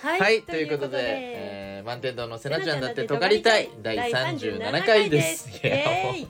はい、ということで、満天堂のせなちゃんだって尖りたい第37回です。いや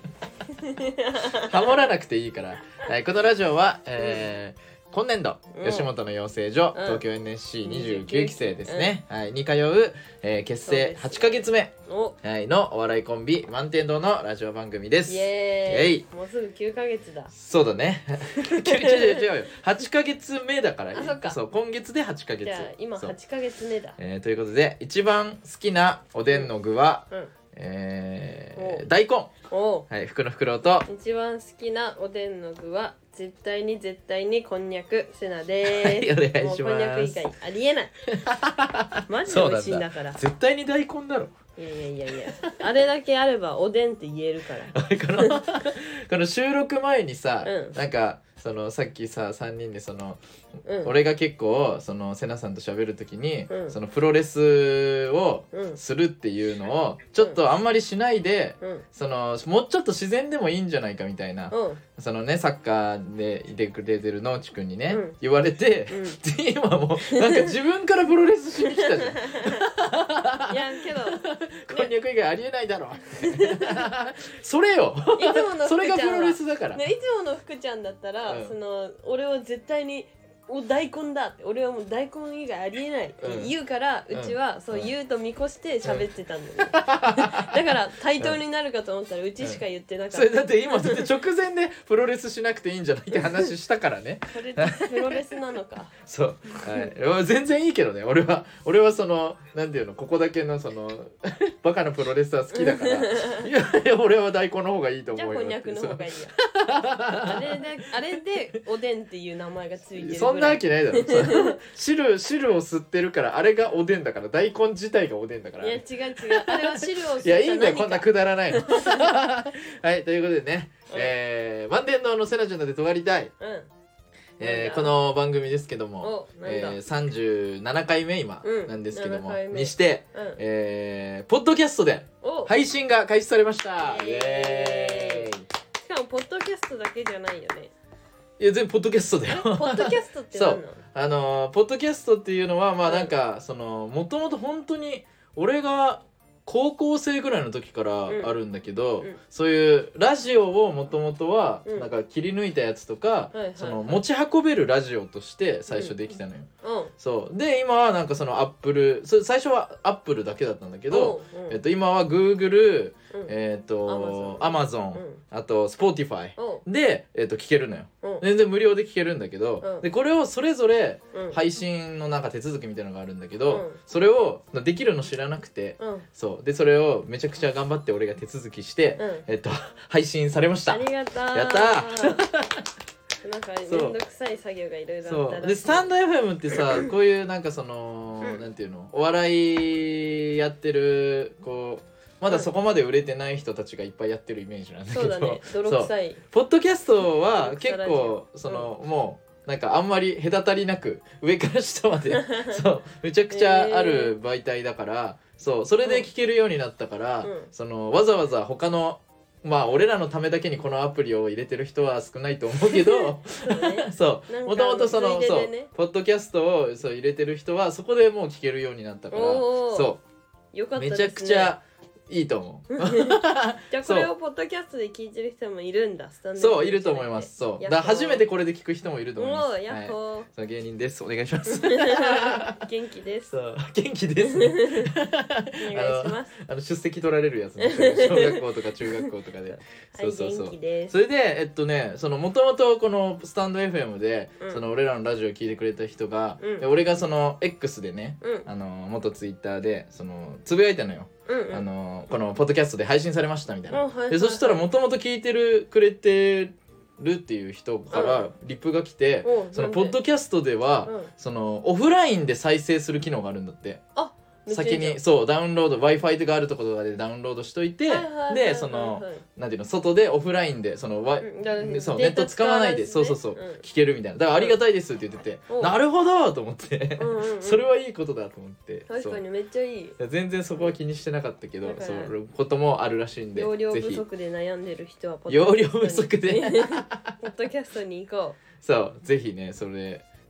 ハモらなくていいから、はい、このラジオは、今年度、吉本の養成所、東京 NSC29 期生ですね、はい、に通う、結成8ヶ月目、はい、のお笑いコンビ満天堂のラジオ番組です。 イエーイ。もうすぐ9ヶ月だ。 そうだね違うよ、8ヶ月目だから。 あ、そっか。 そう、今月で8ヶ月。 じゃあ今8ヶ月目だ。 ということで、一番好きなおでんの具は、大根。はい、福の袋と。 一番好きなおでんの具は絶対にこんにゃくせなです。 はい、お願いします。 もうこんにゃく以外ありえないマジで美味しいんだから。 絶対に大根だろ。 いやあれだけあればおでんって言えるからこの収録前にさ、なんかそのさっきさ3人でその、俺が結構そのセナさんと喋る時に、そのプロレスをするっていうのをちょっとあんまりしないで、そのもうちょっと自然でもいいんじゃないかみたいな、そのねサッカーでいてくれてる野内くんにね、言われて、今もうなんか自分からプロレスしに来たじゃんいやけどこんにゃく以外ありえないだろそれよそれがプロレスだから、 ね、いつもの福ちゃんだったら、その俺は絶対に大根だって俺はもう大根以外ありえないって言うから、うちはそう言うと見越して喋ってたんだよ、だから対等になるかと思ったらうちしか言ってなかった、 それだって今だって直前でプロレスしなくていいんじゃないって話したからねそれってプロレスなのかそう、はい、全然いいけどね、俺はそのなんていうの、ここだけのそのバカなプロレスは好きだからいや俺は大根の方がいいと思うよ。 じゃあこんにゃくの方がいいやあれでおでんっていう名前がついてる。 そんなわけないだろ汁を吸ってるからあれがおでんだから、大根自体がおでんだから。 いや違うあれは汁を吸ったいやいいんだよこんなくだらないのはいということでね、満天堂のせなちゃんだって尖りたい、この番組ですけども、37回目今なんですけども、にして、ポッドキャストで配信が開始されました。イエーイ。 しかもポッドキャストだけじゃないよね。 いや全部ポッドキャストだよ。 ポッドキャストって何なの？ポッドキャストっていうのはまあなんかそのもともと本当に俺が高校生ぐらいの時からあるんだけど、そういうラジオをもともとはなんか切り抜いたやつとか、その持ち運べるラジオとして最初できたのよ。そうで今はなんかそのアップル、最初はアップルだけだったんだけど、今はグーグル、アマゾン、あとスポーティファイで聞けるのよ。全然無料で聞けるんだけど、でこれをそれぞれ配信のなんか手続きみたいなのがあるんだけど、それをできるの知らなくて、そうでそれをめちゃくちゃ頑張って俺が手続きして、配信されました。 ありがとう。 やったーなんかめんどくさい作業がいろいろあったらしい。 でスタンド FM ってさこういうなんかその、なんていうの、お笑いやってるこうまだそこまで売れてない人たちがいっぱいやってるイメージなんだけど、 そうだね、泥臭い。 ポッドキャストは結構その、もうなんかあんまり隔たりなく上から下までそうめちゃくちゃある媒体だから、それで聞けるようになったから、そのわざわざ他のまあ俺らのためだけにこのアプリを入れてる人は少ないと思うけどそうもともとそのポッドキャストを入れてる人はそこでもう聞けるようになったから、そうめちゃくちゃいいと思うじゃあこれをポッドキャストで聞いてる人もいるんだ。 そういると思います。そうだから初めてこれで聞く人もいると思います。 やっほー、 そう芸人です、お願いします元気です。 そう元気ですねお願いします。 出席取られるやつね小学校とか中学校とかでそう元気です。 それでそのもともとこのスタンド FM で、その俺らのラジオを聞いてくれた人が、俺がその X でね、元ツイッターでそのつぶやいたのよ。このポッドキャストで配信されましたみたいな。でそしたらもともと聞いてくれてるっていう人からリップが来て、そのポッドキャストでは、そのオフラインで再生する機能があるんだって。先にそうダウンロード Wi-Fi があるところでダウンロードしといて、でそのなんていうの、外でオフラインでそのそうネット使わないで聞けるみたいな。だからありがたいですって言ってて、なるほどと思ってそれはいいことだと思って。 確かにめっちゃいい。 全然そこは気にしてなかったけど、そういうこともあるらしいんで、 容量不足で悩んでる人は容量不足でポッドキャストに行こう。 そうぜひねそれ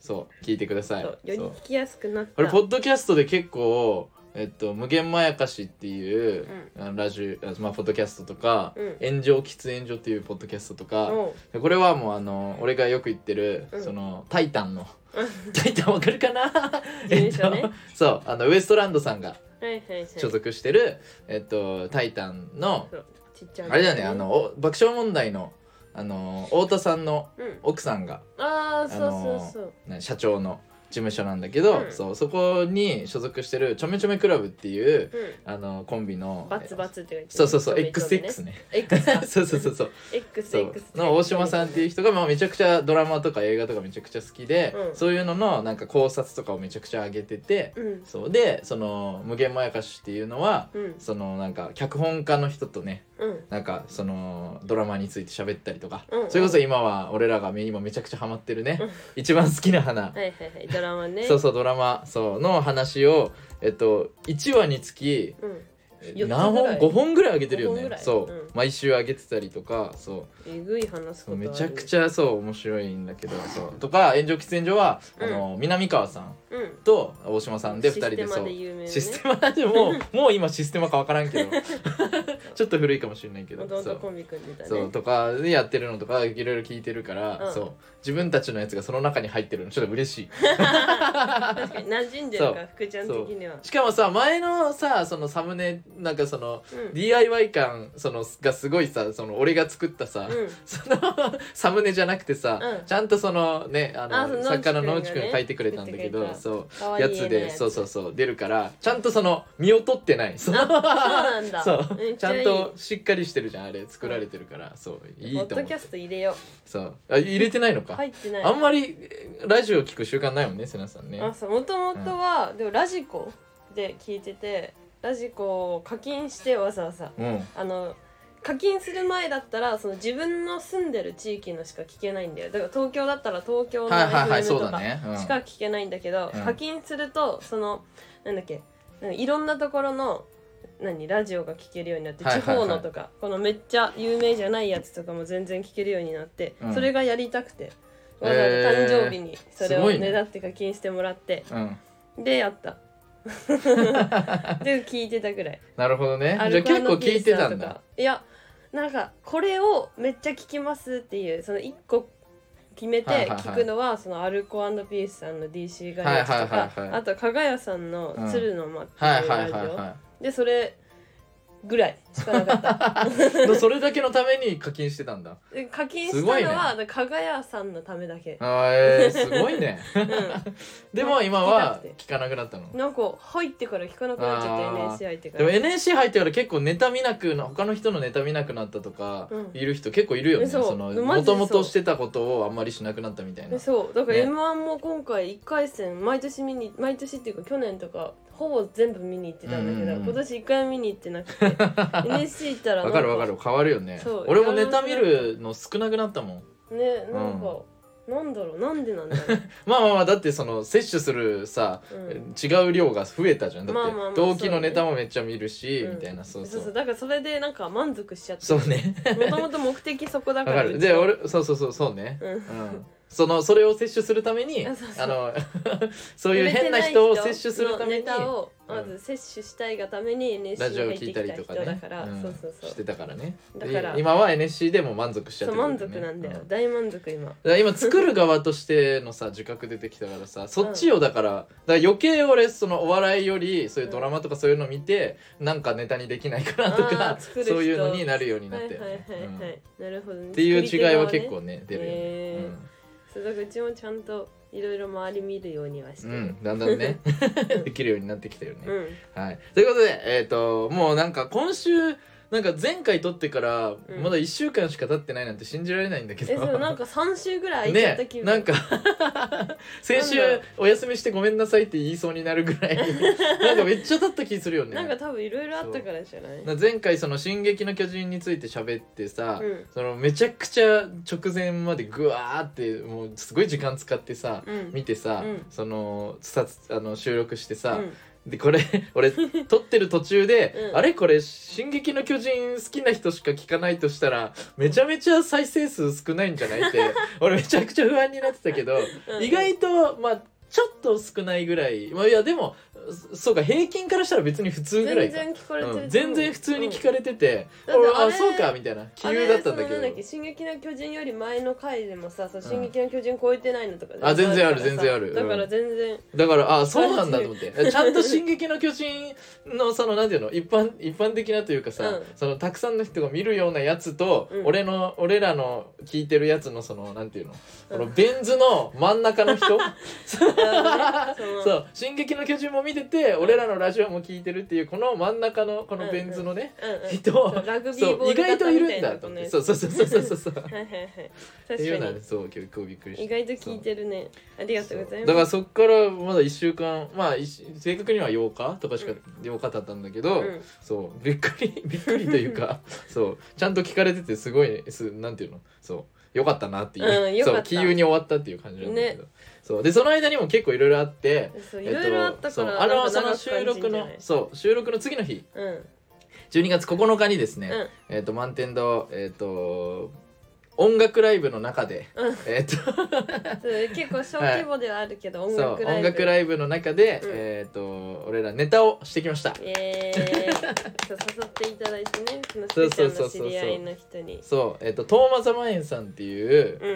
そう聞いてください。 より聞きやすくなった。 これポッドキャストで結構無限まやかしっていう、ラジオ、まあ、ポッドキャストとか、炎上喫煙所っていうポッドキャストとか、これはもう俺がよく言ってる、そのタイタンのタイタンわかるかなそうウエストランドさんが所属してる、タイタンのあれだよね、爆笑問題の太田さんの奥さんが、社長の事務所なんだけど、そこに所属してるちょめちょめクラブっていう、コンビのバツバツって書いてそうXX ねそうXX の大島さんっていう人が、まあ、めちゃくちゃドラマとか映画とかめちゃくちゃ好きで、そういうののなんか考察とかをめちゃくちゃ上げてて、そうでその無限まやかしっていうのは、そのなんか脚本家の人とね、なんかそのドラマについて喋ったりとか、それこそ今は俺らが今めちゃくちゃハマってるね、一番好きな花ドラマね、 ドラマの話を1話につき、何本5本ぐらい上げてるよね。毎週上げてたりとか、 えぐい話すことある。 めちゃくちゃ面白いんだけど、とか炎上喫煙所は南川さんと大島さんで2人でシステマでもう今システマか分からんけどちょっと古いかもしれないけど、とかでやってるのとかいろいろ聞いてるから、自分たちのやつがその中に入ってるのちょっと嬉しい。 確かに馴染んでるか、福ちゃん的には。 しかもさ、前のさそのサムネなんかその、DIY 感がすごいさ、その俺が作ったさ、そのサムネじゃなくてさ、ちゃんとそのね作家の野内くんが書いてくれたんだけど、やつで出るから、ちゃんとその身を取ってない、そうちゃんとしっかりしてるじゃん、あれ作られてるから、いいと思う。 ポッドキャスト入れよう。 入れてないのか。 入ってない。 あんまりラジオ聞く習慣ないもんね、せなさんね。 もともとはでもラジコで聞いてて、ラジコを課金してわざわざ、課金する前だったらその自分の住んでる地域のしか聞けないんだよ。だから東京だったら東京の FM とかしか聞けないんだけど、課金するとそのなんだっけ、いろんなところのラジオが聞けるようになって、地方のとかこのめっちゃ有名じゃないやつとかも全然聞けるようになって、それがやりたくてわざわざ誕生日にそれをねだって課金してもらって、でやったで聞いてたぐらい。 なるほどね。じゃあ結構聞いてたんだ。 いやなんかこれをめっちゃ聞きますっていうその1個決めて聞くのは、そのアルコ&ピースさんの DC ガイアとか、あと加賀谷さんの鶴の間っていうラジオで、それぐらいしかなかったそれだけのために課金してたんだ。 課金したのは加賀谷さんのためだけ。 すごいねでも今は聞かなくなったの。 なんか入ってから聞かなくなっちゃって、 NSC 入ってから。 でも NSC 入ってから結構ネタ見なく他の人のネタ見なくなったとかいる人結構いるよね。もともとしてたことをあんまりしなくなったみたいな。 そうだから M1 も今回1回戦毎年っていうか去年とかほぼ全部見に行ってたんだけど、今年1回見に行ってなくてNSC 行ったら分かる変わるよね。俺もネタ見るの少なくなったもんね。なんか、なんだろう、なんでなんだろうまあだってその摂取するさ、違う量が増えたじゃん。だって同期のネタもめっちゃ見るし、みたいな。そうだからそれでなんか満足しちゃって。 そうねもともと目的そこだから。 で俺そうね、それを摂取するためにそういう変な人を摂取するためにネタをまず摂取したいがために NSC に入ってきた人だから、 してたからね。 だから今は NSC でも満足しちゃってる、 満足なんだよ、大満足今。 今作る側としてのさ自覚出てきたからさ、そっちをだから余計俺そのお笑いよりそういうドラマとかそういうの見てなんかネタにできないかなとか、そういうのになるようになってなるほどね。 っていう違いは結構ね出るよね。 そうだからうちもちゃんといろいろ周り見るようにはしてる、 だんだんねできるようになってきたよね。はい、ということでもうなんか今週なんか前回撮ってからまだ1週間しか経ってないなんて信じられないんだけど、 そうなんか3週ぐらい空いちゃった気分、 なんか先週お休みしてごめんなさいって言いそうになるぐらいなんかめっちゃ経った気するよね。 なんか多分いろいろあったからじゃない。 前回その進撃の巨人について喋ってさ、そのめちゃくちゃ直前までグワーってもうすごい時間使ってさ、見てさ、その収録してさ、 でこれ俺撮ってる途中で、 うん、 あれこれ「進撃の巨人」好きな人しか聞かないとしたらめちゃめちゃ再生数少ないんじゃないって俺めちゃくちゃ不安になってたけど、意外とまあちょっと少ないぐらい、まあ、いやでもそうか平均からしたら別に普通ぐらいか、 全然聞かれてる、 全然普通に聞かれてて、あそうかみたいな杞憂だったんだけど、 進撃の巨人より前の回でもさ、進撃の巨人超えてないのとか全然ある全然ある、 だから全然、 だからそうなんだと思ってちゃんと進撃の巨人のそのなんていうの一般的なというかさ、そのたくさんの人が見るようなやつと、俺らの聞いてるやつのそのなんていうの、このベン図の真ん中の人そう進撃の巨人も見てて、俺らのラジオも聞いてるっていうこの真ん中のこのベン図のね、人ラグビーボール意外といるんだと思って、そうはいはいはい、 っていうのはそう結構びっくりした。 意外と聞いてるね、ありがとうございます。 だからそっからまだ1週間、まあ正確には8日とかしか8日経ったんだけど、そうびっくりというかそうちゃんと聞かれててすごいなんていうの、そうよかったなっていう、そう杞憂に終わったっていう感じなんだけど、そうでその間にも結構いろいろあって、 いろいろあったからその収録の次の日、12月9日にですね、満天堂音楽ライブの中で、 結構小規模ではあるけど、音楽ライブの中で、俺らネタをしてきました。 誘っていただいてね、そのスペちゃんの知り合いの人に。 トーマザマエンさんっていう、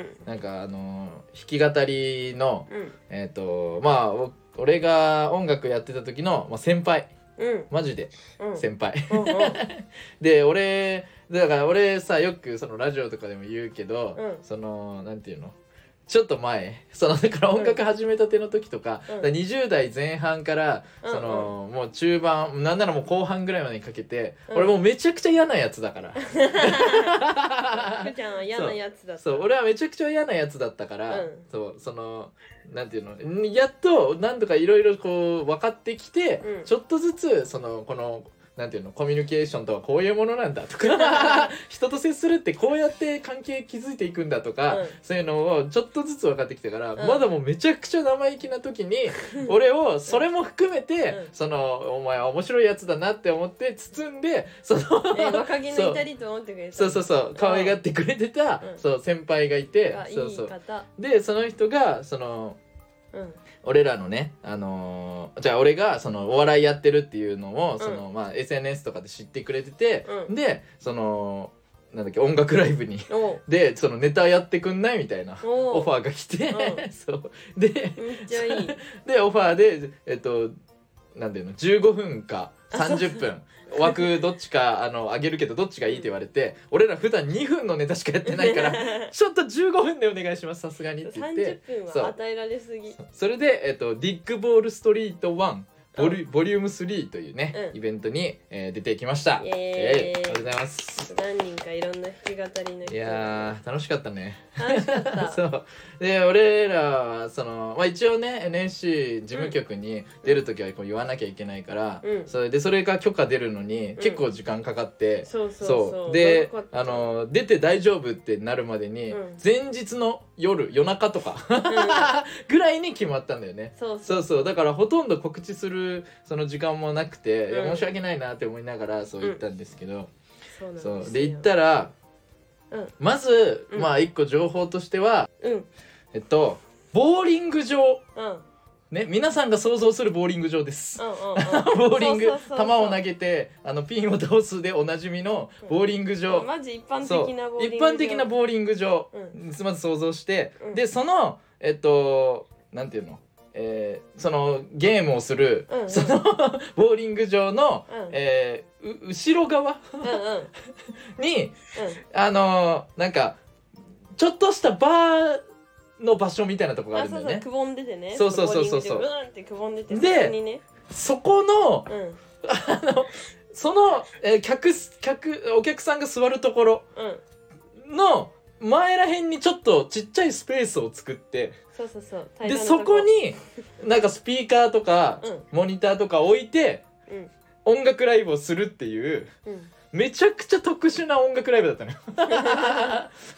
なんか弾き語りの、まあ俺が音楽やってた時の、先輩、マジで先輩、でだから俺さよくそのラジオとかでも言うけど、そのなんていうの、ちょっと前だから音楽始めたての時とか、20代前半からその、もう中盤なんならもう後半ぐらいまでにかけて、俺もうめちゃくちゃ嫌なやつだからふちゃんは嫌なやつだった。 そう俺はめちゃくちゃ嫌なやつだったから、そのなんていうの、やっと何とかいろいろこう分かってきて、ちょっとずつこのなんていうの、コミュニケーションとはこういうものなんだとか人と接するってこうやって関係築いていくんだとか、そういうのをちょっとずつ分かってきてから、まだもうめちゃくちゃ生意気な時に俺をそれも含めて、お前は面白いやつだなって思って包んで、 若気の至りと思ってくれた、 そう可愛がってくれてた、先輩がいて、でその人が俺らのね、じゃあ俺がお笑いやってるっていうのをSNS とかで知ってくれてて、でなんだっけ、音楽ライブにでネタやってくんないみたいなオファーが来てそうでめっちゃいいでオファーでなんていうの、15分か30分枠どっちかあげるけどどっちがいいって言われて、俺ら普段2分のネタしかやってないからちょっと15分でお願いしますさすがにって言って、 30分は与えられすぎ。 それで、ディッグボールストリート1ボリューム3というね、イベントに、出てきました。ありがとうございます。 何人かいろんな弾き語りの人。 いや楽しかったね。 楽しかったそうで俺らは一応ね NSC 事務局に出るときはこう言わなきゃいけないから、それが許可出るのに結構時間かかって、そうで出て大丈夫ってなるまでに、前日の夜中とかぐらいに決まったんだよね。そうだからほとんど告知するその時間もなくて、申し訳ないなって思いながらそう言ったんですけど、そうで言ったら、まず一個情報としては、ボーリング場、ね、皆さんが想像するボーリング場です。ボーリング球を投げてピンを倒すでおなじみのボーリング場、 マジ一般的なボーリング場、 一般的なボーリング場、まず想像して、でそのなんていうの、そのゲームをする、そのボーリング場の、後ろ側に、なんかちょっとしたバーの場所みたいなとこがあるんだよね。 くぼんでてね。 そうってくぼんでて、 でそこの、その、お客さんが座るところの前らへんにちょっとちっちゃいスペースを作って、でそこになんかスピーカーとか、モニターとか置いて、音楽ライブをするっていう、めちゃくちゃ特殊な音楽ライブだったのよ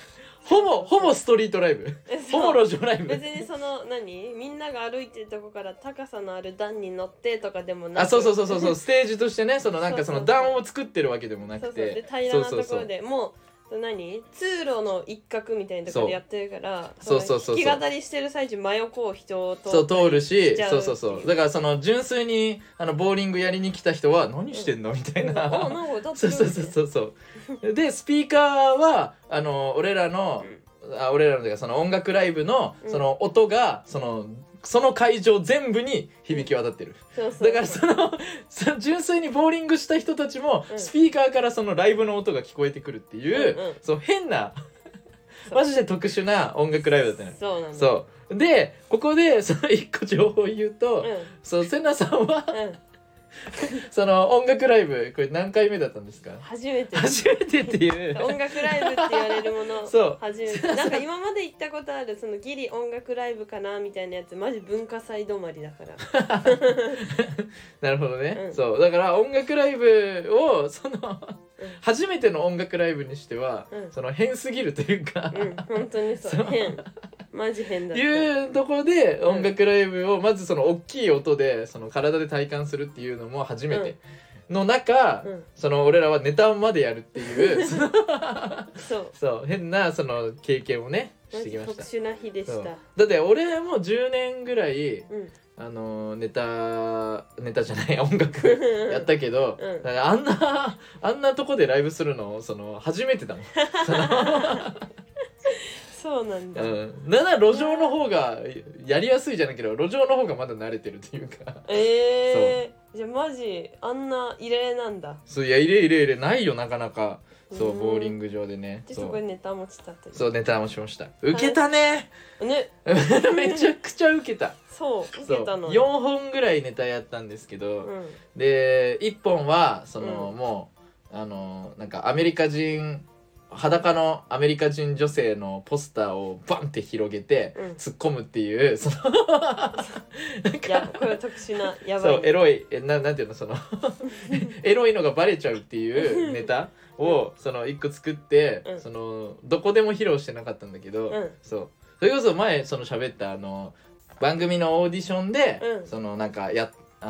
ほぼストリートライブほぼ路上ライブ。 別にそのみんなが歩いてるとこから高さのある段に乗ってとかでもなく、 そうステージとしてね、そのなんかその段を作ってるわけでもなくて、 で平らなところでもう通路の一角みたいなところでやってるから、弾き語りしてる最中真横を人を通るし、だからその純粋にボーリングやりに来た人は何してんのみたいな、なんか歌ってるそうでスピーカーは俺らのというかその音楽ライブのその音がその会場全部に響き渡ってる。だからその純粋にボーリングした人たちもスピーカーからそのライブの音が聞こえてくるっていう、そう変なマジで特殊な音楽ライブだったね。そうでここでその一個情報を言うと、そうセナさんは、その音楽ライブこれ何回目だったんですか？ 初めてっていう音楽ライブって言われるものそう初めて。なんか今まで行ったことあるそのギリ音楽ライブかなみたいなやつマジ文化祭止まりだからなるほどね、そうだから音楽ライブをその初めての音楽ライブにしては、その変すぎるというか、 本当にそう変マジ変だったいうところで音楽ライブをまずその大きい音でその体で体感するっていうのも初めての中、その俺らはネタまでやるっていうそう変なその経験をねしてきました。 特殊な日でした。 だって俺も10年ぐらい、ネタじゃない音楽やったけど、だからあんなとこでライブするのその初めてだもんそうなんだ。 なんなら路上の方がやりやすいじゃないけど路上の方がまだ慣れてるっていうかじゃあマジあんな異例なんだ。 そういや異例ないよなかなか。そうボーリング場でね。 でそこでネタ持ちだった。 そうネタ持ちました。受けたね。 ねめちゃくちゃ受けた。 そう受けたの。 4本ぐらいネタやったんですけど、で1本はその、もうなんか裸のアメリカ人女性のポスターをバンって広げて突っ込むっていう、そのいやこれ特殊なやばい、 そうエロいなんていうのそのエロいのがバレちゃうっていうネタをその1個作って、そのどこでも披露してなかったんだけど、それこそ前その喋った番組のオーディションで、そのなんか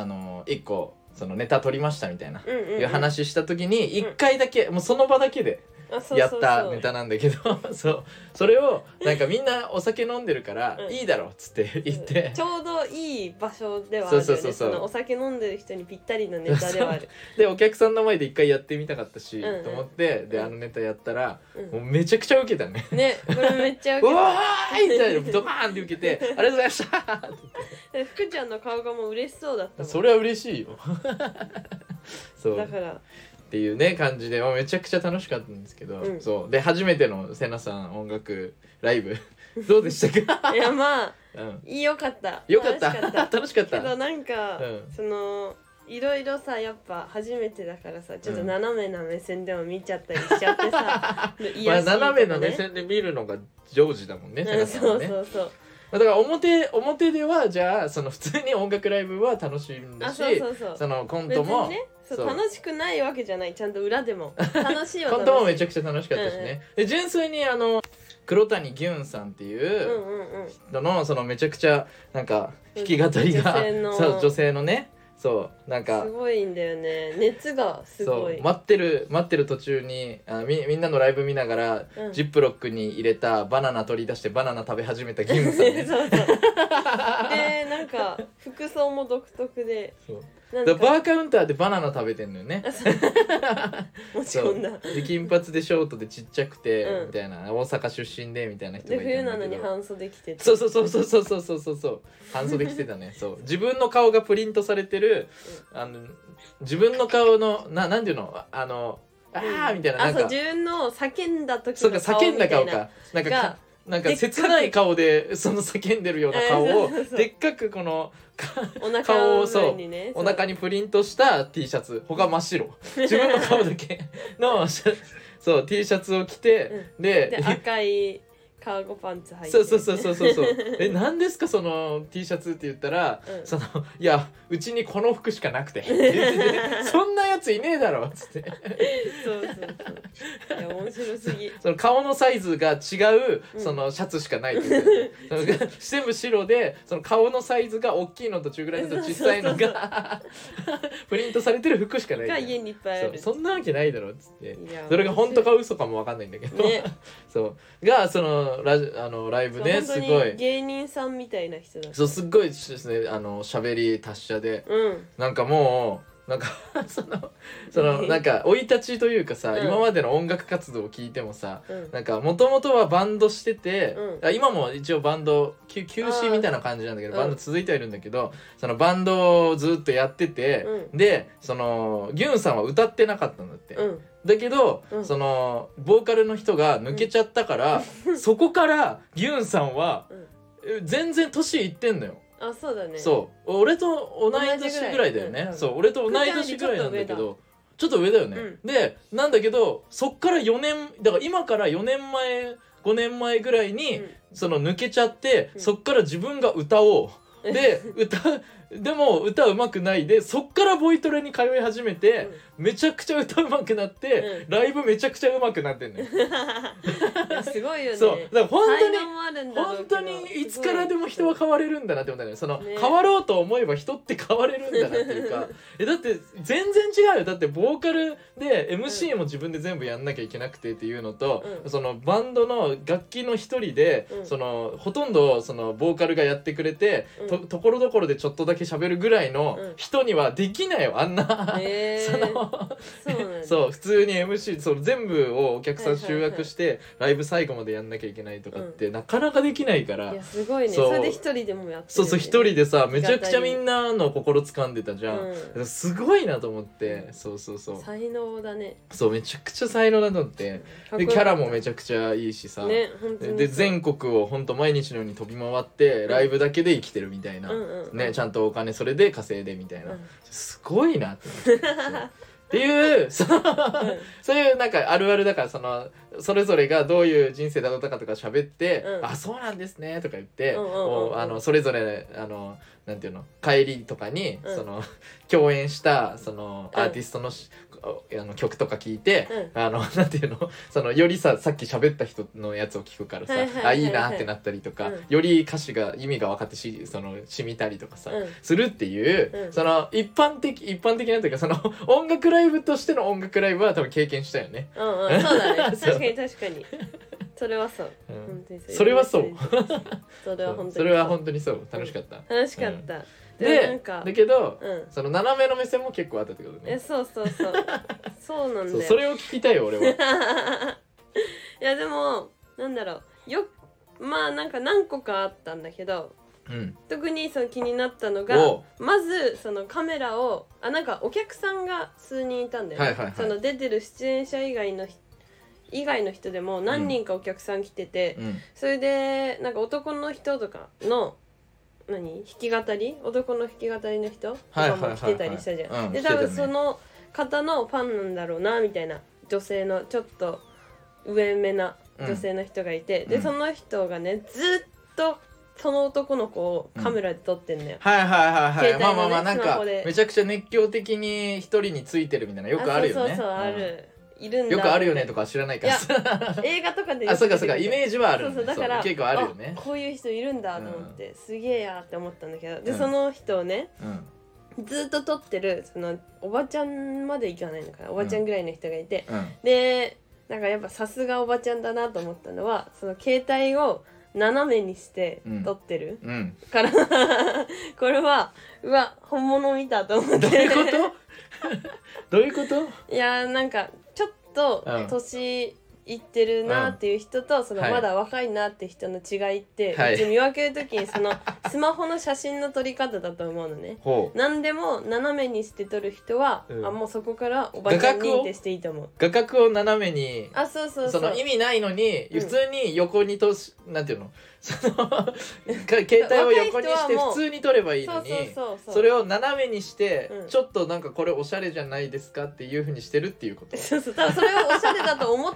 1個そのネタ取りましたみたいな、いう話した時に1回だけもうその場だけでやったネタなんだけどそれをなんかみんなお酒飲んでるからいいだろっつって言って、 ちょうどいい場所ではあるよね。そのお酒飲んでる人にぴったりのネタではある。 でお客さんの前で一回やってみたかったし、と思ってでネタやったら、もうめちゃくちゃウケたね。 ねこれめっちゃウケた。 うわーいみたいなドカーンってウケてありがとうございましたって福ちゃんの顔がもう嬉しそうだったもん。 それは嬉しいよそうだからっていうね感じでめちゃくちゃ楽しかったんですけど、そうで初めてのセナさん音楽ライブどうでしたか？ いやまあ、よかった楽しかったけどなんか、そのいろいろさやっぱ初めてだからさちょっと斜めな目線でも見ちゃったりしちゃってさ、 まあ斜めの目線で見るのが常時だもんね、セナさんはね。そうだから表ではじゃあその普通に音楽ライブは楽しんだし、そのコントも別にね楽しくないわけじゃない、ちゃんと裏でも楽しいよコントもめちゃくちゃ楽しかったしね。で純粋に黒谷ギュンさんっていう人のそのめちゃくちゃなんか弾き語りが女性のね、そうなんかすごいんだよね、熱がすごい。 そう待ってる途中にみんなのライブ見ながら、ジップロックに入れたバナナ取り出してバナナ食べ始めたギュンさんねそうでなんか服装も独特で、 バーカウンターでバナナ食べてんのよね持ち込んだ。 で金髪でショートでちっちゃくて、みたいな大阪出身でみたいな人がいたんだけど、 で冬なのに半袖着てて、 そう半袖着てたねそう自分の顔がプリントされてる、自分の顔のなんていうのみたいな、なんか自分の叫んだ時の顔みたいななんか切ない顔でその叫んでるような顔をでっかくこの顔をお腹にプリントした T シャツ、他真っ白自分の顔だけのそう T シャツを着て、で赤いカーゴパンツ履いてそう何ですかその T シャツって言ったら、いやうちにこの服しかなくてそんなやついねえだろっつってそういや面白すぎその顔のサイズが違うそのシャツしかないって言って、全部白でその顔のサイズが大きいのと中ぐらいのと小さいのがプリントされてる服しかないが家にいっぱいある。 そんなわけないだろっつって、それが本当か嘘かも分かんないんだけど、そうがそのライブね、すごい芸人さんみたいな人だ。 そうすっごいですね、喋り達者で、なんかもうなんかそのなんか生い立ちというかさ、今までの音楽活動を聞いてもさ、なんかもともとはバンドしてて、今も一応バンド休止みたいな感じなんだけど、バンド続いてはいるんだけど、そのバンドをずっとやってて、でそのギュンさんは歌ってなかったんだって。だけど、そのボーカルの人が抜けちゃったから、そこからギュンさんは、全然年いってんのよ。 あ、そうだね。 そう俺と同い年ぐらいだよね。そう俺と同い年ぐらいなんだけど、ちょっと上だよね。でなんだけどそっから4年だから今から4年前5年前ぐらいに、その抜けちゃって、そっから自分が歌おうででも歌うまくないで、そっからボイトレに通い始めて、めちゃくちゃ歌うまくなって、ライブめちゃくちゃうまくなってんのよ。 すごいよね。 そうだから本当にいつからでも人は変われるんだなって思ったのよ。その、変わろうと思えば人って変われるんだなっていうかだって全然違うよ。だってボーカルで MC も自分で全部やんなきゃいけなくてっていうのと、そのバンドの楽器の一人で、そのほとんどそのボーカルがやってくれて、ところどころでちょっとだけ喋るぐらいの人にはできないよ、あんなそう普通に MC その全部をお客さん集約してライブ最後までやんなきゃいけないとかってなかなかできないから。 いやすごいね。それで一人でもやってる、ね、 そう一人でさめちゃくちゃみんなの心掴んでたじゃん、すごいなと思って、そう才能だね。 そうめちゃくちゃ才能だと思って、でキャラもめちゃくちゃいいしさ、で全国をほんと毎日のように飛び回ってライブだけで生きてるみたいな、ね、ちゃんとお金それで稼いでみたいな、すごいなって思ってっていうそういうなんかあるあるだから、それぞれがどういう人生だったかとか喋って、あそうなんですねとか言って、それぞれなんていうの帰りとかに、その共演したそのアーティストの曲とか聞いて、なんていうのよりさっき喋った人のやつを聞くからさ、あいいなってなったりとか、より歌詞が意味が分かって染みたりとかさ、するっていう、その一般的なというか、その音楽ライブとしての音楽ライブは多分経験したよね。そうだね。確かにそれはそう、 それはそうそれは本当にそう楽しかった。 でだけど、その斜めの目線も結構あったってことね。 そうそうなんだよ。 それを聞きたいよ俺は。 いやでもなんだろう、まあなんか何個かあったんだけど、特にその気になったのが、まずそのカメラをなんかお客さんが数人いたんだよね。その出てる出演者以外の人でも何人かお客さん来てて、それでなんか男の人とかの弾き語り男の弾き語りの人とかも来てたりしたじゃん。で多分その方のファンなんだろうなみたいな、女性のちょっと上目な女性の人がいて、でその人がねずっとその男の子をカメラで撮ってんのよ。 まあなんかめちゃくちゃ熱狂的に一人についてるみたいなよくあるよね。 そうある。いるんだよくあるよねとか知らないからさ。映画とかでそうかイメージはある。 だから結構あるよね。 こういう人いるんだと思って、すげえやって思ったんだけど、でその人をね、ずっと撮ってるそのおばちゃんまでいかないのかな、おばちゃんぐらいの人がいて、でなんかやっぱさすがおばちゃんだなと思ったのは、その携帯を斜めにして撮ってる、からこれはうわ本物見たと思って。 どういうこと？ いやなんかちょっと年いってるなっていう人と、そのまだ若いなっていう人の違いって、うち見分けるときにそのスマホの写真の撮り方だと思うのね。何でも斜めにして撮る人は、もうそこからおばちゃん認定していいと思う。 画角を斜めに、 そうその意味ないのに、普通に横になんていうのその携帯を横にして普通に撮ればいいのに、それを斜めにして、ちょっとなんかこれおしゃれじゃないですかっていう風にしてるっていうこと。 多分それをおしゃれだと思ってるって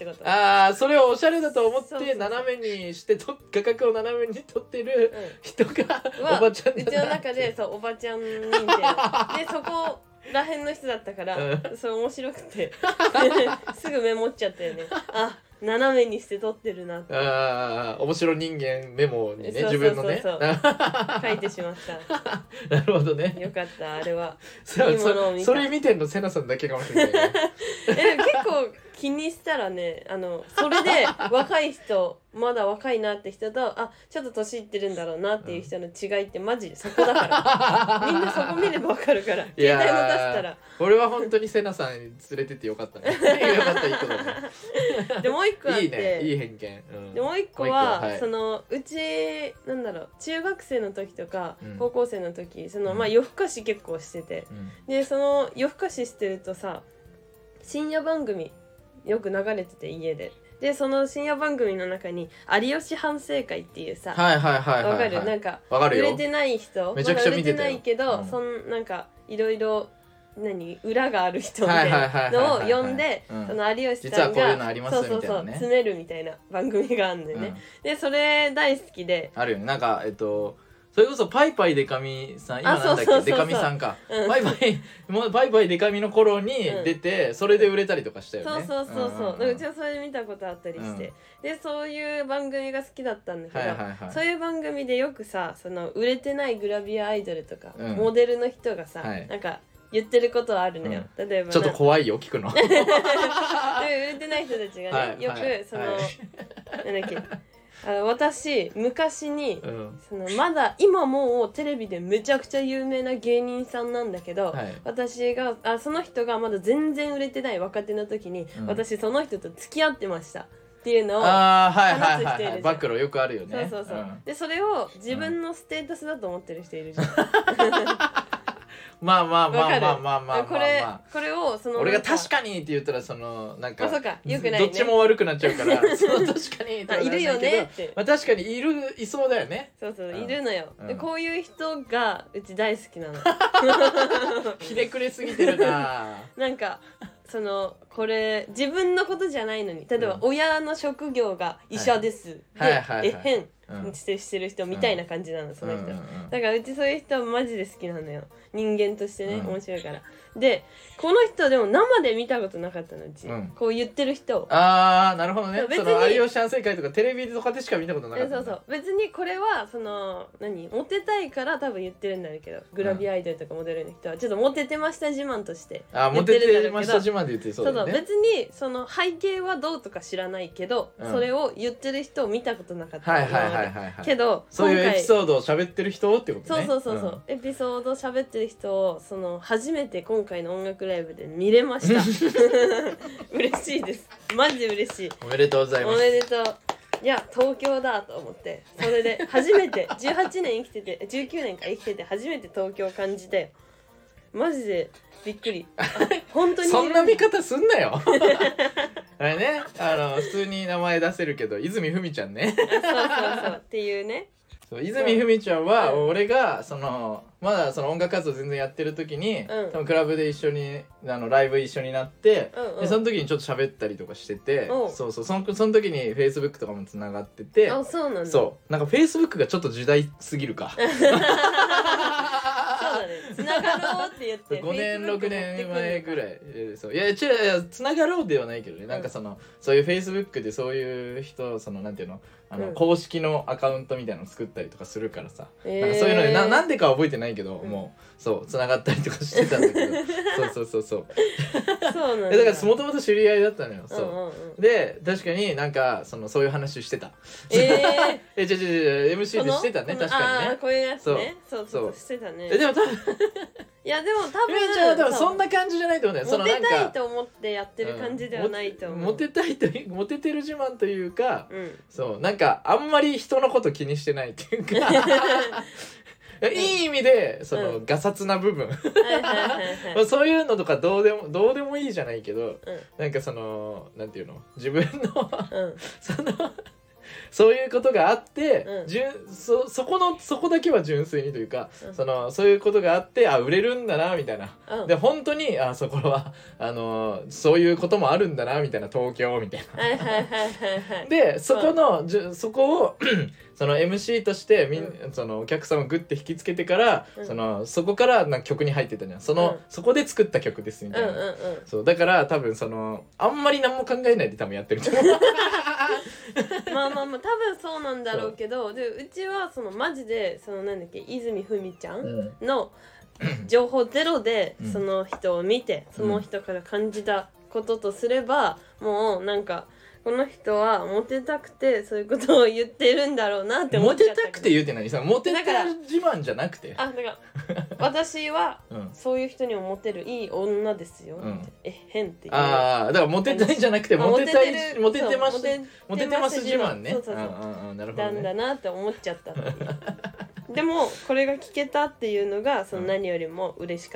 ってこと。 ああ、それをおしゃれだと思っそうそうて斜めにして画角を斜めに撮ってる人がおばちゃんだな。 うちの中でそうおばちゃん認定でそこら辺の人だったから、それ面白くてすぐメモっちゃったよね。あ、斜めにして撮ってるなって。 ああ、面白人間メモにね、 そう自分のね。 書いてしまった。 なるほどね。 よかった、あれは。 そういいものを見た。 それ見てんのセナさんだけかもしれないね。 結構気にしたらね、それで若い人まだ若いなって人と、あ、ちょっと年いってるんだろうなっていう人の違いってマジでそこだからみんなそこ見れば分かるから。携帯も出したら。 俺は本当にセナさんに連れてってよかったね。よかったいいことだね。 でもう一個あって、 いいね、いい偏見。 でもう一個は、 はい、 うちなんだろう、中学生の時とか、 うん、 高校生の時まあ夜更かし結構してて、でその夜更かししてるとさ、深夜番組よく流れてて家で。でその深夜番組の中に有吉反省会っていうさ、わかる？なんか売れてない人、 めちゃくちゃ見てたよ。 まだ売れてないけど、なんかいろいろ裏がある人みたいなのを呼んで、その有吉さんがそう詰めるみたいな番組があるんだよね。でそれ大好きで。 あるよね。なんかそれこそパイパイデカミさん、今なんだっけ、デカミさんか、パイパイデカミの頃に出て、それで売れたりとかしたよね。 そううちはそれ見たことあったりして、でそういう番組が好きだったんだけど、そういう番組でよくさ、その売れてないグラビアアイドルとか、モデルの人がさ、なんか言ってることはあるのよ。例えばちょっと怖いよ聞くの。 で売れてない人たちがね、よくそのなんだっけ、私昔に、まだ今もうテレビでめちゃくちゃ有名な芸人さんなんだけど、私がその人がまだ全然売れてない若手の時に、私その人と付き合ってましたっていうのを話す人いるじゃん。 暴露よくあるよね。 でそれを自分のステータスだと思ってる人いるじゃん。 まあこれを俺が確かにって言ったらなんかよくないね、 どっちも悪くなっちゃうから確かにいるよねって、 確かにいそうだよね。 いるのよ。でこういう人がうち大好きなの。 ひねくれすぎてるな。 なんかこれ自分のことじゃないのに、例えば親の職業が医者ですで変してる人みたいな感じなの、その人。だからうちそういう人はマジで好きなのよ、人間としてね、面白いから。でこの人でも生で見たことなかったのうち、こう言ってる人を。 なるほどね。その有吉反省会とかテレビとかでしか見たことなかった。 そう別にこれはモテたいから多分言ってるんだけど、グラビアアイドルとかモデルの人はちょっとモテてました自慢としてモテてました自慢で言ってそうだよね。 別にその背景はどうとか知らないけど、それを言ってる人を見たことなかったけど、 そういうエピソードを喋ってる人ってことね。 そうエピソードを喋ってる人を初めて今回の音楽ライブで見れました。嬉しいです、マジで嬉しい。 おめでとうございます。 おめでとう。いや東京だと思って、それで初めて18年生きてて19年か生きてて初めて東京感じて、マジでびっくり。本当にそんな見方すんなよ。あれね、普通に名前出せるけど泉ふみちゃんね。 そうっていうね。 泉ふみちゃんは俺がまだ音楽活動全然やってる時に、多分クラブで一緒にライブ一緒になって、でその時にちょっと喋ったりとかしてて、その時に Facebook とかもつながってて、 そうなんだ。 なんか Facebook がちょっと時代すぎるか。 つながろうって言って 5年6年前ぐらい。いやつながろうではないけどね、なんかそういう Facebook でそういう人なんていうの、公式のアカウントみたいなの作ったりとかするからさ、なんかそういうのでなんでかは覚えてないけど、もうつながったりとかしてたんだけど、そうなんだ。 だからもともと知り合いだったのよ。で確かになんかそういう話してた。MC でしてたね、確かにね。 こういうやつね。そうしてたね。 でも多分いやでも多分多分そんな感じじゃないと思うんだよ。 モテたいと思ってやってる感じではないと思う。 モテてる自慢というか、なんかあんまり人のこと気にしてないっていうか、いい意味でガサツな部分、そういうのとかどうでもいいじゃないけど、なんかなんていうの、自分のそういうことがあって、 うんそこだけは純粋にというか、 うん、 そういうことがあって売れるんだなみたいな、 うん、 で本当にそこはそういうこともあるんだなみたいな、東京みたいなはいはいはいはいはいでそこをその MC としてそのお客さんをグッて引きつけてから、そこからなんか曲に入ってたじゃん、そこで作った曲ですみたいな、そうだから多分あんまり何も考えないで多分やってると思うまあ多分そうなんだろうけど、でうちはマジでなんだっけ、泉文ちゃんの情報ゼロでその人を見て、その人から感じたこととすれば、もうなんかこの人はモテたくてそういうことを言ってるんだろうなって思っちゃった。 モテたくて言うて何さ、モテてる自慢じゃなくて、 だから私はそういう人にもモテるいい女ですよ、変っていう、 だからモテたいじゃなくてモテてます自慢ね、なるほどね、 なんだなって思っちゃったでもこれが聞けたっていうのが何よりも嬉しかった、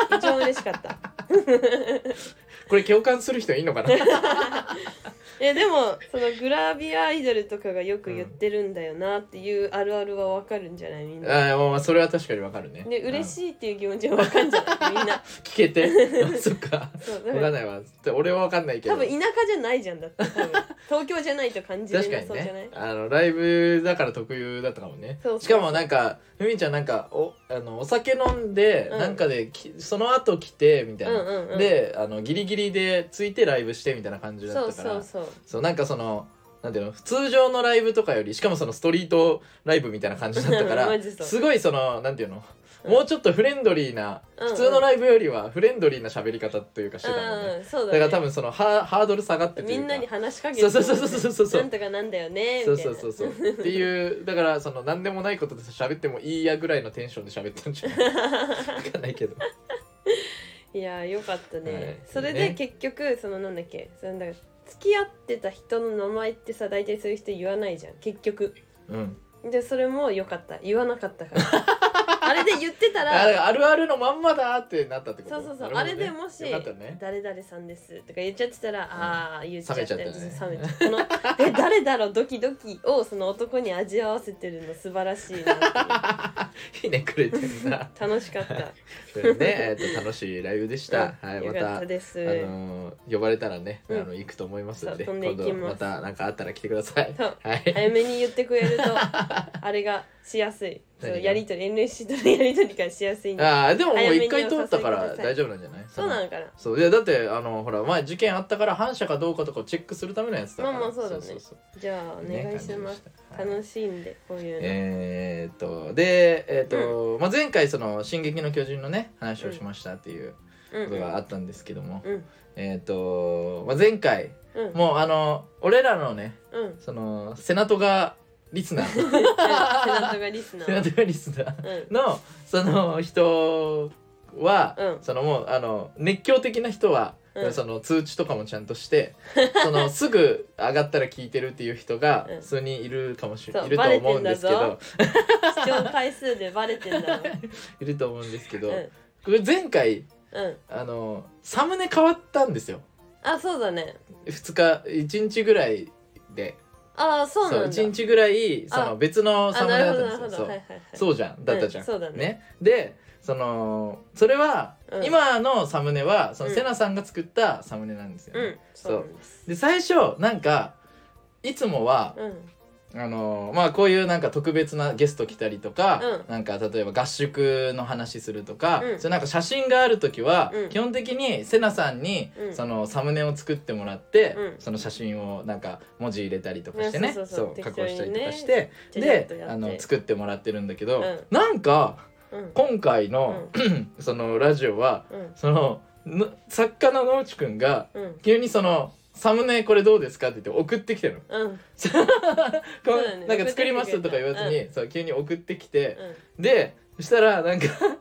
一番嬉しかったこれ共感する人いいのかなでもグラビアアイドルとかがよく言ってるんだよなっていうあるあるはわかるんじゃないみんな。 まあそれは確かにわかるね。 で嬉しいっていう気持ちはわかるんじゃないみんな。 聞けてそっか。わかんないわ。俺はわかんないけど。 多分田舎じゃないじゃんだって多分東京じゃないと感じれなそうじゃない？ ライブだから特有だったかもね。しかもなんかふみちゃんなんかお酒飲んで、なんかでその後来てみたいな、でギリギリでついてライブしてみたいな感じだったから、そうなんかなんていうの、通常のライブとかよりしかもストリートライブみたいな感じだったからすごいなんていうの、もうちょっとフレンドリーな、普通のライブよりはフレンドリーな喋り方というかしてたもんね。だから多分ハードル下がってというか、 みんなに話しかけて、 そうなんとかなんだよねみたいな、 そうっていう、だから何でもないことで喋ってもいいやぐらいのテンションで喋ったんじゃない分かんないけどいやよかったね、それで結局なんだっけ、だから付き合ってた人の名前ってさ、大体そういう人言わないじゃん結局、でそれも良かった、言わなかったからあれで言ってたらあるあるのまんまだってなったってこと。 そう、あれでもし誰々さんですとか言っちゃってたら、言っちゃったり冷めちゃった誰だろうドキドキを男に味わわせてるの素晴らしいなってひねくれてるな楽しかったそれね、楽しいライブでした、はい、また呼ばれたらね、行くと思いますので、今度また何かあったら来てください。はい、 早めに言ってくれるとあれがしやすい、やりとり NSC とのやりとりがしやすいんで。 でももう一回通ったから大丈夫なんじゃない？ そうなのかな。 そういやだってほら前事件あったから反社かどうかとかをチェックするためのやつだから。 まあそうだね。じゃあお願いします。楽しいんでこういうの。でまあ前回進撃の巨人のね話をしましたっていうことがあったんですけども、まあ前回もう俺らのねセナトガリスナーセナトガリスナーのその人はもう熱狂的な人は通知とかもちゃんとしてすぐ上がったら聞いてるっていう人が普通にいるかもしれない、いると思うんですけど視聴回数でバレてんだいると思うんですけど、これ前回サムネ変わったんですよ。 そうだね、 2日1日ぐらいで。 そうなんだ。 1日ぐらい別のサムネだったんですよ。そうじゃんだったじゃん。 そうだね。 でそれは今のサムネはセナさんが作ったサムネなんですよね。そうで最初なんかいつもはまあこういうなんか特別なゲスト来たりとか、なんか例えば合宿の話するとか、それなんか写真がある時は基本的にセナさんにサムネを作ってもらって、その写真をなんか文字入れたりとかしてね、そう加工したりとかしてで作ってもらってるんだけど、なんか今回のそのラジオは作家の野内くんが急にサムネこれどうですかって言って送ってきてるの。なんか作りますとか言わずに急に送ってきて、でそしたらなんか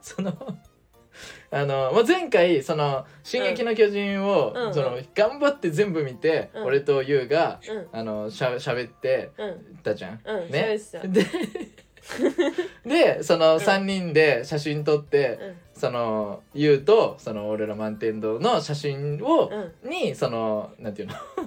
まあ、前回進撃の巨人を頑張って全部見て俺とユウがしゃべってたじゃん。ね。で3人で写真撮ってユウと俺ら満天堂の写真をになんていうの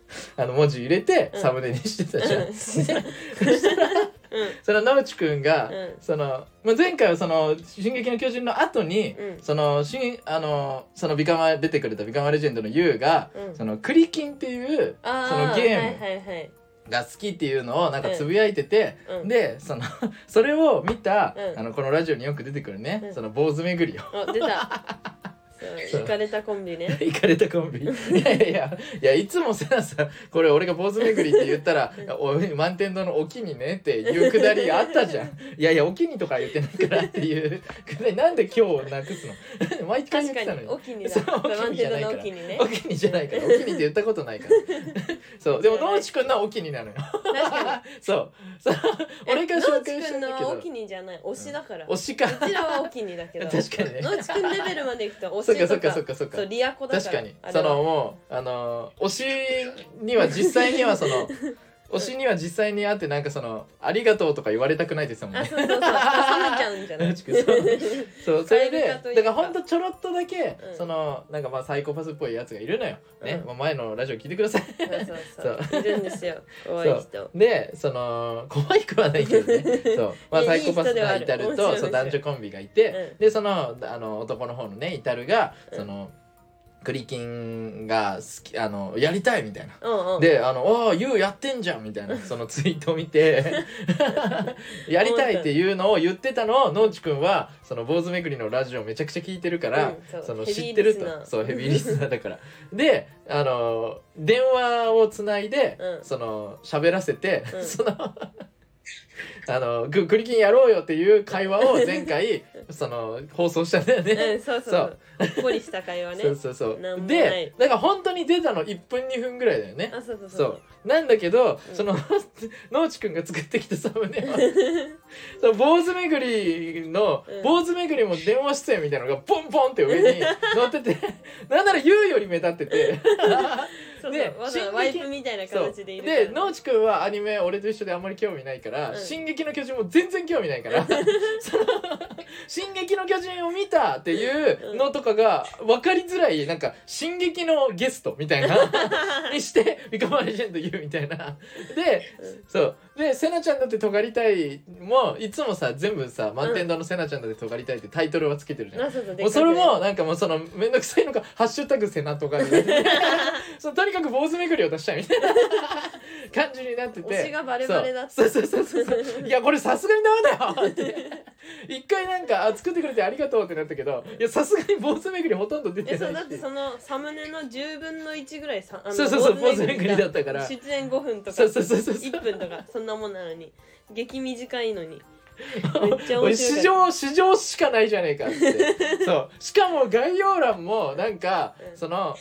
文字入れてサムネにしてたじゃん、そしたらその野内くんが、その前回はその「進撃の巨人」の後に、そのビカマ出てくれたビカマレジェンドのユウが、そのクリキンっていうそのゲームが好きっていうのをなんかつぶやいてて、でそれを見た、このラジオによく出てくるね、その坊主巡りを出たイカれたコンビね。 イカれたコンビ。いやいつもセナさんこれ俺が坊主巡りって言ったら「おい満天堂のおきにね」っていうくだりあったじゃん。いやおきにとか言ってないからっていうくだり、なんで今日なくすの毎回言ってたのに。 おきにだ。満天堂のおきにね。 おきにじゃないからおきにって言ったことないからそうでも野内くんのはおきになのよ。 確かにそう俺が紹介したんだけど、 野内くんのはおきにじゃない推しだから。 推しか。 うちらはおきにだけど確かにね。 野内くんレベルまでいくと推しそっかそうリアコだから。 確かにそのもう推しには実際にはその推しには実際に会ってなんかそのありがとうとか言われたくないですもんね。 そう冷めちゃうんじゃない。 そうそれでだからほんとちょろっとだけ、そのなんかサイコパスっぽいやつがいるのよね。前のラジオ聞いてください。 そういるんですよ怖い人でその怖いくはないけどね。そうサイコパスがイタルと男女コンビがいて、でその男の方のねイタルがそのクリキンが好きやりたいみたいな、でユウやってんじゃんみたいなそのツイートを見てやりたいっていうのを言ってたのを野内くんはその坊主めぐりのラジオめちゃくちゃ聞いてるから、その知ってると。そうヘビーリスナーだからで電話をつないで、その喋らせて、そのクリキンやろうよっていう会話を前回その放送したんだよね。 そうほっこりした会話ね。 そうでだから本当に出たの1分2分ぐらいだよね。そうなんだけど、その野内くんが作ってきたサムネはその坊主巡りの坊主巡りも電話出演みたいなのがポンポンって上に乗っててなんならユウより目立っててでワイプみたいな形でいるから、 で野内くんはアニメ俺と一緒であんまり興味ないから「進撃の巨人」も全然興味ないから「進撃の巨人」を見たっていうのとかが分かりづらい、なんか「進撃のゲスト」みたいなにして「ビカマレジェンド」言うみたいなで、そうで「セナちゃんだって尖りたい」もいつもさ全部さ「満天堂のセナちゃんだって尖りたい」ってタイトルはつけてるじゃん。もうそれもなんかもうそのめんどくさいのか「ハッシュタグセナ」とかになってそのとにかく坊主巡りを出したいみたいな感じになってて、 推しがバレバレだった。 そういやこれさすがにダメだよって一回なんか作ってくれてありがとうってなったけど、いやさすがに坊主巡りほとんど出てないし、 だってそのサムネの10分の1ぐらいそう坊主巡りだったから、 出演5分とか1分とかそんなもんなのに激短いのにめっちゃ面白い。 市場しかないじゃねえかってそうしかも概要欄もなんか、その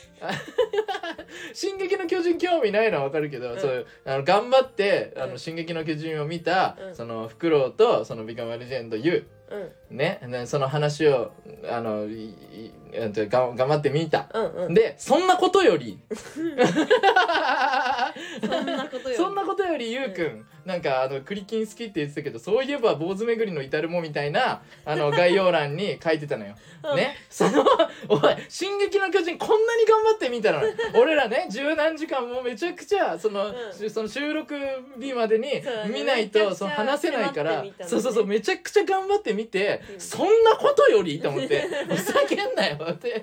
「進撃の巨人」興味ないのはわかるけど、そう頑張って「進撃の巨人」を見た、そのフクロウとそのビカマレジェンドユウ、ねその話を頑張ってみた、でそんなことよりそんなことよりゆうくんなんかクリキン好きって言ってたけど、そういえば坊主巡りの至るもみたいな概要欄に書いてたのよ。ねおい「進撃の巨人」こんなに頑張ってみたのに俺らね十何時間もめちゃくちゃその収録日までに見ないと話せないから、そうめちゃくちゃ頑張って見て、そんなことよりと思ってふざけんなよって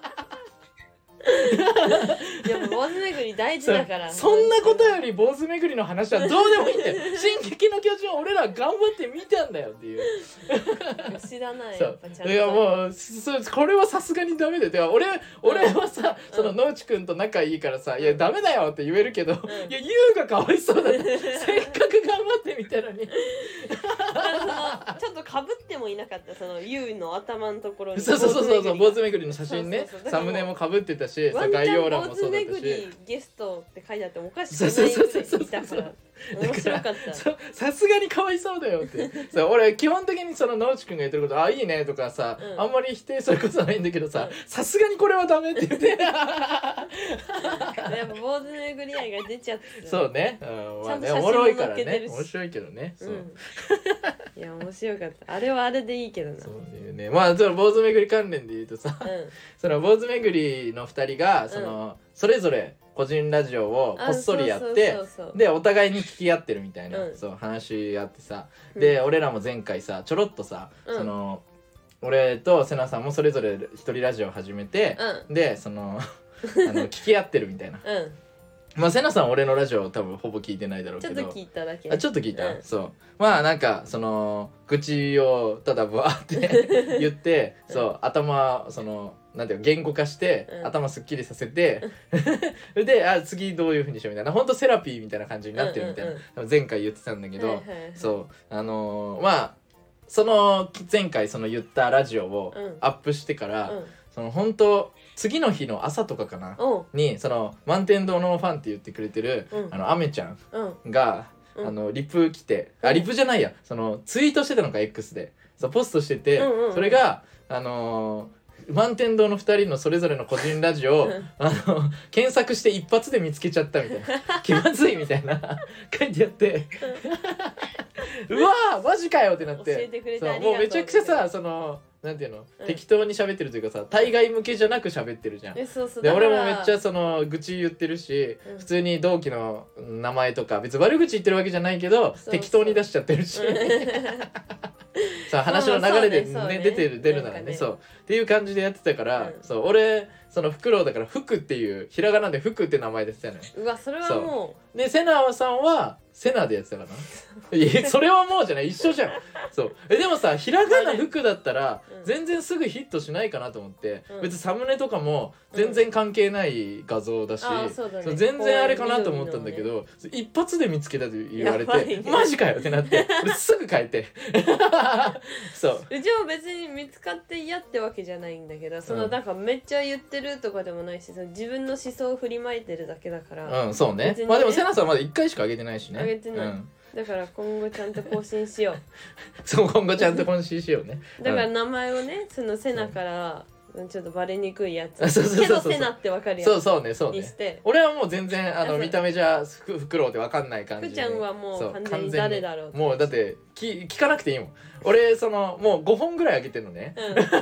いやもう坊主巡り大事だから。 そんなことより坊主巡りの話はどうでもいいんだよ。進撃の巨人を俺ら頑張って見たんだよっていう知らないやっぱちゃんと。 いやもうこれはさすがにダメだよ。俺はさその野内くんと仲いいからさ「いやダメだよ」って言えるけど、いやユウがかわいそうだねせっかく頑張ってみたのにちょっとかぶってもいなかった、そのユウの頭のところにそう坊主巡りの写真ね、サムネもかぶってたし、概要欄もそうだったし、 ゲストって書いてあってもおかしくないぐらいいたから面白かった。 さすがにかわいそうだよって俺基本的にその野内くんが言ってること「あいいね」とかさ、あんまり否定することないんだけどさ、さすがにこれはダメって言ってやっぱ坊主巡り愛が出ちゃって、 そうね、まあねおもろいからね、面白いけどね、 いや面白かった。あれはあれでいいけどな。 そういうね、まあその坊主巡り関連で言うとさ、その坊主巡りの2人がそれぞれ個人ラジオをこっそりやってでお互いに聞き合ってるみたいな、そう話し合ってさ、で俺らも前回さちょろっとさ、その俺とセナさんもそれぞれ一人ラジオを始めて、でその聞き合ってるみたいな。まあセナさん俺のラジオ多分ほぼ聞いてないだろうけど、 ちょっと聞いただけ。 ちょっと聞いた、そうまあなんかその愚痴をただバーって言ってそう頭そのなんていう言語化して、頭すっきりさせてで次どういう風にしようみたいなほんとセラピーみたいな感じになってるみたいな、前回言ってたんだけど、そうまあその前回その言ったラジオをアップしてから、その本当次の日の朝とかかなにその満天堂のファンって言ってくれてる、アメちゃんが、リプ来てリプじゃないやそのツイートしてたのか X でそうポストしてて、それが満天堂の2人のそれぞれの個人ラジオを検索して一発で見つけちゃったみたいな気まずいみたいな書いてあってうわーマジかよってなって、そうもうめちゃくちゃさそのなんていうの、適当に喋ってるというかさ対外向けじゃなく喋ってるじゃん。で俺もめっちゃその愚痴言ってるし、普通に同期の名前とか別に悪口言ってるわけじゃないけど適当に出しちゃってるしさあ話の流れでね出るならねそうっていう感じでやってたから、そう俺そのフクロウだから福っていうひらがなで福って名前でやってたのよ。 うわそれはもうでセナさんはセナでやってたかな。いやそれはもうじゃない一緒じゃん。そうでもさひらがな福だったら全然すぐヒットしないかなと思って、別にサムネとかも全然関係ない画像だし、そう全然あれかなと思ったんだけど、一発で見つけたと言われてマジかよってなって俺すぐ変えてそううちも別に見つかって嫌ってわけじゃないんだけど、そのなんかめっちゃ言ってるとかでもないし、その自分の思想を振りまいてるだけだから、 そうね。まあでもセナさんまだ1回しか上げてないしね。 上げてない、だから今後ちゃんと更新しようそう今後ちゃんと更新しようねだから名前をねそのセナからちょっとバレにくいやつけどセナってわかるやつにして俺はもう全然見た目じゃフクロウってわかんない感じで福ちゃんはもう完全に誰だろうもうだって聞かなくていいもん俺そのもう5本ぐらい上げてるのね、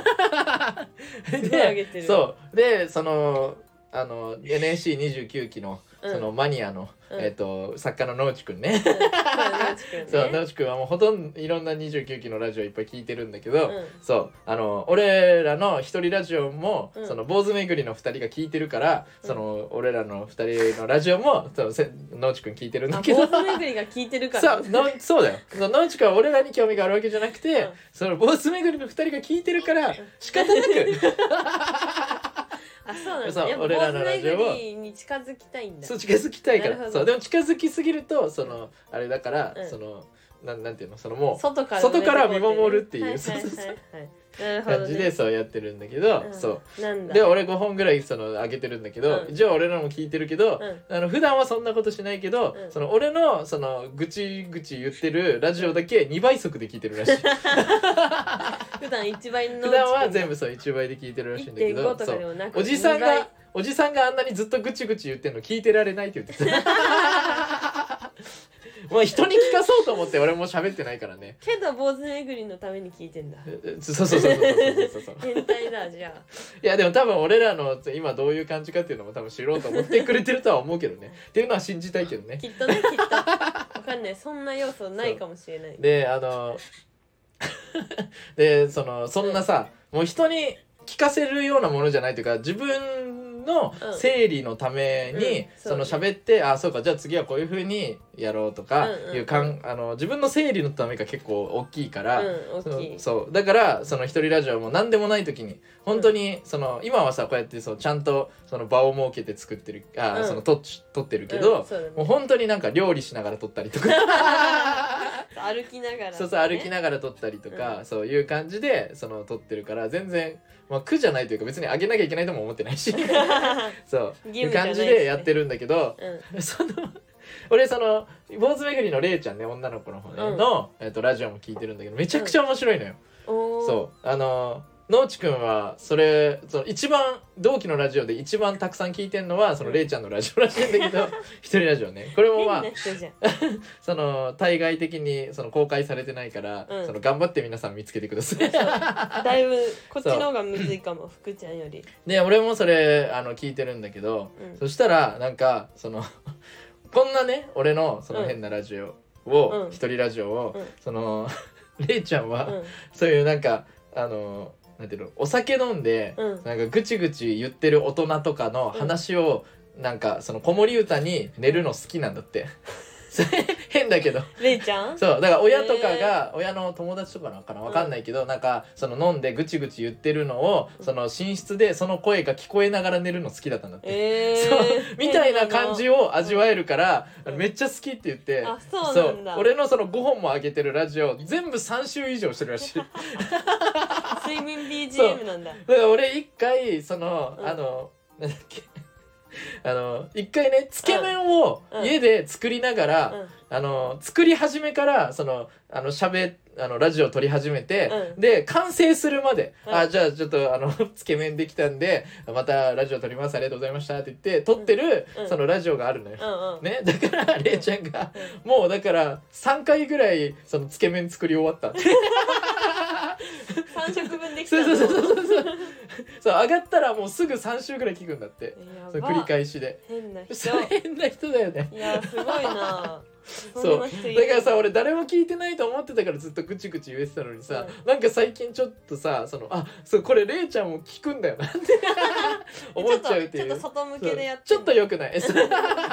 でそうでそのNSC29 期のそのマニアの、作家の野内くんねそう野内くんはもうほとんどいろんな29期のラジオいっぱい聞いてるんだけど、そう俺らの一人ラジオも、その坊主巡りの2人が聞いてるから、その俺らの2人のラジオも野内くん聞いてるんだけど坊主巡りが聞いてるからそうだよ野内くんは俺らに興味があるわけじゃなくて、その坊主巡りの2人が聞いてるから仕方なくそうなんだ。やっぱ坊主巡りに近づきたいんだ。 そう近づきたいから。そうでも近づきすぎるとそのあれだから、そのなんていうのそのもう外から見守るっていう感じでそうやってるんだけど、そうで俺5本ぐらいその上げてるんだけど、一応俺らも聞いてるけど、普段はそんなことしないけど、その俺のそのぐちぐち言ってるラジオだけ2倍速で聞いてるらしい。 普段1倍の普段は全部そう1倍で聞いてるらしいんだけど、おじさんがあんなにずっとぐちぐち言ってるの聞いてられないって言ってた。まあ人に聞かそうと思って俺も喋ってないからね。 けど坊主巡りのために聞いてんだ。 そう変態だじゃあ。 いやでも多分俺らの今どういう感じかっていうのも多分知ろうと思ってくれてるとは思うけどね。っていうのは信じたいけどね。 きっとねきっと。わかんないそんな要素ないかもしれない。 ででそんなさ、もう人に聞かせるようなものじゃないというか自分の整理のためにその喋ってそうかじゃあ次はこういう風にやろうとかいう自分の整理のためが結構大きいから、そうだからその一人ラジオも何でもない時に本当にその今はさこうやってちゃんとその場を設けて作ってるその撮ってるけど、もう本当になんか料理しながら撮ったりとか歩きながら、ね、 そう歩きながら撮ったりとか、そういう感じで撮ってるから全然、まあ、苦じゃないというか別にあげなきゃいけないとも思ってないしそういう感じでやってるんだけど、俺坊主巡りのれいちゃんね女の子の方ねの、ラジオも聞いてるんだけどめちゃくちゃ面白いのよ。そう農地くんはその一番同期のラジオで一番たくさん聞いてんのはそのれいちゃんのラジオらしいんだけど一人ラジオね。これもまあ変な人じゃんその対外的にその公開されてないから、その頑張って皆さん見つけてくださいだいぶこっちの方がむずいかも福ちゃんより。 で俺もそれ聞いてるんだけど、そしたらなんかそのこんなね俺のその変なラジオを、一人ラジオを、そのれいちゃんは、そういうなんかなんていうのお酒飲んで、なんかぐちぐち言ってる大人とかの話を、なんかその子守歌に寝るの好きなんだってそれ変だけどれいちゃんそうだから親とかが、親の友達とかなのかなわかんないけど、なんかその飲んでぐちぐち言ってるのを、その寝室でその声が聞こえながら寝るの好きだったんだって、そうみたいな感じを味わえるから、めっちゃ好きって言って、 あそうなんだ。 俺のその5本も上げてるラジオ全部3週以上してるらしい睡眠 BGM なんだ。 だから俺一回その、なんだっけ一回ねつけ麺を家で作りながら、作り始めからそのラジオ撮り始めて、で完成するまで、じゃあちょっとつけ麺できたんでまたラジオ撮りますありがとうございましたって言って撮ってる、そのラジオがあるのよ、ね、だかられいちゃんが、もうだから3回ぐらいそのつけ麺作り終わった3 食分できたの。 そう上がったらもうすぐ3週ぐらい聞くんだって、その繰り返しで。 変な人変な人だよね。 いやすごいなそうだからさ俺誰も聞いてないと思ってたからずっとぐちぐち言えてたのにさ、なんか最近ちょっとさそうこれれいちゃんも聞くんだよなって思っちゃうっていう、 ちょっと外向けでやってちょっと良くないそう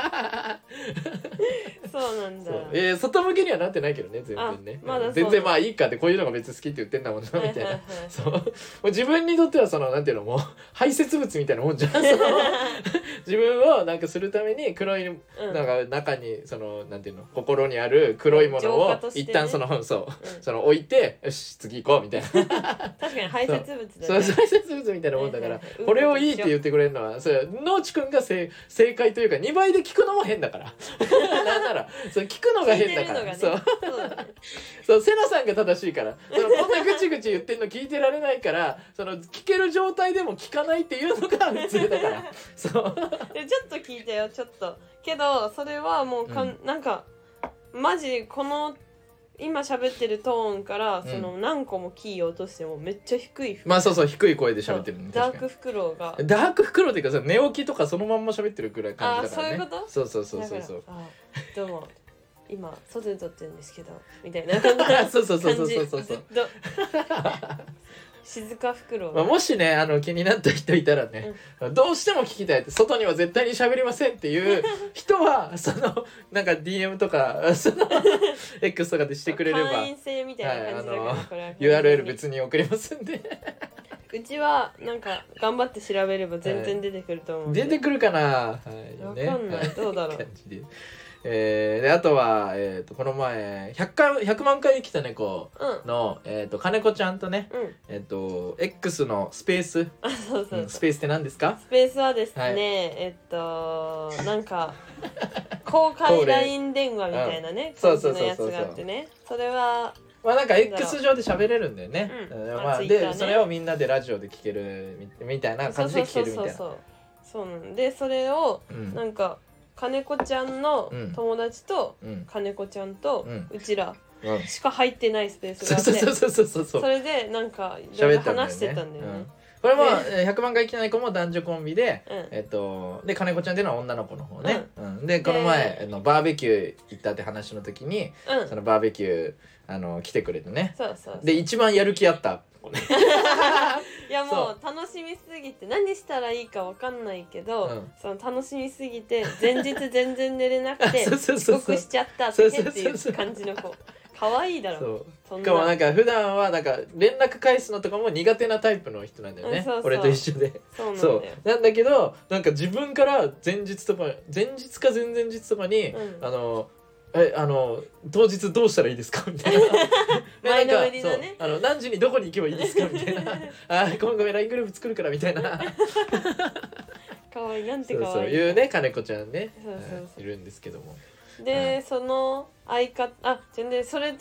なんだ。 外向けにはなってないけどね全然ね、 まだ全然まあいいかって、こういうのが別に好きって言ってんだもんなみたいな、そうもう自分にとってはそのなんていうのもう排泄物みたいなもんじゃん自分をなんかするために黒いなんか中にそのなんていうの心にある黒いものを一旦そのその置いて、よし次行こうみたいな確かに排泄物だね。 そう排泄物みたいなもんだから、これをいいって言ってくれるのはそれ農地くんが正解というか2倍で聞くのも変だからなんならそれ聞くのが変だから、そうセナさんが正しいから、そのこんなぐちぐち言ってんの聞いてられないから、その聞ける状態でも聞かないっていうのが普通だからそうちょっと聞いたよちょっとけど、それはもうなんかマジこの今喋ってるトーンから、その何個もキーを落としてもめっちゃ低い、 まあそう低い声で喋ってるね。 ダークフクロウがダークフクロウっていうかさ、寝起きとかそのまんま喋ってるくらい感じだからね。 そういうこと？ そうどうも今外で撮ってるんですけどみたいな感じそうずっと静かフクロウ、 もしね気になった人いたらね、どうしても聞きたいって、外には絶対に喋りませんっていう人はそのなんか DM とかその X とかでしてくれれば、 会員制みたいな感じだから、これは URL 別に送りますんでうちはなんか頑張って調べれば全然出てくると思う、 出てくるかな、わかんない、どうだろうであとは、この前100万回来た猫の、金子ちゃんとね、X のスペース、スペースって何ですか？ スペースはですね、なんか公開 LINE 電話みたいなね感じのやつがあってね、それはまあなんか X 上で喋れるんだよね、でそれをみんなでラジオで聞けるみたいな感じで聞けるみたいな、 そうなんで、それをなんか金子ちゃんの友達と金子ちゃんとうちらしか入ってないスペースがあって、それでなんかいろいろ話してたんだよね。 これも100万回来てない子も男女コンビで、で金子ちゃんっていうのは女の子の方ね、でこの前バーベキュー行ったって話の時に、そのバーベキュー来てくれてね、で一番やる気あったいやもう楽しみすぎて何したらいいか分かんないけど、その楽しみすぎて前日全然寝れなくて遅刻しちゃったっていう感じの子、可愛いだろ。 しかもなんか普段はなんか連絡返すのとかも苦手なタイプの人なんだよね、俺と一緒で。そうなんだけど、なんか自分から前日か前々日とかに当日どうしたらいいですかみたいな前のめりだね、 何時にどこに行けばいいですかみたいな今後 LINE グループ作るからみたいなかわいい、なんてかわいい、 そういうね金子ちゃんねいるんですけども、 でその相方全然それと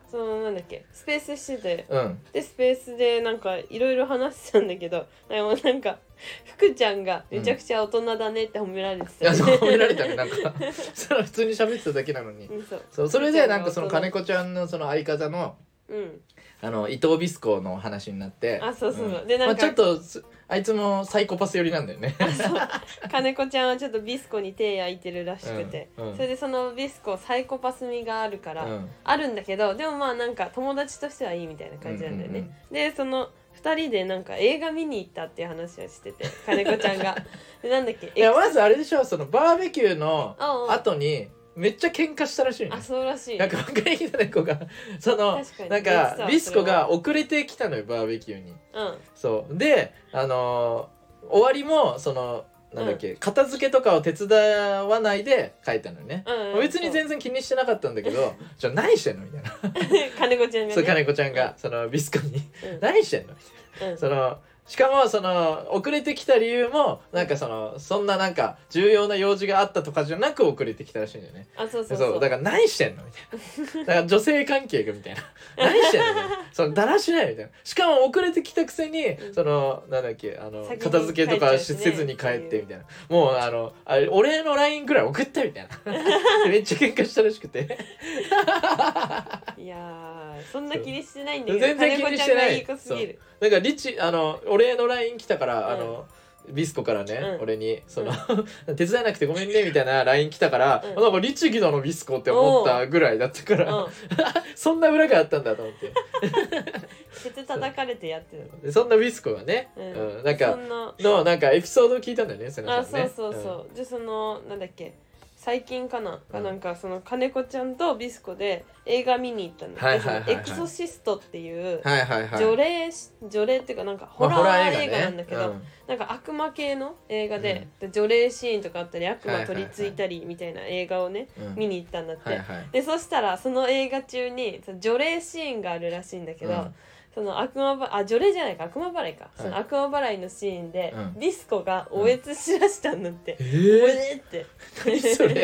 そのなんだっけスペースしてて、 うんでスペースでなんかいろいろ話してたんだけど、でもなんか福ちゃんがめちゃくちゃ大人だねって褒められてた、 いやそう褒められたねなんかそれは普通に喋ってただけなのに、そうそれでなんかその金子ちゃんのその相方の伊藤ビスコの話になって、 あそうそう、でなんか、 ちょっとあいつもサイコパス寄りなんだよね金子ちゃんはちょっとビスコに手焼いてるらしくて、それでそのビスコサイコパス味があるから、あるんだけどでもまあなんか友達としてはいいみたいな感じなんだよね、でその2人でなんか映画見に行ったっていう話をしてて金子ちゃんがでなんだっけいやまずあれでしょ、そのバーベキューの後にめっちゃ喧嘩したらしいね。 あそうらしい。 なんか若い子がそのなんかビスコが遅れてきたのよバーベキューに。そうで終わりもそのなんだっけ、片付けとかを手伝わないで帰ったのよね、別に全然気にしてなかったんだけどじゃあ何してんのみたいな金子ちゃんがね、 そう金子ちゃんがそのビスコに何してんのみたいな、そのしかもその遅れてきた理由もなんかそんななんか重要な用事があったとかじゃなく遅れてきたらしいんだよね。そうだから何してんのみたいな、だから女性関係がみたいな何してんのみたいな、そのだらしないみたいな、しかも遅れてきたくせにそのなんだっけ片付けとかせずに帰ってみたいな、もうあれお礼の LINE ぐらい送ったみたいなめっちゃ喧嘩したらしくていやそんな気にしてないんだけど全然気にしてない。 いい子すぎる。 なんかお礼の LINE 来たからビスコからね、俺に手伝えなくてごめんねみたいな LINE 来たから、なんか律儀だのビスコって思ったぐらいだったから、そんな裏があったんだと思ってケツ叩かれてやってる。 そんなビスコがね、なんかなんかエピソードを聞いたんだよね、セナさんね。 そうでそのなんだっけ最近かな、なんかその金子ちゃんとビスコで映画見に行ったんだけど、エクソシストっていう除霊っていうかなんかホラー映画なんだけど、なんか悪魔系の映画で、除霊シーンとかあったり悪魔取り付いたりみたいな映画をね、見に行ったんだって、でそしたらその映画中に除霊シーンがあるらしいんだけど、その除霊じゃないか悪魔払いか、その悪魔払いのシーンで、ビスコがおえつしだしたんだって、おえって何それ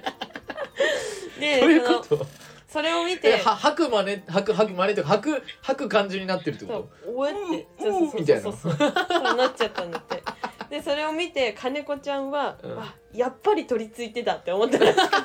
でどういうこと？ それを見て吐く真似とか吐く感じになってるってこと？ おえってみたいなそうなっちゃったんだって。でそれを見て金子ちゃんは、やっぱり取り付いてたって思ったらしくて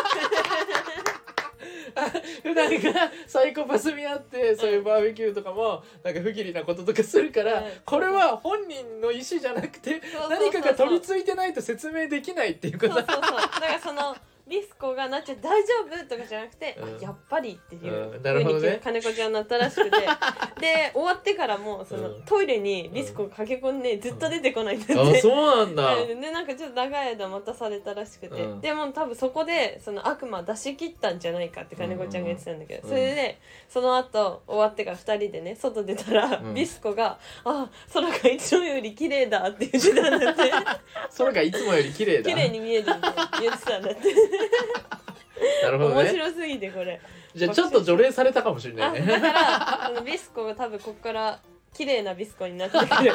普段からサイコパス味あってそういうバーベキューとかもなんか不義理なこととかするから、これは本人の意思じゃなくて何かが取り付いてないと説明できないっていうこと。 だからそのビスコがなっちゃ大丈夫とかじゃなくて、やっぱりっていう風に金子ちゃんになったらしくてで終わってからもその、トイレにビスコが駆け込んでずっと出てこないんだって、 あそうなんだ。 でなんかちょっと長い間待たされたらしくて、でも多分そこでその悪魔出し切ったんじゃないかって金子ちゃんが言ってたんだけど、それでその後終わってから2人でね外出たら、ビスコが「あ空がいつもより綺麗だ」って言ってたんだって空がいつもより綺麗だ、 綺麗に見えるって言ってたんだってなるほどね。 面白すぎてこれじゃあちょっと除霊されたかもしれないね。 だからビスコが多分ここから綺麗なビスコになってくる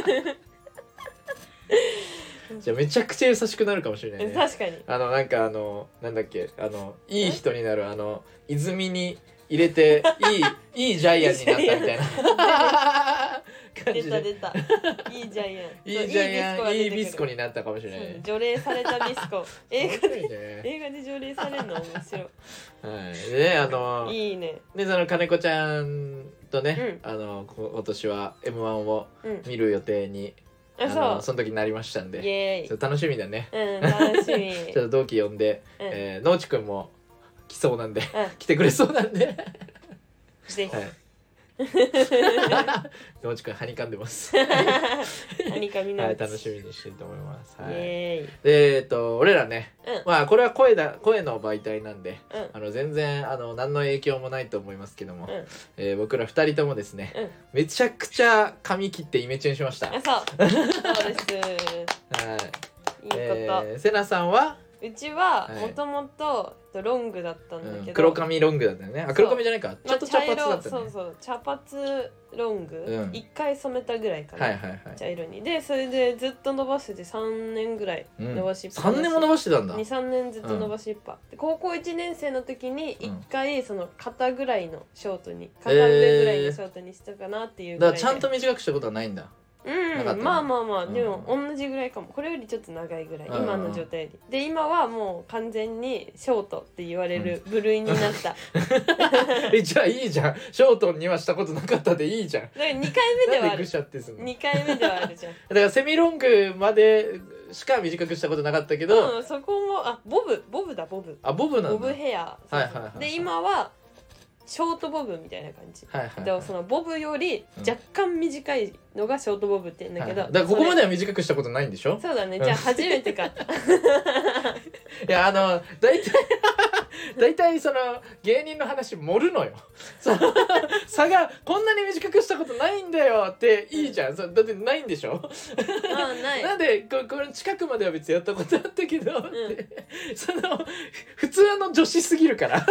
じゃあめちゃくちゃ優しくなるかもしれないね。 確かになんかなんだっけいい人になる泉に入れていいジャイアンになったみたいな感じで出たいいジャイアンいいジャイアンいいビスコになったかもしれない。 除霊されたビスコ映画で除霊されるの面白い。 はいでいいね。 でその金子ちゃんとね、今年は M1 を見る予定に、その時になりましたんで、 イエーイ楽しみだね。 楽しみちょっと同期呼んで、農地くんも来そうなんで、来てくれそうなんでぜひ、 農地くんはにかんでますはにかみな、 楽しみにしてると思います。 で俺らね、まあこれは声の媒体なんで、全然何の影響もないと思いますけども、僕ら2人ともですね、めちゃくちゃ髪切ってイメチェンしました。 そうです。いいこと。 セナさんはうちははいもともとロングだったんだけど、 黒髪ロングだったよね。あ、黒髪じゃないか、ちょっと茶髪だったね。 そうそう、茶髪ロング、 うん一回染めたぐらいかな、 はいはいはい。 茶色に。でそれでずっと伸ばしてて3年ぐらい伸ばしっぱなし、 3年も伸ばしてたんだ。 23年ずっと伸ばしっぱ、で高校1年生の時に一回その肩ぐらいのショートに、肩上ぐらいのショートにしたかなっていうぐらいで、 だからちゃんと短くしたことはないんだ。なかったねまあまあまあ、 うんでも同じぐらいかも。これよりちょっと長いぐらい、 うん今の状態より。で今はもう完全にショートって言われる部類になった、 じゃあいいじゃん。ショートにはしたことなかったでいいじゃん。 だから2回目ではあるなんでぐしゃってすんの。 2回目ではあるじゃんだからセミロングまでしか短くしたことなかったけど、 うん、そこもボブだ、ボブあ、ボブなんだ。 ボブヘア、そうそうはいはいはいはいで今はショートボブみたいな感じ、 はいはいはい。 でもそのボブより若干短いのがショートボブって言うんだけど、 はいはいだからここまでは短くしたことないんでしょ。 そうだね、じゃあ初めてかいや大体その芸人の話盛るのよ。その差がこんなに短くしたことないんだよっていいじゃん。だってないんでしょ。 ないなんでこれ近くまでは別にやったことあったけど、その普通の女子すぎるから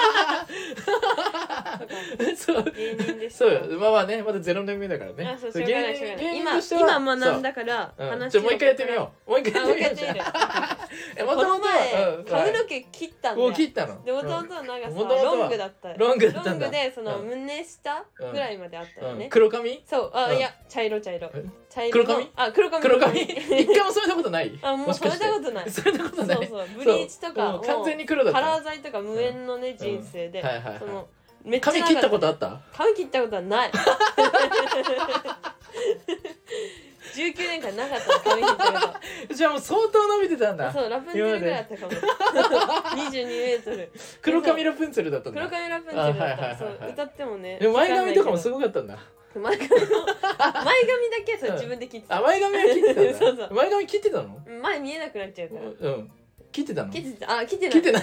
そう芸人でしたそうよ。まあまあね、まだ0年目だからね。 あ、そう、しょうがないしょうがない。 芸人としては今学んだからそう話じゃあもう一回やってみよう。もう一回あ、もうやってみよう。 一回やってみる。 もともとこの前髪の毛切ったんだよ。 もう切ったの。 でもともとなんかさ、 元々はロングだったよ。 ロングだったんだロングでそのうん胸下ぐらいまであったよね。 黒髪？ そう、 うんいや、茶色。茶色黒髪の、あ、黒髪。 黒髪？一回も染めたことない？ あ、もう染めたことない。 染めたことない。 そうそう、ブリーチとかもう完全に黒だった。 カラー剤とか無縁のね、人生で、 はいはいはいそのめっちゃ髪切ったことあった？ 髪切ったことはない。19年間なかったの、髪切ったこと。 じゃあもう相当伸びてたんだ。 そう、ラプンツェルぐらいだったかも。22メートル。 黒髪ラプンツェルだったんだ。 黒髪ラプンツェルだった。 はいはいはいはいそう、歌ってもね。 でも前髪とかもすごごかったんだ。 前髪だけそう自分で切ってた。 あ、前髪は切ってたんだ。 そうそう前髪切ってたの？ 前見えなくなっちゃうから。 うん。切ってたの？ 切ってた。あ、切ってない。 切ってない。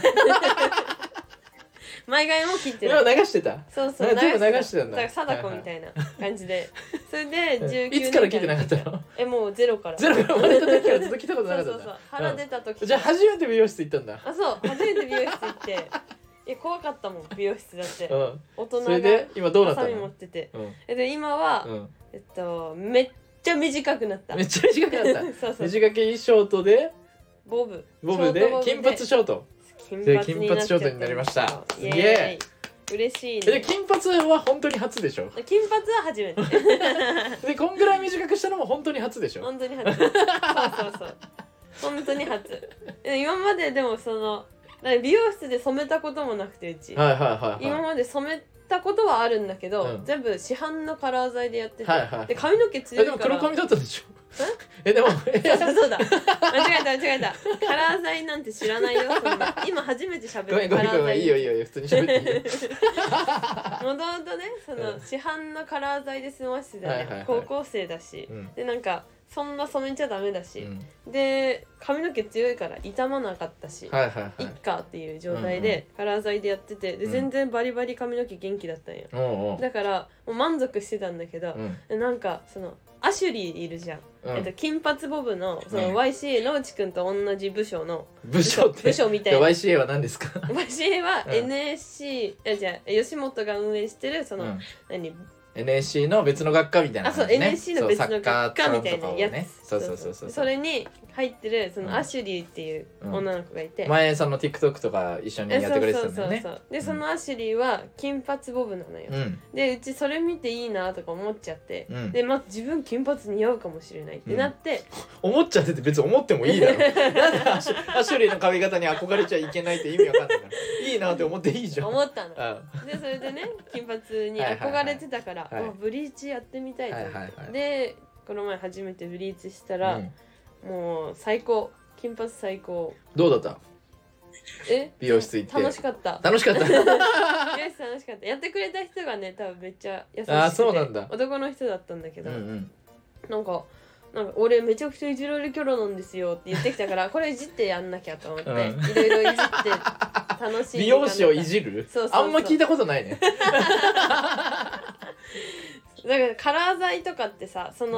前髪も切って今ない。 流してた。 そうそう。 全部流してたんだ。 だから貞子みたいな感じで。それで19年いつから切ってなかったの？ もうゼロから。 ゼロから生まれた時からずっと来たことなかったんだ。 そう腹出た時。 じゃあ初めて美容室行ったんだ。 あ、そう、初めて美容室行って。怖かったもん、美容室だって。 うん。 大人それでが今どうなったハサミ持の？ ってて。 うん。 で今はめっちゃ短くなっため。っちゃ短くなった。 そうそう。 短けショートでボブで金髪ショート。で金金髪ショートになりましたイエすげえーイ。嬉しいでね。 金髪は本当に初でしょ。 金髪は初めて。 でこんぐらい短くしたのも本当に初でしょ。 本当に初。そうそう本当に初。今まででもその美容室で染めたこともなくて、うちはいはいはいはい。 今まで染めたことはあるんだけど、 うん全部市販のカラー剤でやってて、 はいはいで髪の毛強いから。 でも黒髪だったでしょ。でもそうだ間違えたカラー剤なんて知らないよ。そんな今初めて喋ごめんごめんごめんいいよいいよいいよ普通に喋っていいよ。 もともとねその市販のカラー剤で済ましてたね、 はいはいはい高校生だし、 うんでなんかそんな染めちゃダメだし、 うんで髪の毛強いから傷まなかったし、 はいはいはいいっかっていう状態でカラー剤でやってて、でうん全然バリバリ髪の毛元気だったんよ。 おうおうだからもう満足してたんだけど、なんかそのアシュリーいるじゃん、 うん金髪ボブのそのうん YCA 野内くんと同じ部署の部署って部署みたいな。 YCA は何ですか？ YCA はうん NSC、じゃあ吉本が運営してるその、 うん何 NSC の別の学科みたいなそう感じね。 NSC の別の学科みたいなやつ、 そうそうそうそう。 それに入ってるそうんのアシュリーっていう女の子がいて、 前その TikTok とか一緒にやってくれてたんだよね。 そうでそのアシュリーは金髪ボブなのよ、 うんでうちそれ見ていいなとか思っちゃって、 うんで自分金髪似合うかもしれないってなって、 思っちゃってて別に思ってもいいだろ。なんでアシュリーの髪型に憧れちゃいけないって意味わかんないから。いいなって思っていいじゃん。 思ったの。 うんでそれでね金髪に憧れてたから、 はいはいはいブリーチやってみたいと思って、 はいはいはいでこの前初めてブリーチしたら、 うんもう最高、金髪最高。 どうだった？美容室行って楽しかった楽しかった。 美容室楽しかった。やってくれた人がね多分めっちゃ優しくて、 あそうなんだ男の人だったんだけど、 うんなんか俺めちゃくちゃいじられるキャラなんですよって言ってきたからこれいじってやんなきゃと思って、 うんいろいろいじって楽しい美容師をいじる？ そうそうそうあんま聞いたことないね。 だからカラー剤とかってさその、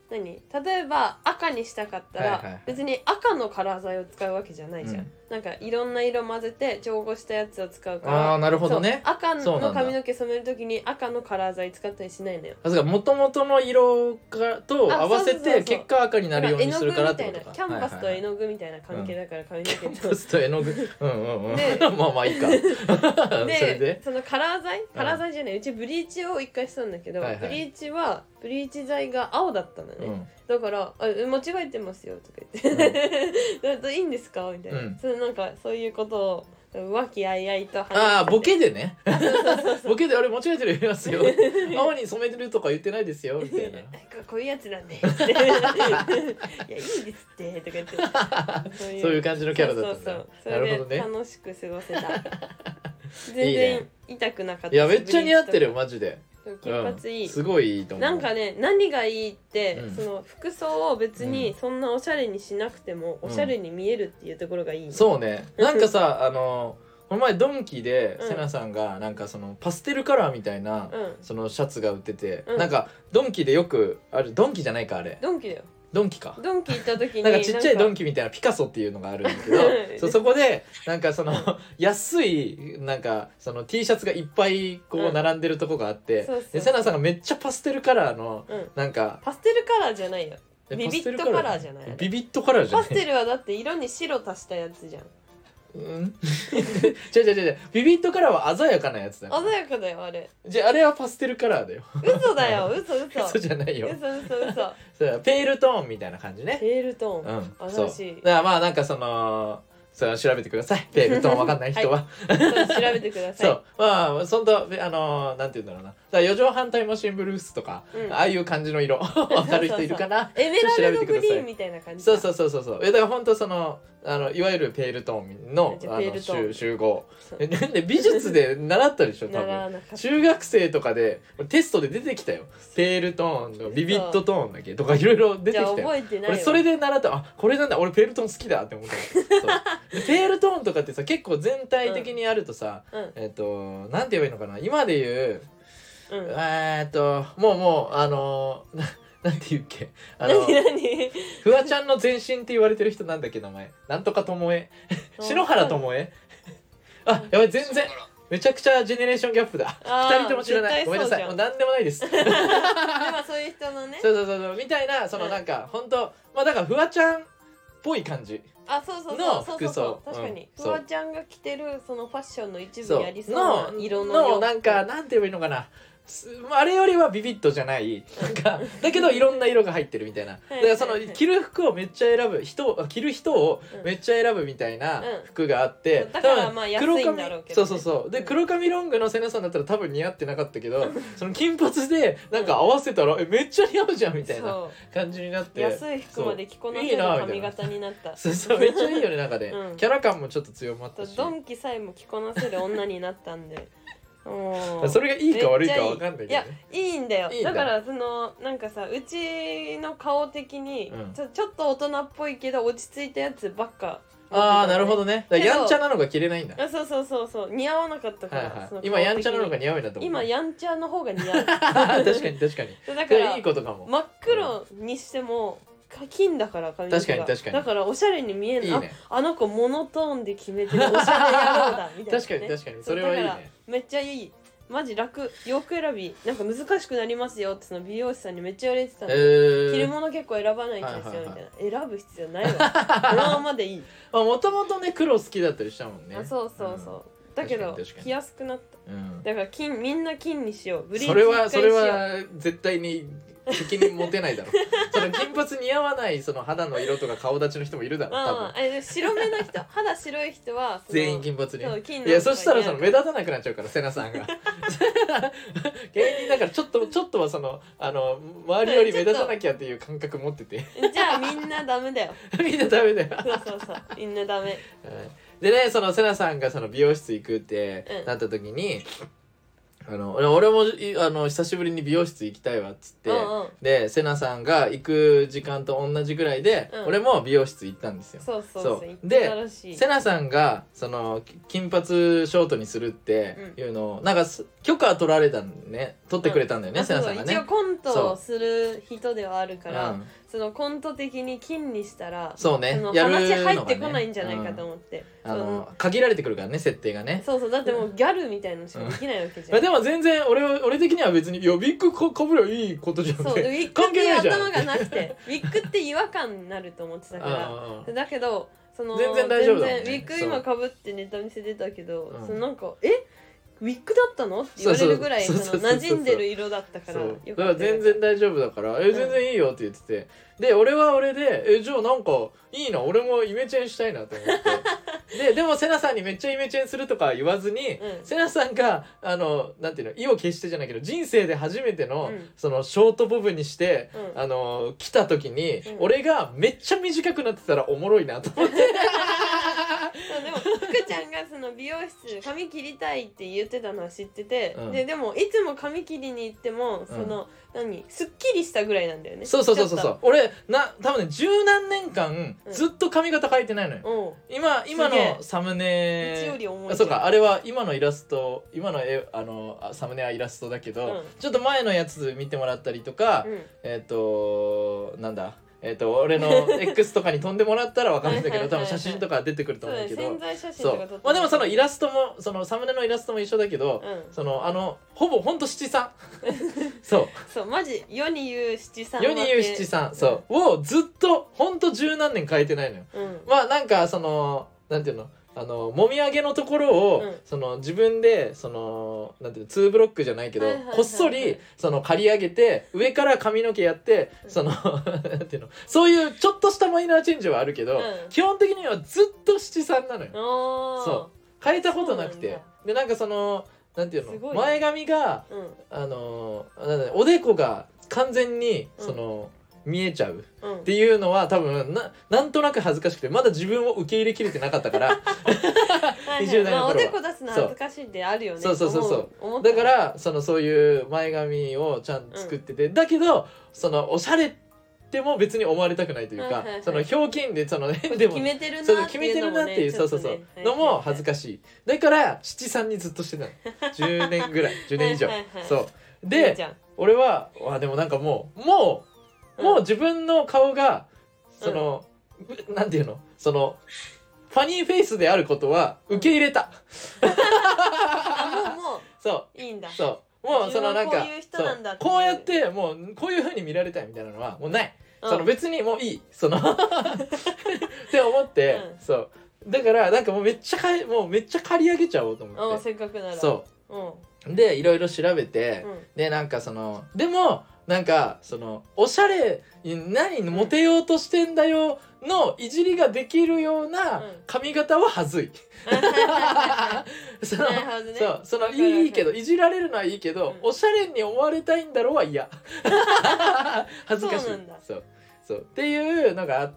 例えば赤にしたかったら、 はいはいはい、 別に赤のカラー剤を使うわけじゃないじゃん、なんかいろんな色混ぜて調合したやつを使うから。 ああなるほどね。 赤の髪の毛染めるときに赤のカラー剤使ったりしないのよ。 あ、そうか、元々の色と合わせて結果赤になるようにするからってことか。 キャンバスと絵の具みたいな関係だから、髪の毛と、 キャンバスと絵の具でまあまあいいかでそのカラー剤じゃない、うちブリーチを一回したんだけど、ブリーチ剤が青だったのね、だから「間違えてますよ」とか言って「いいんですか?」みたいな、なんかそういうことを和気あいあいと話してて、 ああボケでねボケであれ間違えてる言いますよ青に染めてるとか言ってないですよみたいなこういうやつなんでいやいいですってとか言ってそういう感じのキャラだったんだ。 それで楽しく過ごせた全然痛くなかった。 いやめっちゃ似合ってるマジで。 金髪いい、 すごいいいと思う。 なんかね、何がいいって、その服装を別にそんなおしゃれにしなくてもおしゃれに見えるっていうところがいい、ね、 そうね。なんかさこの前ドンキでセナさんがなんかそのパステルカラーみたいなそのシャツが売ってて、なんかドンキでよくある、ドンキじゃないかあれ、 ドンキだよ、 ドンキか、 ドンキ行った時になんかちっちゃいドンキみたいなピカソっていうのがあるんだけどそこでなんかその安いなんかその T シャツがいっぱいこう並んでるとこがあって、でセナさんがめっちゃパステルカラーのなんか、 パステルカラーじゃないよ、ビビットカラーじゃない、 ビビットカラーじゃない、 パステルはだって色に白足したやつじゃん。 違うビビットカラーは鮮やかなやつだ、 鮮やかだよあれ。 じゃああれはパステルカラーだよ。 嘘だよ嘘じゃないよ。 嘘そうペールトーンみたいな感じね。 ペールトーン、 そうだからまあなんかその調べてください、ペールトーンわかんない人は、 調べてください。 そうまあそんとなんて言うんだろうな、だから4畳半タイムマシンブルースとか、ああいう感じの色わかる人いるかな。 エメラルドグリーンみたいな感じ。 そうだから本当そのいわゆるペールトーンの集合なんで美術で習ったでしょ多分中学生とかでテストで出てきたよ、ペールトーンのビビットトーンだけとかいろいろ出てきたよ。 覚えてない。 俺それで習った、あこれなんだ、俺ペールトーン好きだって思ったそうペールトーンとかってさ結構全体的にあるとさ、なんて言えばいいのかな、今で言う、もうなんて言うっけ、フワちゃんの前身って言われてる人なんだっけ、名前なんとかともえ篠原ともえあやばい全然めちゃくちゃジェネレーションギャップだ、2人とも知らない、ごめんなさい、もう何でもないですでもそういう人のね、 そうみたいな、そのなんか本当まあだからフワちゃんっぽい感じの服装、 確かにフワちゃんが着てるそのファッションの一部にありそうな色のなんかなんて言えばいいのかな、あれよりはビビットじゃないなんかだけどいろんな色が入ってるみたいな、だからその着る服をめっちゃ選ぶ着る人をめっちゃ選ぶみたいな服があって、 だからまあ安いんだろうけど、 そうで黒髪ロングのセナさんだったら多分似合ってなかったけどその金髪でなんか合わせたらめっちゃ似合うじゃんみたいな感じになって、 安い服まで着こなせる髪型になった。 そうめっちゃいいよね、なんかねキャラ感もちょっと強まったし、 ドンキさえも着こなせる女になったんでそれがいいか悪いか分かんないけど、ね、 いやいいんだよ。だからそのなんかさ、うちの顔的にちょっと大人っぽいけど落ち着いたやつばっか、 ああなるほどね、だからやんちゃなのが着れないんだ。 そう似合わなかったから、 今やんちゃなのが似合うんだと思う。 今やんちゃの方が似合う確かにだからいいことかも。 真っ黒にしても金だから髪の毛が、確かにだからおしゃれに見える。いいね、あの子モノトーンで決めてるおしゃれ野郎だみたいな、ね、確かにそれはいいね。めっちゃいい、マジ楽。洋服選びなんか難しくなりますよってその美容師さんにめっちゃ言われてたの、着るもの結構選ばないんですよみたいな、選ぶ必要ないわこのままでいい。 もともとね黒好きだったりしたもんね。 そうだけど着やすくなった、だからみんな金にしよう。ブリーチそれは絶対に責任持てないだろその金髪似合わないその肌の色とか顔立ちの人もいるだろ多分。 白目の人肌白い人は全員金髪に。いやそしたらその目立たなくなっちゃうからセナさんが芸人だからちょっとはその周りより目立たなきゃっていう感覚持っててじゃあみんなダメだよみんなダメだよそうみんなダメでね、そのセナさんがその美容室行くってなった時に、 俺も久しぶりに美容室行きたいわっつって、でセナさんが行く時間と同じぐらいで、俺も美容室行ったんですよ。 そうでセナさんがその金髪ショートにするっていうのをなんか許可取られたんね、取ってくれたんだよね、セナさんがね。 一応コントをする人ではあるから、そのコント的に金にしたらそうね、 やるのがね、話入ってこないんじゃないかと思って、 限られてくるからね、設定がね。 そうだってもうギャルみたいなのしかできないわけじゃん。 でも全然俺的には別に、いやウィッグかぶりゃいいことじゃんね。 そうウィッグっていう頭がなくてウィッグって違和感になると思ってたからだけど全然大丈夫だもんね。 ウィッグ今かぶってネタ見せてたけど、なんかウィッグだったのって言われるぐらい馴染んでる色だったからよかった。 だから全然大丈夫だから全然いいよって言ってて、で俺は俺でじゃあなんかいいな、俺もイメチェンしたいなと思ってでもセナさんにめっちゃイメチェンするとか言わずに、セナさんがなんていうの、意を決してじゃないけど人生で初めての、そのショートボブにして、来た時に、俺がめっちゃ短くなってたらおもろいなと思ってでも福ちゃんがその美容室髪切りたいって言ってたのは知ってて、でもいつも髪切りに行ってもすっきりしたぐらいなんだよね。 そう俺多分ね十何年間ずっと髪型変えてないのよ。今のサムネ、そうか、あれは今のイラスト、今のサムネはイラストだけど、ちょっと前のやつ見てもらったりとか、なんだ俺の X とかに飛んでもらったら分かるんだけど多分写真とか出てくると思うけど、 潜在写真とか撮って、 でもそのイラストもそのサムネのイラストも一緒だけど、ほぼほんと七三そうマジ世に言う七三をずっとほんと十何年変えてないのよ。まあなんかなんていうの、もみあげのところを、自分でなんていうの、2ブロックじゃないけど、こっそり刈り上げて上から髪の毛やってなんていうの、そういうちょっとしたマイナーチェンジはあるけど、基本的にはずっと七三なのよ。そう変えたことなくて、でなんかなんていうの、前髪がおでこが完全に見えちゃうっていうのは多分なんとなく恥ずかしくてまだ自分を受け入れきれてなかったから20代の頃は、 おでこ出すの恥ずかしいってあるよね。 そうだからそういう前髪をちゃんと作ってて、だけどおしゃれっても別に思われたくないというか、ひょうきんででも決めてるなっていうのも恥ずかしい。だから七三にずっとしてたの10年ぐらい10年以上。そうで俺はでもなんかもう自分の顔がなんていうの、ファニーフェイスであることは受け入れた。 もうそういいんだ。 もうなんかこうやってもうこういう風に見られたいみたいなのはもうない。別にもういいって思って、そうだからなんかもうめっちゃ刈り上げちゃおうと思って。 せっかくなら。 そうでいろいろ調べて、でなんかでもなんかおしゃれ何モテようとしてんだよのいじりができるような髪型ははずい。いいけどいじられるのはいいけど、おしゃれに思われたいんだろうは嫌。恥ずかしい。そうっていうのがあって、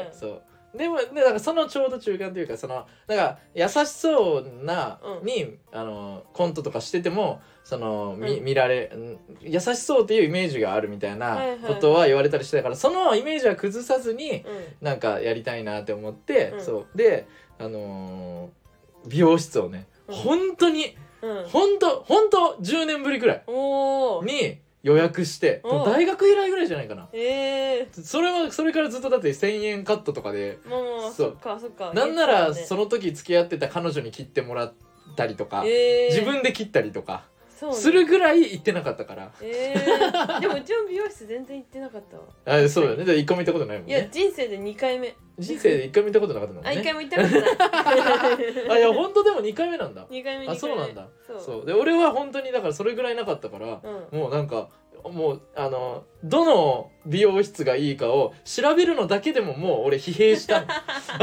でもなんかちょうど中間というかなんか優しそうなにコントとかしてても見られ優しそうっていうイメージがあるみたいなことは言われたりしてたから、そのイメージは崩さずになんかやりたいなって思って、で美容室をね本当に本当10年ぶりくらいに予約して、大学以来ぐらいじゃないかな。それからずっとだって1000円カットとかで、 そっかなんならその時付き合ってた彼女に切ってもらったりとか、自分で切ったりとかするぐらい行ってなかったから。 でもうちの美容室全然行ってなかったわ。 そうだよね。1回も行ったことないもんね。 いや人生で2回目。 人生で1回も行ったことなかったもんね。 1回も行ったことない。 いや本当でも2回目なんだ。 2回目。 そうなんだ。そうで俺は本当にだからそれぐらいなかったから、もうなんかもうどの美容室がいいかを調べるのだけでももう俺疲弊したの。 だ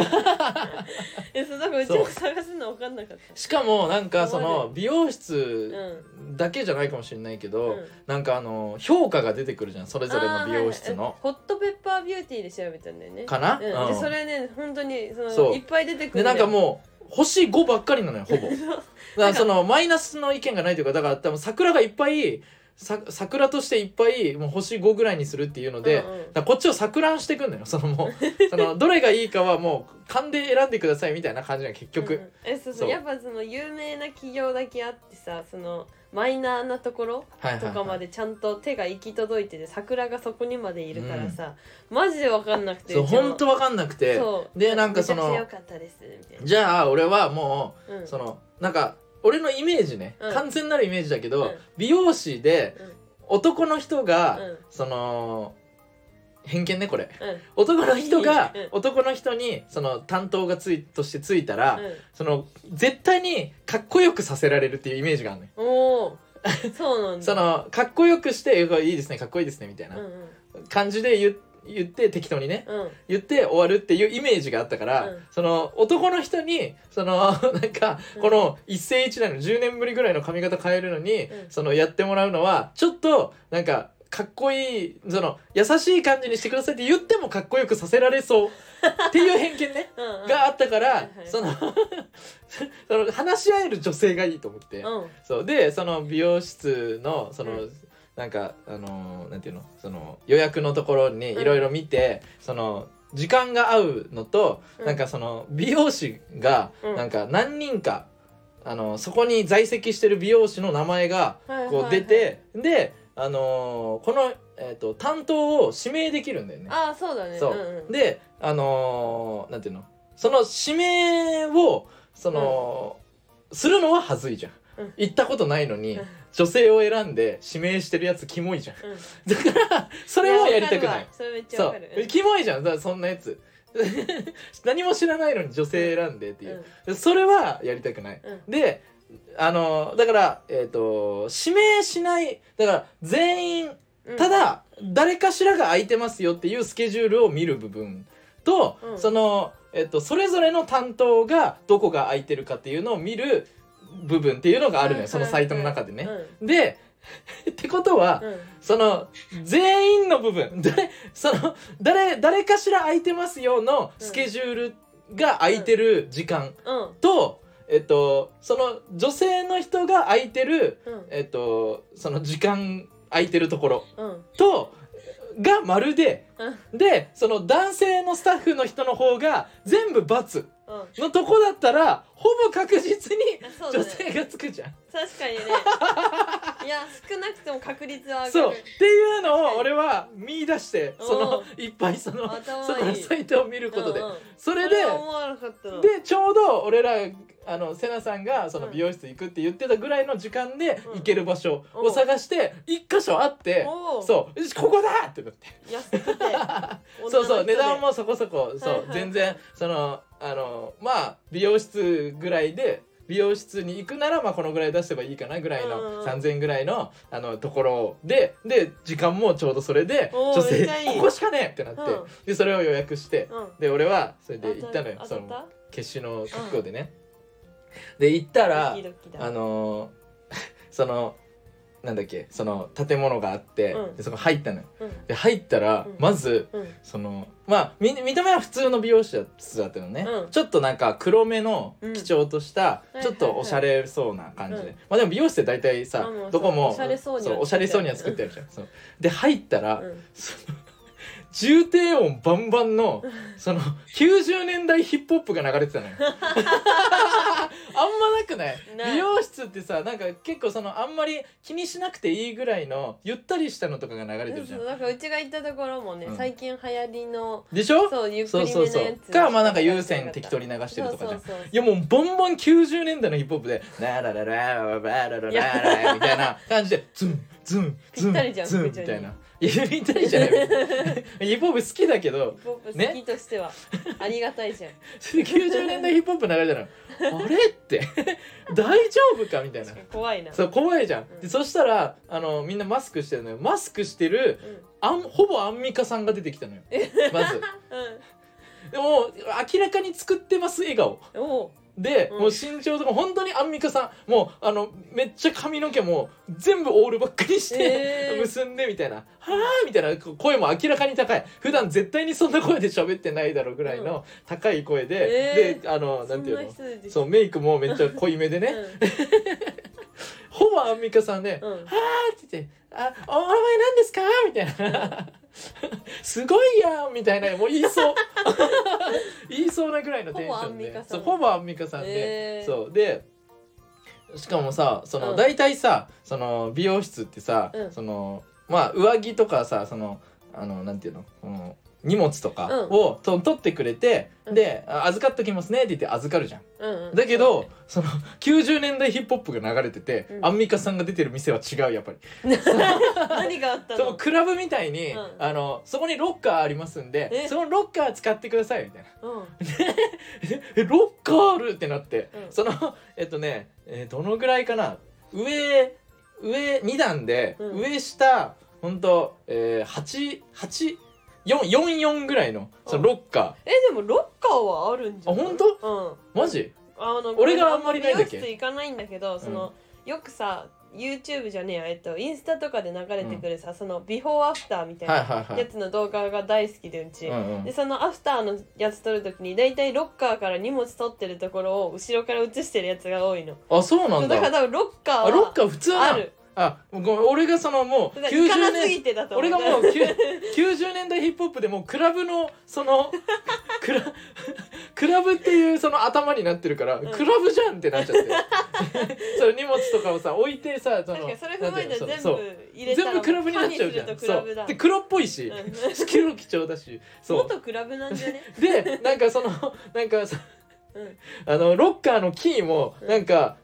からうちも探すの分かんなかった。 しかもなんか美容室だけじゃないかもしれないけど、なんか評価が出てくるじゃん、それぞれの美容室の。 ホットペッパービューティーで調べたんだよね。 かな？ でそれね本当にいっぱい出てくる。 でなんかもう星5ばっかりなのよほぼ。だからそのマイナスの意見がないというか、だから多分桜がいっぱい桜としていっぱいもう星5ぐらいにするっていうので、だからこっちを錯乱していくんだよ。そのもうそのどれがいいかはもう勘で選んでくださいみたいな感じが結局、 そうやっぱその有名な企業だけあってさ、そのマイナーなところとかまでちゃんと手が行き届いてて、桜がそこにまでいるからさ、マジで分かんなくて、 そう本当分かんなくて、でなんかそのめちゃくちゃ良かったですみたいな。 じゃあ俺はもう、そのなんか俺のイメージね、完全なるイメージだけど、美容師で男の人が、その偏見ねこれ、男の人が男の人にその担当がとしてついたら、その絶対にかっこよくさせられるっていうイメージがあるのよ。 おそうなんだ。 そのかっこよくしていいですねかっこいいですねみたいな感じで言って適当にね、言って終わるっていうイメージがあったから、その男の人にそのなんかこの一世一代の10年ぶりぐらいの髪型変えるのに、そのやってもらうのはちょっとなんかかっこいい、その優しい感じにしてくださいって言ってもかっこよくさせられそうっていう偏見ねがあったから、その話し合える女性がいいと思って、そうでその美容室のその、なんかなんていうの、その予約のところにいろいろ見て、その時間が合うのと、なんかその美容師がなんか何人かそこに在籍してる美容師の名前がこう出て、でこの、担当を指名できるんだよね。 ああそうだね。 そうでなんていうの、その指名をその、するのははずいじゃん。行ったことないのに、女性を選んで指名してるやつキモいじゃん。だからそれはやりたくない。 それめっちゃわかる。 そうキモいじゃん。だからそんなやつ何も知らないのに女性選んでっていう、それはやりたくない。でだから指名しない、だから全員ただ誰かしらが空いてますよっていうスケジュールを見る部分と、そのそれぞれの担当がどこが空いてるかっていうのを見る部分っていうのがあるのよ、そのサイトの中でね。でってことは、その全員の部分その誰かしら空いてますよのスケジュールが空いてる時間と、その女性の人が空いてる、その時間空いてるところと、が丸で、でその男性のスタッフの人の方が全部×のとこだったら、ほぼ確実に女性がつくじゃん。 確かにね。いや少なくとも確率は上がる。 そうっていうのを俺は見出して、そのいっぱいそのサイトを見ることで、それでちょうど俺らセナさんがその美容室行くって言ってたぐらいの時間で行ける場所を探して一箇所あって、そうよしここだってなって、 安くてそうそう値段もそこそこ、そう全然そのまあ美容室ぐらいで、美容室に行くならまあこのぐらい出せばいいかなぐらいの3000円ぐらいのところで時間もちょうどそれで、女性ここしかねえってなって、でそれを予約して、で俺はそれで行ったのよ、その決死の覚悟でね。で行ったらそのなんだっけ、その建物があって、でそこ入ったのよ。で入ったらまずそのまあ見た目は普通の美容室だったのね。ちょっとなんか黒めの基調としたちょっとおしゃれそうな感じで、まあでも美容室って大体さどこもおしゃれそうには作ってあるじゃん。で入ったら重低音バンバンのその90年代ヒップホップが流れてたのよ。あんまなくない？美容室ってさ、なんか結構そのあんまり気にしなくていいぐらいのゆったりしたのとかが流れてるじゃん。 なんかうちが行ったところもね、最近流行りのでしょ？ そうゆっくりめのやつか、まあなんか有線適当に流してるとかじゃん。いやもうバンバン90年代のヒップホップでラララララララララみたいな感じでズンズンズンズンみたいな。いやぴったりじゃない。ヒップホップ好きだけど、 ヒップホップ好きとしてはありがたいじゃん。 90年代ヒップホップ流れたらあれって大丈夫かみたいな。 怖いな。 そう怖いじゃん。でそしたらみんなマスクしてるのよ。マスクしてる、ほぼアンミカさんが出てきたのよ。まず、でも明らかに作ってます笑顔。 で、もう身長とか本当にアンミカさんもうめっちゃ髪の毛も全部オールバックにして結んでみたいな、はあみたいな声も明らかに高い、普段絶対にそんな声で喋ってないだろうぐらいの高い声で、でなんていうの、そうメイクもめっちゃ濃いめでね、ほぼアンミカさんで、はあって言って、お名前何ですかみたいなすごいやんみたいな、もう言いそう言いそうなぐらいのテンションで、ほぼアンミカさんで、そうで、しかもさ、大体さ、美容室ってさ、まあ上着とかさ、なんていうの、荷物とかを取ってくれて、で預かっときますねって言って預かるじゃん、だけど90年代ヒップホップが流れてて、アンミカさんが出てる店は違う、やっぱり何があったの？ クラブみたいに、そこにロッカーありますんで、そのロッカー使ってくださいみたいな、ロッカーあるってなって、どのぐらいかな、上2段で、上下ほんと44ぐらいのそのロッカー。 でもロッカーはあるんじゃない？ 本当？マジ？俺があんまりないんだっけ？ 美容室行かないんだけど、よくさ YouTube じゃねえや、インスタとかで流れてくるさ、そのビフォーアフターみたいなやつの動画が大好きで、うち、でそのアフターのやつ撮るときにだいたいロッカーから荷物取ってるところを後ろから映してるやつが多いの。 あ、そうなんだ。 だから多分ロッカーはロッカー普通ある。 俺がもう90年俺がもう90年代ヒップホップでもうクラブのクラブっていう頭になってるから、クラブじゃんってなっちゃってその荷物とかをさ置いてさ、 確かにそれ踏まえたら全部入れたら全部クラブになっちゃうじゃん。そうで黒っぽいし、黒貴重だし、 元クラブなんじゃねでなんかロッカーのキーもなんか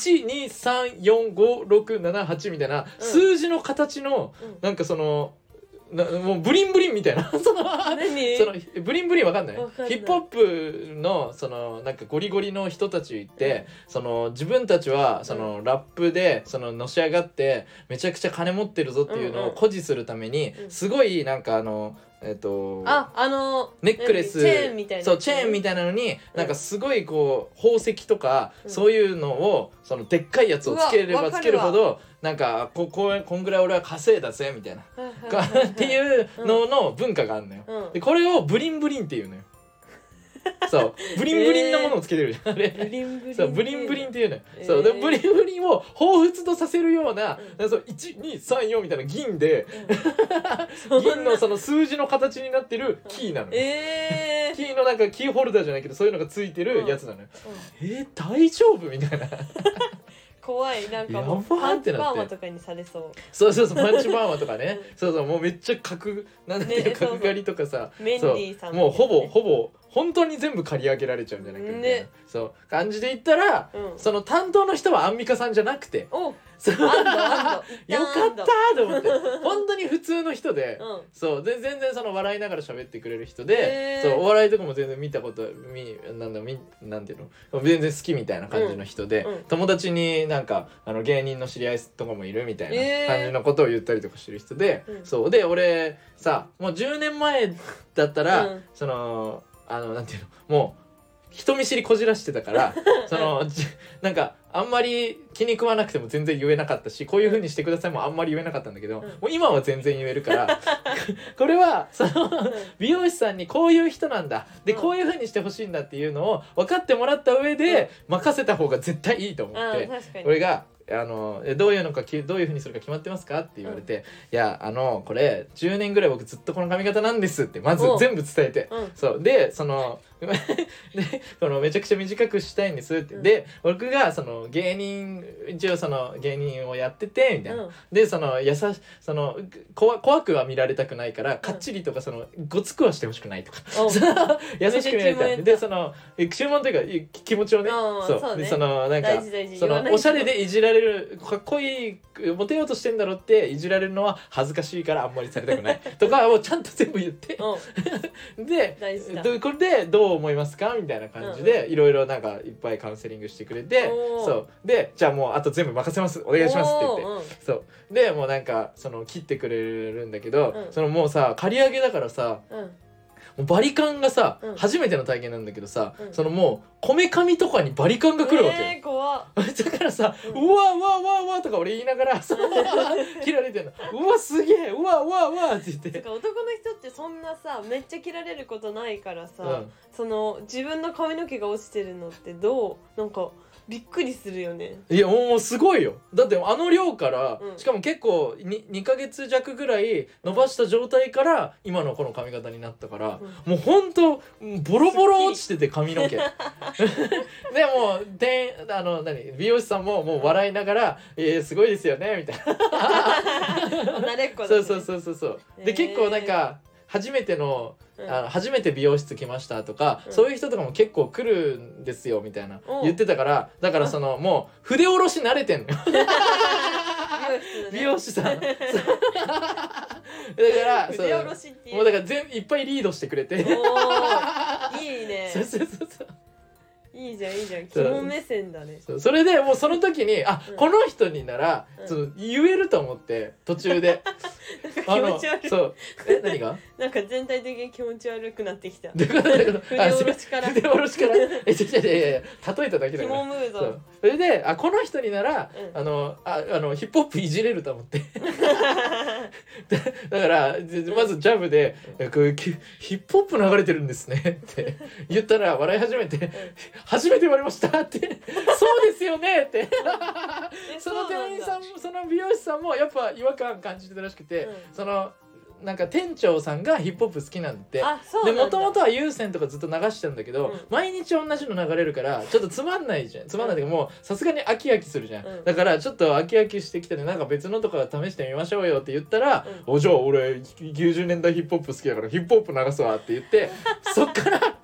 1234567みたいな数字の形のなんかもうブリンブリンみたいなブリンブリンわかんない？ヒップホップのなんかゴリゴリの人たちって自分たちはラップでのし上がってめちゃくちゃ金持ってるぞっていうのを誇示するためにすごいなんかネックレス、 チェーンみたいな、 そうチェーンみたいなのになんかすごいこう宝石とか、そういうのをでっかいやつをつければつけるほどなんかこんぐらい俺は稼いだぜみたいなっていうのの文化があるのよ、でこれをブリンブリンっていうのよそうブリンブリンなものをつけてるじゃん、あれブリンブリン、そうブリンブリンっていうのよ、そうでブリンブリンを彷彿とさせるような、1234みたいな銀で、銀の数字の形になってるキーなのよ、キーのなんかキーホルダーじゃないけどそういうのがついてるやつなのよ、大丈夫みたいな怖い、なんかもうパンチパーマとかにされそう。 そうパンチパーマとかねそうもうめっちゃ角刈りとかさ、 メンディーさんもうほぼ本当に全部刈り上げられちゃうんじゃないかみたいな、そう感じで言ったら、その担当の人はアンミカさんじゃなくて、よかったと思って本当に普通の人で、そう全然笑いながら喋ってくれる人で、そうお笑いとかも全然見たことなんていうの全然好きみたいな感じの人で、友達になんか芸人の知り合いとかもいるみたいな感じのことを言ったりとかしてる人で、そうで俺さもう10年前だったら、なんていうのもう人見知りこじらしてたからなんかあんまり気に食わなくても全然言えなかったし、こういう風にしてくださいもあんまり言えなかったんだけど、もう今は全然言えるからこれは美容師さんにこういう人なんだで、こういう風にしてほしいんだっていうのを分かってもらった上で任せた方が絶対いいと思って、俺がどういう風にするか決まってますかって言われて、いやこれ10年ぐらい僕ずっとこの髪型なんですってまず全部伝えて、そうででめちゃくちゃ短くしたいんですって、で僕が芸人一応芸人をやっててみたいな、で怖くは見られたくないからかっちりとかごつくはしてほしくないとか優しく見られたいで注文というか気持ちをね、そうでなんかおしゃれでいじられるかっこいいモテようとしてんだろっていじられるのは恥ずかしいからあんまりされたくないとかをちゃんと全部言ってでこれでどう思いますかみたいな感じでいろいろなんかいっぱいカウンセリングしてくれて、そうでじゃあもうあと全部任せますお願いしますって言って、そうでもうなんか切ってくれるんだけど、もうさ刈り上げだからさ、 もうバリカンがさ、初めての体験なんだけどさ、そのもうこめかみとかにバリカンが来るわけよ、 怖っだからさ、うわうわうわうわとか俺言いながらさ切られてんの、うわすげえ、うわうわうわって言って。 男の人ってそんなさめっちゃ切られることないからさ、その自分の髪の毛が落ちてるのってなんかびっくりするよね。 いやもうすごいよ。だってあの量から、しかも結構2ヶ月弱ぐらい伸ばした状態から今のこの髪型になったから、もうほんとボロボロ落ちてて髪の毛でも美容師さんももう笑いながら「すごいですよね」みたいな慣れっこだね。 そうで結構なんか初めて美容室来ましたとか、そういう人とかも結構来るんですよみたいな言ってたから、だからそのもう筆下ろし慣れてんのよ美容師さんだから筆下ろしっていうもうだからいっぱいリードしてくれて、 いいね。いいじゃん肝目線だね。 それでもうその時にこの人になら言えると思って途中で気持ち悪い。 そう何がなんか全体的に気持ち悪くなってきた。 筆下ろしから例えただけだから肝ムード。 それでこの人にならヒップホップいじれると思ってだからまずジャブで「ヒップホップ流れてるんですね」って言ったら笑い始めて「初めて言われました」って「そうですよね」ってその店員さんその美容師さんもやっぱ違和感感じてたらしくて、そのなんか店長さんがヒップホップ好きなんで、でもともとは有線とかずっと流してたんだけど、毎日同じの流れるからちょっとつまんないじゃん。つまんないけどもうさすがに飽きするじゃん、だからちょっと飽きしてきたんでなんか別のとか試してみましょうよって言ったら、じゃあ俺90年代ヒップホップ好きだからヒップホップ流すわって言ってそっ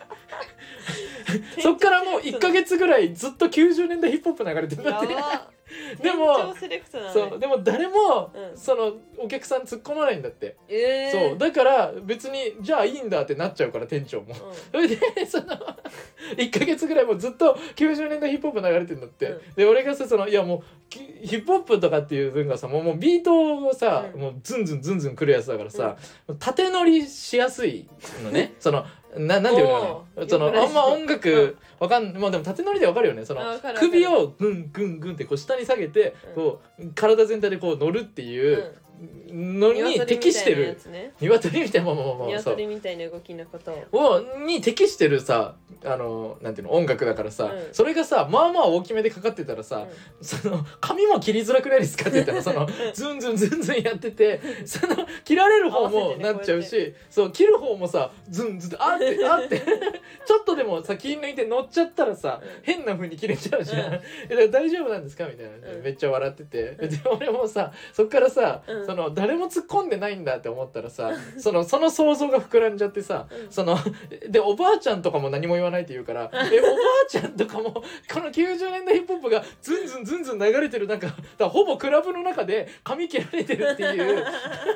からもう1ヶ月ぐらいずっと90年代ヒップホップ流れてるんだってでもでも誰もそのお客さん突っ込まないんだって、そうだから別にじゃあいいんだってなっちゃうから店長も、それでその1ヶ月ぐらいもうずっと90年代ヒップホップ流れてるんだって、で俺がさいやもうヒップホップとかっていう文化さもうビートをさ、もうズンズンくるやつだからさ、縦乗りしやすいのねそのなんていうのかな、そのあんま音楽わかんない、まあでも縦乗りでわかるよね、その首をグングングンってこう下に下げてこう体全体でこう乗るっていうのに適してる、鶏みたいな鶏みたいな動きのことに適してるさ、なんていうの音楽だからさ、それがさまあまあ大きめでかかってたらさ、その髪も切りづらくないですかって言ったらそのズンズンやってて、その切られる方もなっちゃうし、そう切る方もさズンってちょっとでもさ気抜いて乗っちゃったらさ、変な風に切れちゃうじゃん、だから大丈夫なんですかみたいな、めっちゃ笑ってて、で俺もさそっからさ、その誰も突っ込んでないんだって思ったらさ、その想像が膨らんじゃってさ、そのでおばあちゃんとかも何も言わないって言うから、おばあちゃんとかもこの90年代ヒップホップがズンズン流れてる中、だからほぼクラブの中で髪切られてるっていう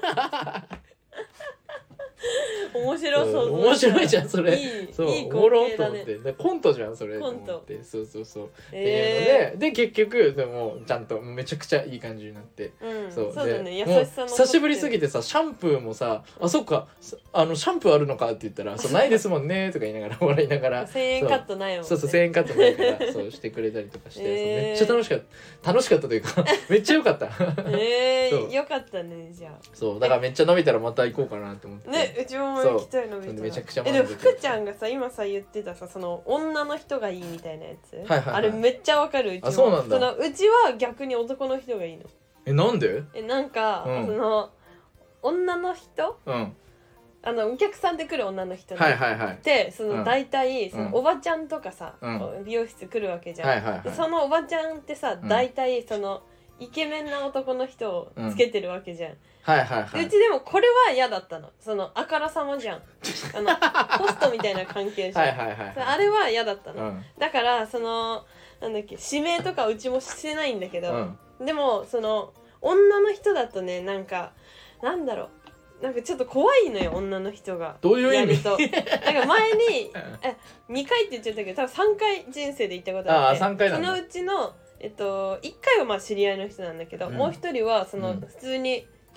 面白そう、 面白いじゃんそれ、そういいおもろ光景だね。 と思ってコントじゃんそれコントと思って、そうっていうので結局でもちゃんとめちゃくちゃいい感じになって、 そうだね、優もうしさの久しぶりすぎてさシャンプーもさそっかシャンプーあるのかって言ったらそうないですもんねとか言いながら笑いながら 1000円カットないもんね。 そう1000円カットないからそうしてくれたりとかして、めっちゃ楽しかったというかめっちゃ良かったよかったね。じゃあそうだからめっちゃ伸びたらまた行こうかなって思ってね、うちも行きたいのびたらめちゃくちゃでも福ちゃんがさ今さ言ってたさ、その女の人がいいみたいなやつ、あれめっちゃわかる。うちもそうなんだ。 うちは逆に男の人がいいの。 なんで？ なんか、その女の人、お客さんで来る女の人ってその大体そのおばちゃんとかさ、美容室来るわけじゃん、でそのおばちゃんってさ大体そのイケメンな男の人をつけてるわけじゃん、でうちでもこれは嫌だったの。そのあからさまじゃんホストみたいな関係じゃん、あれは嫌だったの、だからそのなんだっけ指名とかうちもしてないんだけど、でもその女の人だとね、なんかなんだろう、なんかちょっと怖いのよ女の人が。 どういう意味？ なんか前に2回って言っちゃったけど多分3回人生で行ったことあって、 3回なんだ。 そのうちの1回はまあ知り合いの人なんだけど、もう1人はその普通に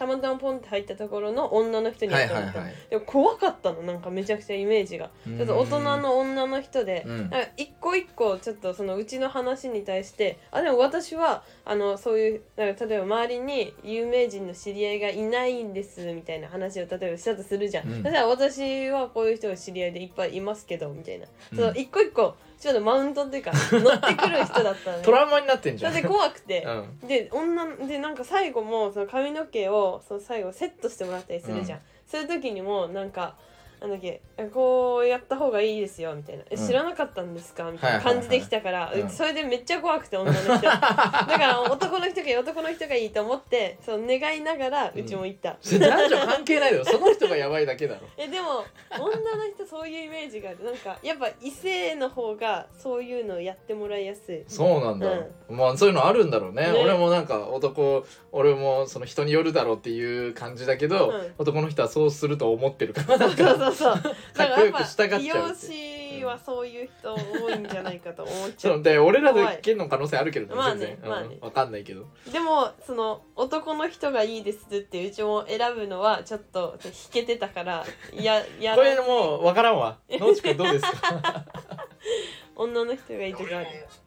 たまたまポンって入ったところの女の人にやってもらったの、 はいはいはい、 でも怖かったの、なんかめちゃくちゃイメージがちょっと大人の女の人で、なんか一個一個ちょっとそのうちの話に対してでも私はそういうなんか例えば周りに有名人の知り合いがいないんですみたいな話を例えばしたとするじゃん、だから私はこういう人が知り合いでいっぱいいますけどみたいな、その一個一個ちょっとマウントっていうか乗ってくる人だったのねトラウマになってんじゃん。 だって怖くて、 でなんか最後もその髪の毛をその最後セットしてもらったりするじゃん、そういう時にもなんかなんだっけこうやった方がいいですよみたいな、知らなかったんですかみたいな感じできたから、それでめっちゃ怖くて女の人だから男の人がいいと思ってそう願いながらうちも行った、 男女関係ないよ、その人がやばいだけだろ。 でも女の人そういうイメージがある、なんかやっぱ異性の方がそういうのをやってもらいやすい。 そうなんだ、まあそういうのあるんだろうね。俺もなんか俺もその人によるだろうっていう感じだけど、男の人はそうすると思ってるからなんかそうかっこよく従っちゃうって。 美容師はそういう人多いんじゃないかと思っちゃう。 そうで俺らだけの可能性あるけどね、全然、分かんないけど。 でもその男の人がいいですってうちも選ぶのはちょっと引けてたからこれもう分からんわ。野内くんどうですか？ 女の人がいいとかある？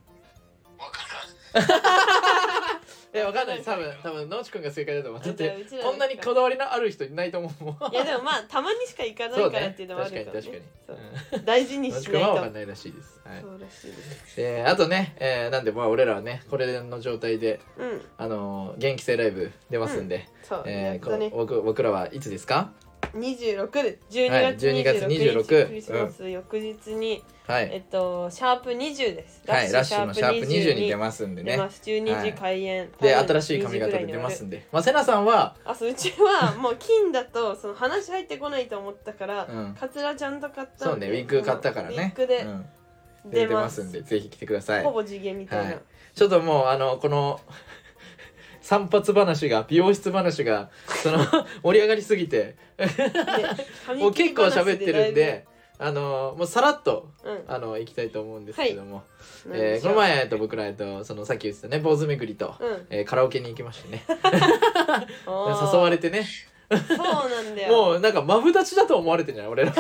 分かんない。多分野内くんが正解だと思う。だってこんなにこだわりのある人いないと思うもん。 いやでもまあたまにしか行かないからっていうのもあるからね。確かに大事にしないと。 野内くんは分かんないらしいです。 そうらしいです。 あとね、なんでまあ俺らはねこれの状態で元気性ライブ出ますんで、僕らはいつですか ？12月26日クリスマス翌日にシャープ20です。 ラッシュのシャープ20に出ますんでね。 12時開演で新しい髪型で出ますんで、セナさんはうちはもう金だとその話入ってこないと思ったからカツラちゃんと買ったそうね、ウィッグ買ったからね、 ウィッグで出ますんでぜひ来てください。 ほぼ地毛みたいな。 ちょっともうこの散髪話が美容室話が盛り上がりすぎてもう結構喋ってるんでもうさらっといきたいと思うんですけども、この前僕らさっき言ってたね坊主巡りとカラオケに行きましてね誘われてね。 そうなんだよ。 もうなんかマブダチだと思われてんじゃない俺ら。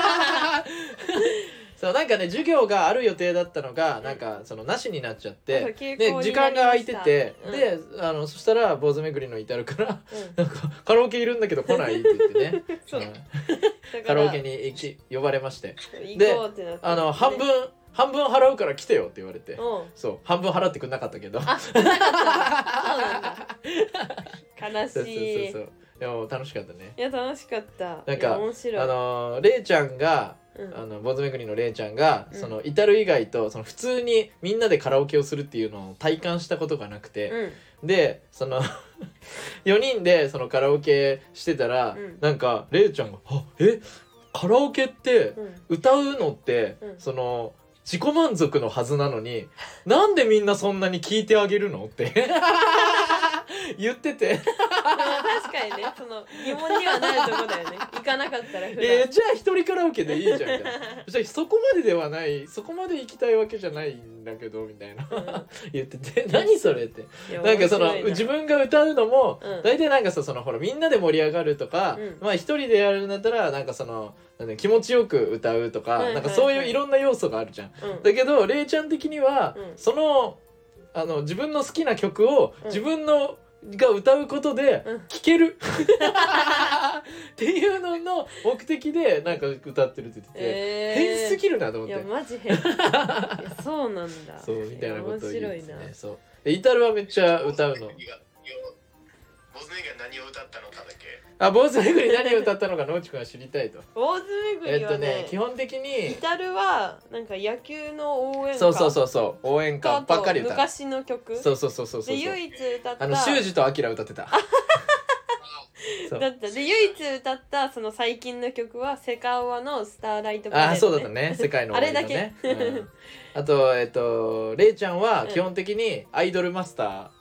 そうなんかね授業がある予定だったのがなんかなしになっちゃってで時間が空いててでそしたら坊主巡りの至るからなんかカラオケいるんだけど来ないって言ってねカラオケに呼ばれましてで半分払うから来てよって言われてそう半分払ってくんなかったけど悲しい。 そうでも楽しかったね。 いや楽しかった。 なんか面白いれいちゃんが坊主巡りのれいちゃんが至る以外と普通にみんなでカラオケをするっていうのを体感したことがなくて、で4人でカラオケしてたらなんかれいちゃんがカラオケって歌うのって自己満足のはずなのになんでみんなそんなに聞いてあげるのって言ってて確かにね疑問にはなるとこだよね。行かなかったら普段じゃあ一人カラオケでいいじゃんみたいなじゃあそこまでではないそこまで行きたいわけじゃないんだけどみたいな言ってて何それってなんか自分が歌うのも大体なんかほらみんなで盛り上がるとかまあ一人でやるんだったらなんか気持ちよく歌うとかなんかそういういろんな要素があるじゃん。だけどれいちゃん的には自分の好きな曲を自分のが歌うことで聴けるっていうのの目的でなんか歌ってるって言ってて変すぎるなと思って。 いやマジ変そうなんだ。 そうみたいなことを言ってね。そうでイタルはめっちゃ歌うの。 坊主巡りが何を歌ったのかだけ。 坊主巡り何を歌ったのか野内くんは知りたいと。 坊主巡りはね、 基本的にイタルはなんか野球の応援歌そう応援歌ばっかり歌う。 昔の曲そうで唯一歌った修二とアキラ歌ってただったで唯一歌った最近の曲はセカオワのスターライトパレード、ね、 そうだったね世界の終わりのねあれだけ、あとれいちゃんは基本的にアイドルマスター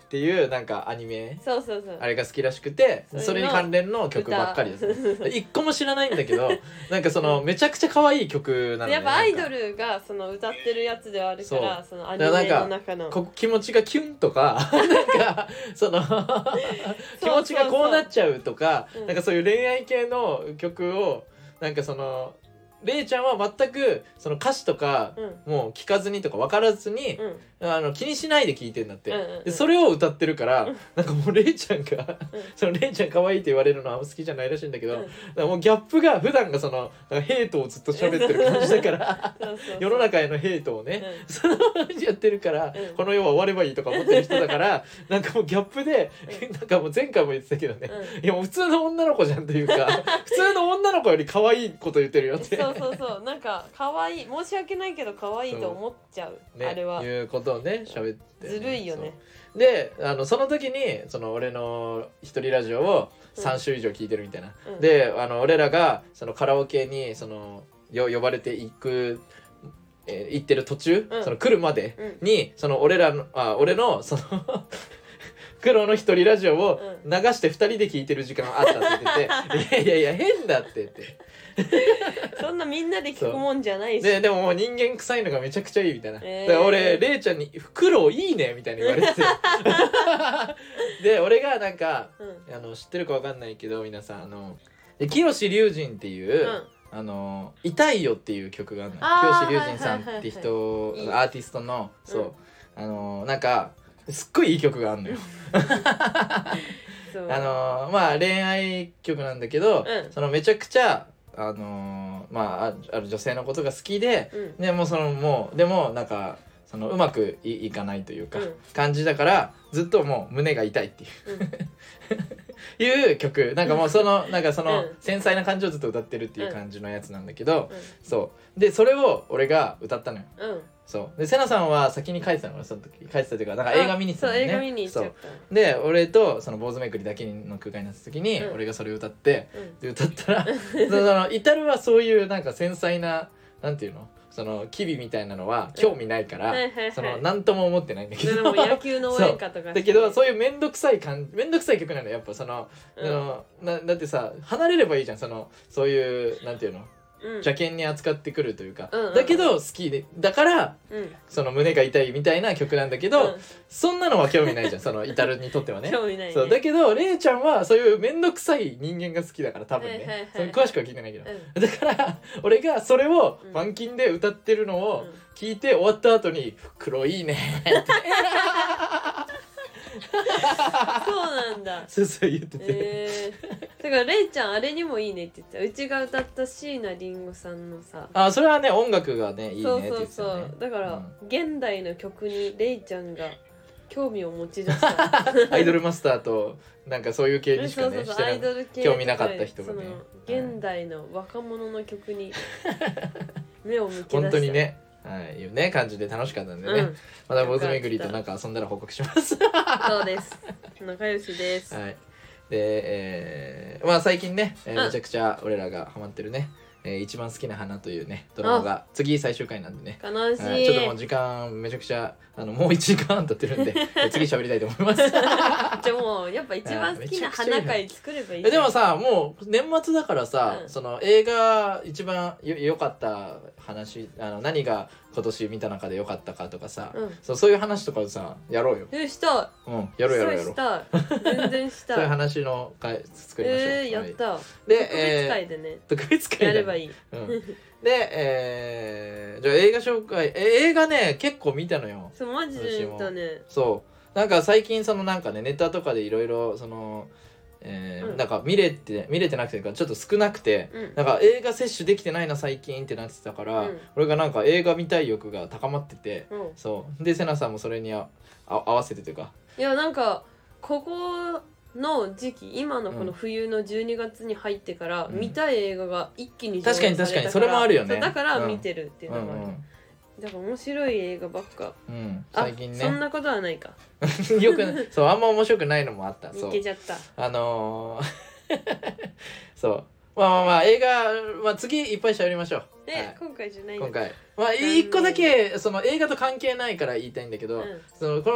っていうなんかアニメそうそうそうあれが好きらしくて、 それのそれに関連の曲ばっかりですね。一個も知らないんだけどなんかそのめちゃくちゃ可愛い曲なのね。 やっぱアイドルがその歌ってるやつではあるからそのアニメの中の気持ちがキュンとかなんかその気持ちがこうなっちゃうとかなんかそういう恋愛系の曲をなんかそのレイちゃんは全くその歌詞とかもう聞かずにとか分からずに、気にしないで聞いてんだって、でそれを歌ってるから、なんかもうレイちゃんが、そのレイちゃん可愛いって言われるのは好きじゃないらしいんだけど、だからもうギャップが普段がそのなんかヘイトをずっと喋ってる感じだから世の中へのヘイトをね、そのやってるから、この世は終わればいいとか思ってる人だからなんかもうギャップで、なんかもう前回も言ってたけどね、いやもう普通の女の子じゃんというか普通の女の子より可愛いこと言ってるよってそうなんか可愛い申し訳ないけど可愛いと思っちゃう、 ね、 あれはいうことをね喋って、 ずるいよね。 でその時にその俺の一人ラジオを3週以上聞いてるみたいな、で俺らがそのカラオケにその呼ばれて行ってる途中、その来るまでに、その俺のその黒の一人ラジオを流して2人で聞いてる時間あったって言ってて、いや変だって言ってそんなみんなで聞くもんじゃないし。 でももう人間臭いのがめちゃくちゃいいみたいな、だから俺レイちゃんに「黒いいね」みたいに言われてで俺がなんか、知ってるかわかんないけど皆さん清志隆人っていう、痛いよっていう曲があるの。清志隆人さんって人、アーティストのそうなんかすっごいいい曲があるのよまあ恋愛曲なんだけど、そのめちゃくちゃまあある女性のことが好きで、でもでもなんかそのうまくいかないというか、感じだからずっともう胸が痛いっていういう曲、なんかもうなんかその繊細な感情をずっと歌ってるっていう感じのやつなんだけど、そうでそれを俺が歌ったのよ。そうでセナさんは先に書いてたの、その時書いてたというかなんか映画見に行ってたのね。 そう映画見に行っちゃった。 で俺とその坊主めくりだけの空間になった時に、俺がそれを歌って、で歌ったらそのイタルはそういうなんか繊細ななんていうのその機微みたいなのは興味ないから、その何とも思ってないんだけど、 野球の応援歌とかだけどそういう面倒くさい曲なのよやっぱだってさ離れればいいじゃん、そういうなんていうの邪険に扱ってくるというか、だけど好きでだから、その胸が痛いみたいな曲なんだけど、そんなのは興味ないじゃんそのイタルにとってはね。 興味ないね。 そうだけどレイちゃんはそういう面倒くさい人間が好きだから多分ね、それ詳しくは聞いてないけど、だから俺がそれを板金で歌ってるのを聞いて終わった後に「黒いいね」ってそうなんだ。 そう言ってて、 だからレイちゃんあれにもいいねって言ってた。うちが歌った椎名林檎さんのさ、 それはね音楽がねいいねって言ってたね。 そうだから、現代の曲にレイちゃんが興味を持ち出したアイドルマスターとなんかそういう系にしかねしてない興味なかった人がね、 現代の若者の曲に目を向け出した本当にね、いうね感じで楽しかったんでね、また坊主めぐりとなんか遊んだら報告しますそうです仲良しです。 で、まあ最近ね、めちゃくちゃ俺らがハマってるね、一番好きな花というねドラマが次最終回なんでね、 悲しい、 ちょっともう時間めちゃくちゃもう1時間経ってるんで次喋りたいと思いますじゃあもうやっぱ一番好きな花会作ればいい。 でもさもう年末だからさ、その映画一番良かった話何が今年見た中で良かったかとかさ、そういう話とかさやろうよ。 したい。 やろう。 したい。全然したい。 そういう話の会作りましょう。 やった。 で特別会でね。 特別会やればいい。 で、じゃあ映画紹介、映画ね結構見たのよ。 そうマジで見たね。 そうなんか最近なんかねネタとかでいろいろなんか見れてなくてちょっと少なくて、なんか映画摂取できてないな最近ってなってたから、俺がなんか映画見たい欲が高まってて、そうでセナさんもそれに合わせてというか、 いやなんかここの時期今のこの冬の12月に入ってから、見たい映画が一気に上映されたから、 確かにそれもあるよね。 だから見てるっていうのもある、だから面白い映画ばっか、 最近ねそんなことはないかよくそうあんま面白くないのもあった。 いけちゃったそうまあ映画、次いっぱい喋りましょう。 今回じゃない今回一個だけその映画と関係ないから言いたいんだけど、この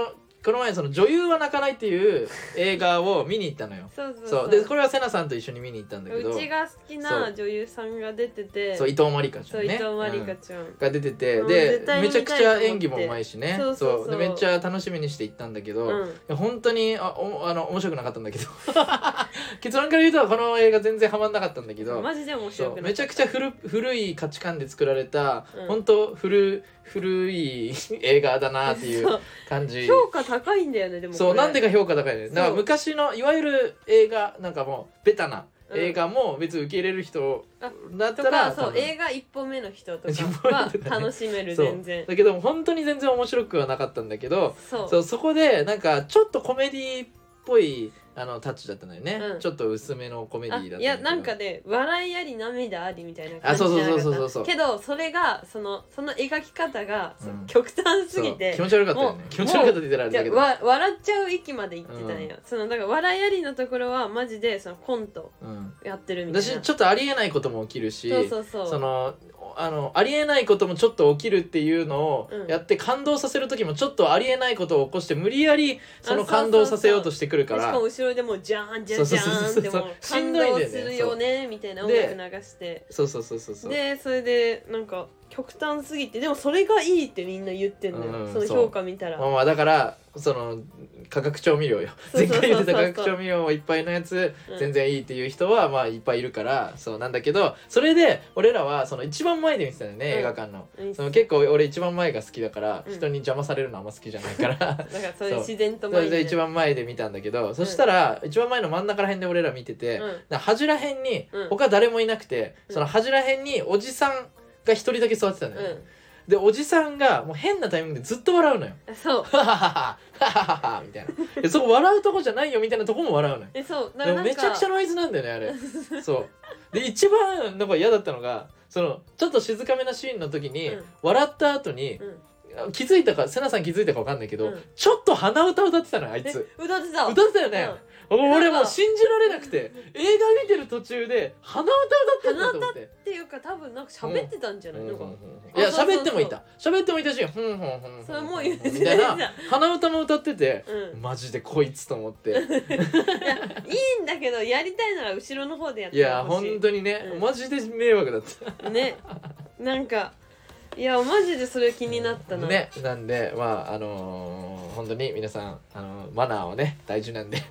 この前その女優は泣かないっていう映画を見に行ったのよ。そうでこれはセナさんと一緒に見に行ったんだけど、 うちが好きな女優さんが出てて、 そう伊藤まりかちゃんね、 伊藤まりかちゃんが出てて、でめちゃくちゃ演技もうまいしね、そうでめっちゃ楽しみにして行ったんだけど、本当に面白くなかったんだけど結論から言うとこの映画全然ハマんなかったんだけど、 マジで面白くなかった。 めちゃくちゃ古い価値観で作られた、本当古い映画だなっていう感じ。 評価高いんだよね。でもそうなんでか評価高いね。だから昔のいわゆる映画なんかもうベタな映画も別に受け入れる人だったら、 そう映画一歩目の人とかは楽しめる全然。 だけど本当に全然面白くはなかったんだけど、そこでなんかちょっとコメディっぽいタッチだったのよね、ちょっと薄めのコメディだったんだけど、 いやなんかね笑いあり涙ありみたいな感じじゃなかった。けどそれがその描き方が極端すぎて気持ち悪かったよね。気持ち悪かったって言ったらあれだけど、 笑っちゃう域まで行ってたんや。そのだから笑いありのところはマジでそのコントやってるみたいな。 私ちょっとありえないことも起きるし、 そのありえないこともちょっと起きるっていうのをやって感動させる時もちょっとありえないことを起こして無理やりその感動させようとしてくるから、 しかも後ろでもうジャーンジャーンジャーンってもう感動するよねみたいな音楽流して、でそれでなんか極端すぎて、でもそれがいいってみんな言ってんのよ、その評価見たら。 まあだからその化学調味料よ、前回言ってた化学調味料いっぱいのやつ全然いいっていう人はまあいっぱいいるから、そうなんだけど、それで俺らはその一番前で見てたよね、映画館の。その結構俺一番前が好きだから、人に邪魔されるのあんま好きじゃないからだからそれ自然と前で一番前で見たんだけど、そしたら一番前の真ん中ら辺で俺ら見てて、端ら辺に他誰もいなくて、その端ら辺におじさんが一人だけ座ってたのよ、でおじさんがもう変なタイミングでずっと笑うのよ。 そうははははみたいな、そこ笑うとこじゃないよみたいなとこも笑うのよ。 そうだからめちゃくちゃノイズなんだよねあれそうで一番なんか嫌だったのが、そのちょっと静かめなシーンの時に、笑った後に、気づいたかセナさん気づいたか分かんないけど、ちょっと鼻歌歌ってたのよあいつ。 歌ってたよね、俺もう信じられなくて、映画見てる途中で鼻歌歌ってんだと思って。 っていうか多分なんか喋ってたんじゃないのか。 いや喋ってもいたし、ふんそれもう言うみたいな鼻歌も歌ってて、マジでこいつと思って。いやいいんだけどやりたいなら後ろの方でやってほしい。 いや本当にね、マジで迷惑だったね。なんかいやマジでそれ気になったな。 ね、なんでまあ本当に皆さんマナーはね大事なんで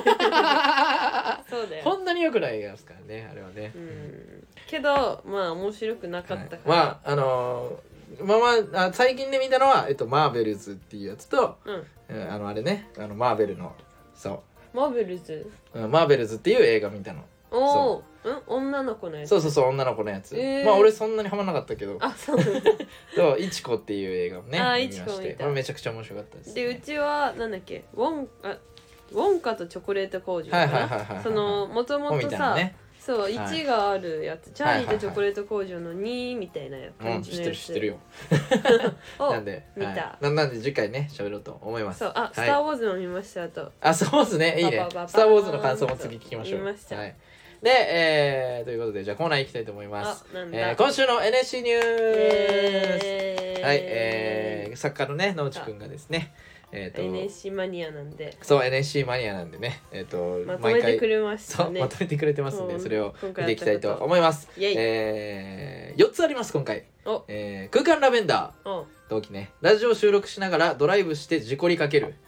そうだよ。 こんなに良くない映画ですからねあれはね。 けどまあ面白くなかったから、 まあ最近で見たのはマーベルズっていうやつと、あれねマーベルのマーベルズマーベルズっていう映画見たの。 女の子のやつ。 そう女の子のやつ。まあ俺そんなにハマんなかったけど。 そうなんだ。いちこっていう映画をね見まして、 めちゃくちゃ面白かったです。 でうちはなんだっけ、ウォンカとチョコレート工場かな。そのもともとさ、そう1があるやつ、チャーリーとチョコレート工場の2みたいな感じのやつ。 知ってるよ。なんで見た。なんで次回ね喋ろうと思います。 そう、スターウォーズも見ました。とスターウォーズね、いいね。スターウォーズの感想も次聞きましょう。 見ました。 で、ということでじゃあコーナー行きたいと思います。今週の NSC ニュース。はい、作家のね野内くんがですね、 NSC マニアなんで。 そう NSC マニアなんでね、 まとめてくれましたね。 まとめてくれてますんで、それを見ていきたいと思います。4つあります今回。空間ラベンダー同期ね、ラジオ収録しながらドライブして事故りかける。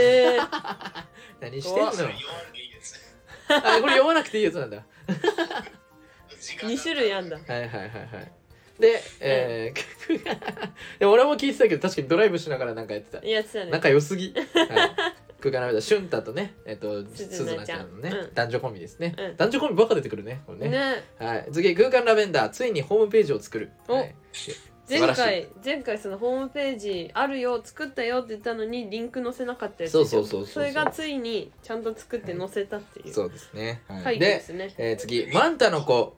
何してんの。これ読まなくていいやつなんだ。 2種類あんだ。 はいで、俺も聞いてたけど確かにドライブしながらなんかやってた。 やってたね。 仲良すぎ。空間ラベンダー、シュンタとね、すずなちゃんのね、男女コンビですね。男女コンビばっか出てくるね、これね。はい、次、空間ラベンダー、ついにホームページを作る。前回そのホームページあるよ作ったよって言ったのにリンク載せなかったやつ。それがついにちゃんと作って載せたっていう。 そうですね。 で、 次マンタの子。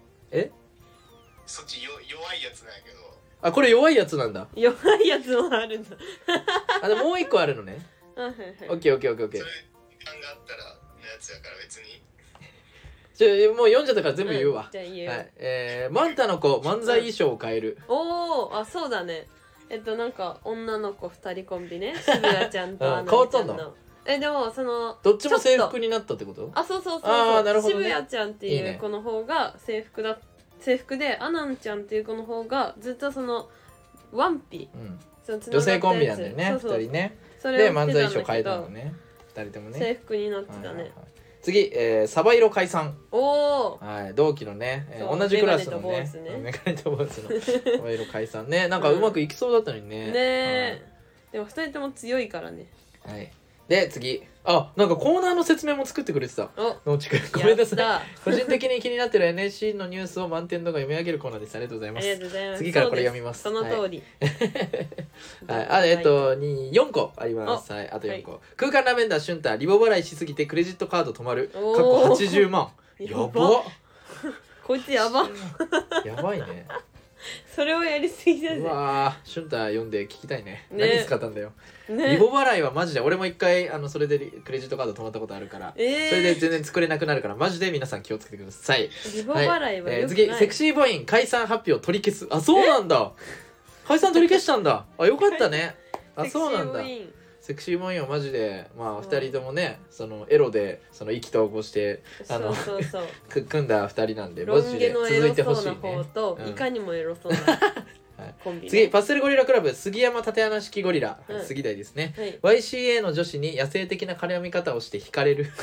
そっち弱いやつなんやけど。 あ、これ弱いやつなんだ。 弱いやつもあるんだ。 でもう一個あるのね。オッケー。それ時間があったらのやつやから別に。もう読んじゃったから全部言うわ。 じゃあ言う。 マンタの子漫才衣装を変える。 おお、そうだね。 なんか女の子2人コンビね、渋谷ちゃんとうんあな変わったんだみちゃんのでもそのどっちも制ちょっと服になったってこと？ あ、そうそうそうあそう、 ーなるほどね渋谷ちゃんっていいねいう子の方が制服で、アナンちゃんっていう子の方がずっとそのワンピ、 うんその繋がったやつ女性コンビなんだよねそうそう 2人ねそれでを着てたんだけど漫才衣装変えたのね2人ともね制服になってたね、 はいはいはい次、サバ色解散、 おおはい、同期のね、 そう同じクラスのねメガネと坊主ねメガネと坊主のサバ色解散ね、なんかうまくいきそうだったのにね、 ねえ、でも2人とも強いからね。 はい、はい、で次なんかコーナーの説明も作ってくれてたおのちくんごめんなさいやっ個人的に気になってる NSC のニュースを満点動画読み上げるコーナーです。ありがとうございたありがます。 とうございます。 次からこれ読みますそうですその通り、 はい、4個あります。はい、あと4個、空間ラベンダーシュンタリボ払いしすぎてクレジットカード止まるおー過去80万やばっこいつやばやばいね。 それをやりすぎだぜうわーシュンタ読んで聞きたいね。 ね何使ったんだよ。 ねリボ払いはマジで俺も一回それでクレジットカード止まったことあるから、それで全然作れなくなるからマジで皆さん気をつけてください。 リボ払いはよくない、 次セクシーボイン解散発表取り消す。あ、そうなんだ。解散取り消したんだ。あ、よかったね。あ、そうなんだ。セクシーボインはマジでまあ2人ともねそのエロでその意気投合してそうそうそう組んだ2人なんでマロンジで毛のエ続いてほしいロそうな方ね。 と、 うんいかにもエロそうなコンビ、ね、 次パステルゴリラクラブ杉山立穴式ゴリラ、 うん杉台ですね、 はい、 YCA の女子に野生的な絡み方をして惹かれる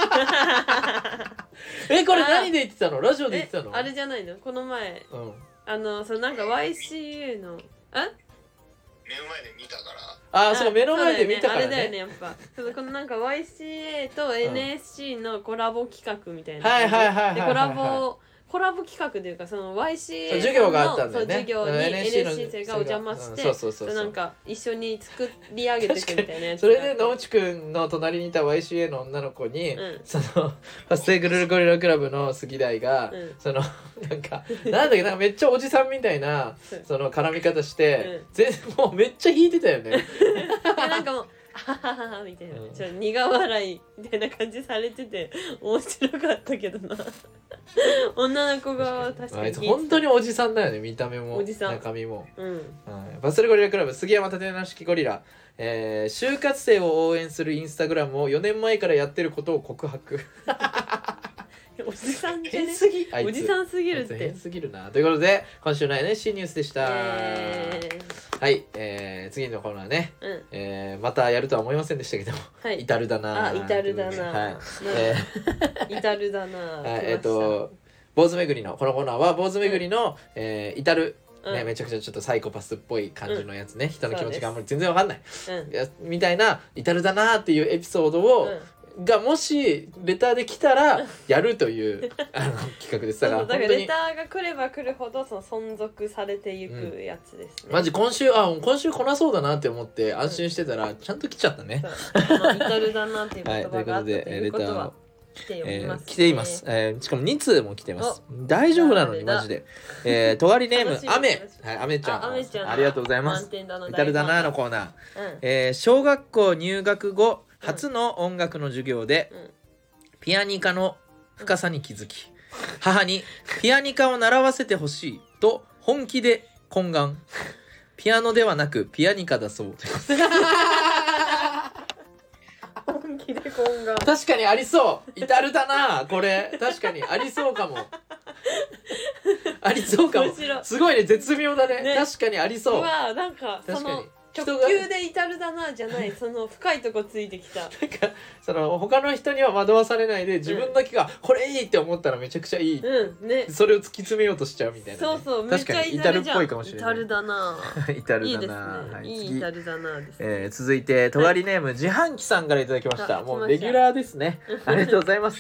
これ何で言ってたの？ラジオで言ってたの？ あれじゃないのこの前うんそのなんか YCA の目の前で見たからそう目の前で見たからあれだよねね。 やっぱこのなんか YCA と NSC のコラボ企画みたいなはいはいはいはいはいでコラボ企画というかその YCA そう授業があったんだよね。 そう授業に NSC 生がお邪魔してそうなんか一緒に作り上げていくみたいなやつそれで野内くんの隣にいた YCA の女の子に、 うんそのパステルゴリラクラブの杉台が、 うんそのなんだっけなんかめっちゃおじさんみたいなその絡み方して、全然もうめっちゃ引いてたよね。 でなんかもうははははみたいな、ちょっと苦笑いみたいな感じされてて面白かったけどな女の子が確かにあいつ本当におじさんだよね。見た目もおじさん中身も、 うんパステルゴリラクラブ杉山立穴式ゴリラ、就活生を応援するインスタグラムを4年前からやってることを告白。 おじさんじゃね変すぎあいつおじさんすぎるって変すぎるな。ということで今週の NSC ニュースでした。はい、次のコーナーね、またやるとは思いませんでしたけども、 はい至るだな。 至るだなはい至るだなはい坊主巡りのこのコーナーは坊主巡りの、至るね、めちゃくちゃちょっとサイコパスっぽい感じのやつね、人の気持ちがあんまり全然わかんない、みたいな至るだなっていうエピソードを、がもしレターで来たらやるという企画です。だからレターが来れば来るほどその存続されていくやつですね。 マジ今週来なそうだなって思って安心してたらちゃんと来ちゃったね。 至るだなっていう言葉があったということは来ています。しかも2通も来てます。大丈夫なのにマジで。とがりネームアメちゃん、ありがとうございます。至るだなのコーナー。小学校入学後初の音楽の授業でピアニカの深さに気づき、母にピアニカを習わせてほしいと本気で懇願。ピアノではなくピアニカだそう。 本気で懇願。 確かにありそう。至るだなこれ。確かにありそうかも。ありそうかも。すごいね、絶妙だね。確かにありそう。 うわ、なんかその直球で至るだなじゃない、その深いとこついてきた。なんかその他の人には惑わされないで自分だけがこれいいって思ったらめちゃくちゃいい、それを突き詰めようとしちゃうみたいな、 そうそう、 確かに至るっぽいかもしれない。 至るだな至るだな、 いいですね、いい至るだなです。 続いてとがりネーム自販機さんからいただきました。もうレギュラーですね。ありがとうございます。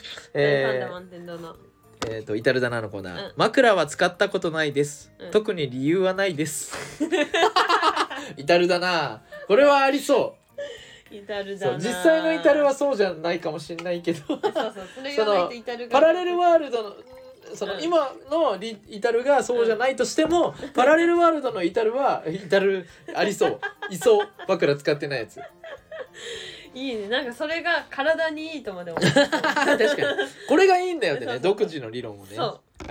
至るだなのコーナー、枕は使ったことないです、特に理由はないです。至るだな、これはありそう。 至るだな。 実際の至るはそうじゃないかもしれないけど、そのパラレルワールドのその今の至るがそうじゃないとしても、パラレルワールドの至るは至るありそう。いそう。枕使ってないやつ。 いいね、なんかそれが体にいいとまで思う。 確かにこれがいいんだよってね、独自の理論もね。 そう、 はい、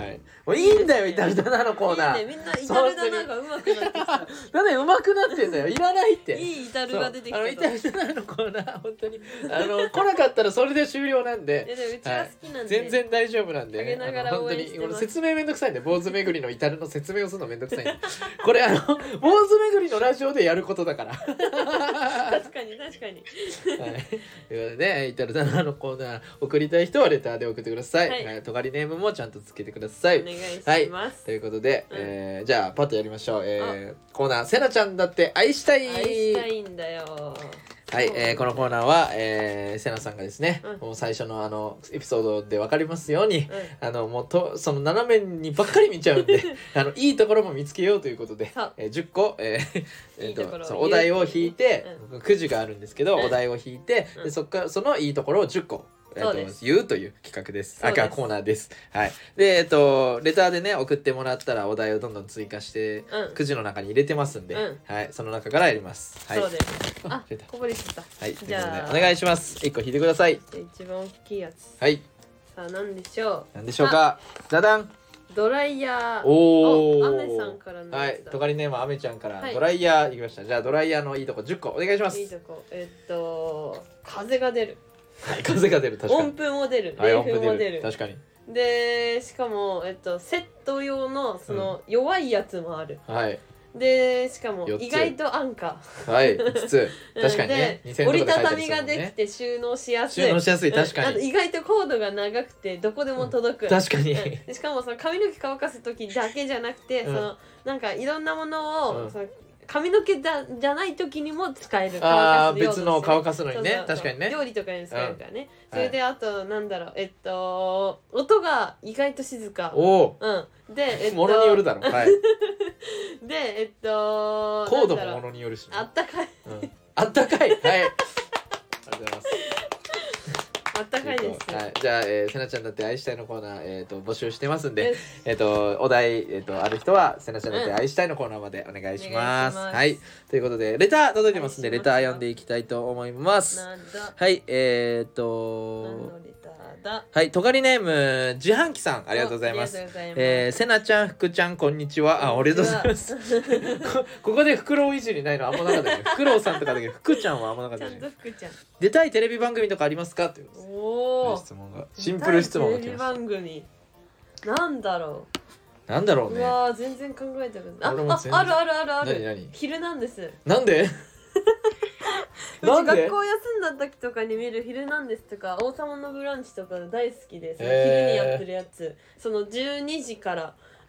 もういいんだよイタルダナのコーナー。 いいね、みんなイタルダナが上手くなってきた。 なんで上手くなってんだよ、いらないって。 いいイタルが出てきた。 イタルダナのコーナー本当に来なかったらそれで終了なんで。 でもうちは好きなんで、 全然大丈夫なんで、 陰ながら応援してます。 本当に説明めんどくさいんで、坊主巡りのイタルの説明をするのめんどくさいんでこれ坊主巡りのラジオでやることだから確かに確かにはい、ということでね、イタルダナのコーナー送りたい人はレターで送ってください。はい、とがりネームもちゃんとつけてください。 お願いします。 ということで、じゃあパッとやりましょう。コーナーせなちゃんだって愛したい。 愛したいんだよ。 はい、このコーナーは、せなさんがですね、もう最初のエピソードで分かりますように、もうその斜めにばっかり見ちゃうんでいいところも見つけようということで、10個、お題を引いて、くじがあるんですけど、お題を引いて、でそっからそのいいところを10個言うという企画です。コーナーです。はい。で、レターでね、送ってもらったらお題をどんどん追加して、くじの中に入れてますんで、はい、その中からやります。はい。 そうです。あ、こぼれちゃった。 はい。じゃあ、お願いします。1個引いてください。 一番大きいやつ。 はい。 さあ、何でしょう。 何でしょうか。ザダン。 ドライヤー。 おー。 アメさんからの。 はい。とがりネームアメちゃんからドライヤーいきました。じゃあ、ドライヤーのいいとこ10個お願いします。 いいとこ。風が出る。 はい、風が出る。確かに。 音符も出る。冷風も出る。 確かに。 で、しかもセット用のその弱いやつもある。 はい。 で、しかも意外と安価。 はい、5つ。確かにね。 折りたたみができて収納しやすい。 収納しやすい、確かに。 意外とコードが長くてどこでも届く。 確かに。 しかもその髪の毛乾かす時だけじゃなくて、そのなんかいろんなものを髪の毛じゃない時にも使える。 ああ、別の乾かすのにね。確かにね。 料理とかに使えるからね。それであとなんだろう、音が意外と静か。 おお。で、 ものによるだろ。はい。 で、 コードもものによるし。 あったかい。 あったかい。はい。ありがとうございます。 あったかいです。 はい、じゃあ、せなちゃんだって愛したいのコーナー、募集してますんで、お題、ある人はせなちゃんだって愛したいのコーナーまでお願いします。はい、ということでレター届いてますんで、レター読んでいきたいと思います。はい、何のレターだ。はい、とがりネーム自販機さん、ありがとうございます。せなちゃん、福ちゃん、こんにちは。ありがとうございます。ここでフクロウいじりないのあんまなかったね。フクロウさんとかだけど、福ちゃんはあんまなかったね。ちゃんと福ちゃん。出たいテレビ番組とかありますかっていう質問が、シンプル質問が来ました。テレビ番組なんだろう。なんだろうね。うわ全然考えてる。ある。何ヒルナンデス。なんで？うち学校休んだ時とかに見るヒルナンデスとか王様のブランチとか大好きで、その昼にやってるやつ、その12時から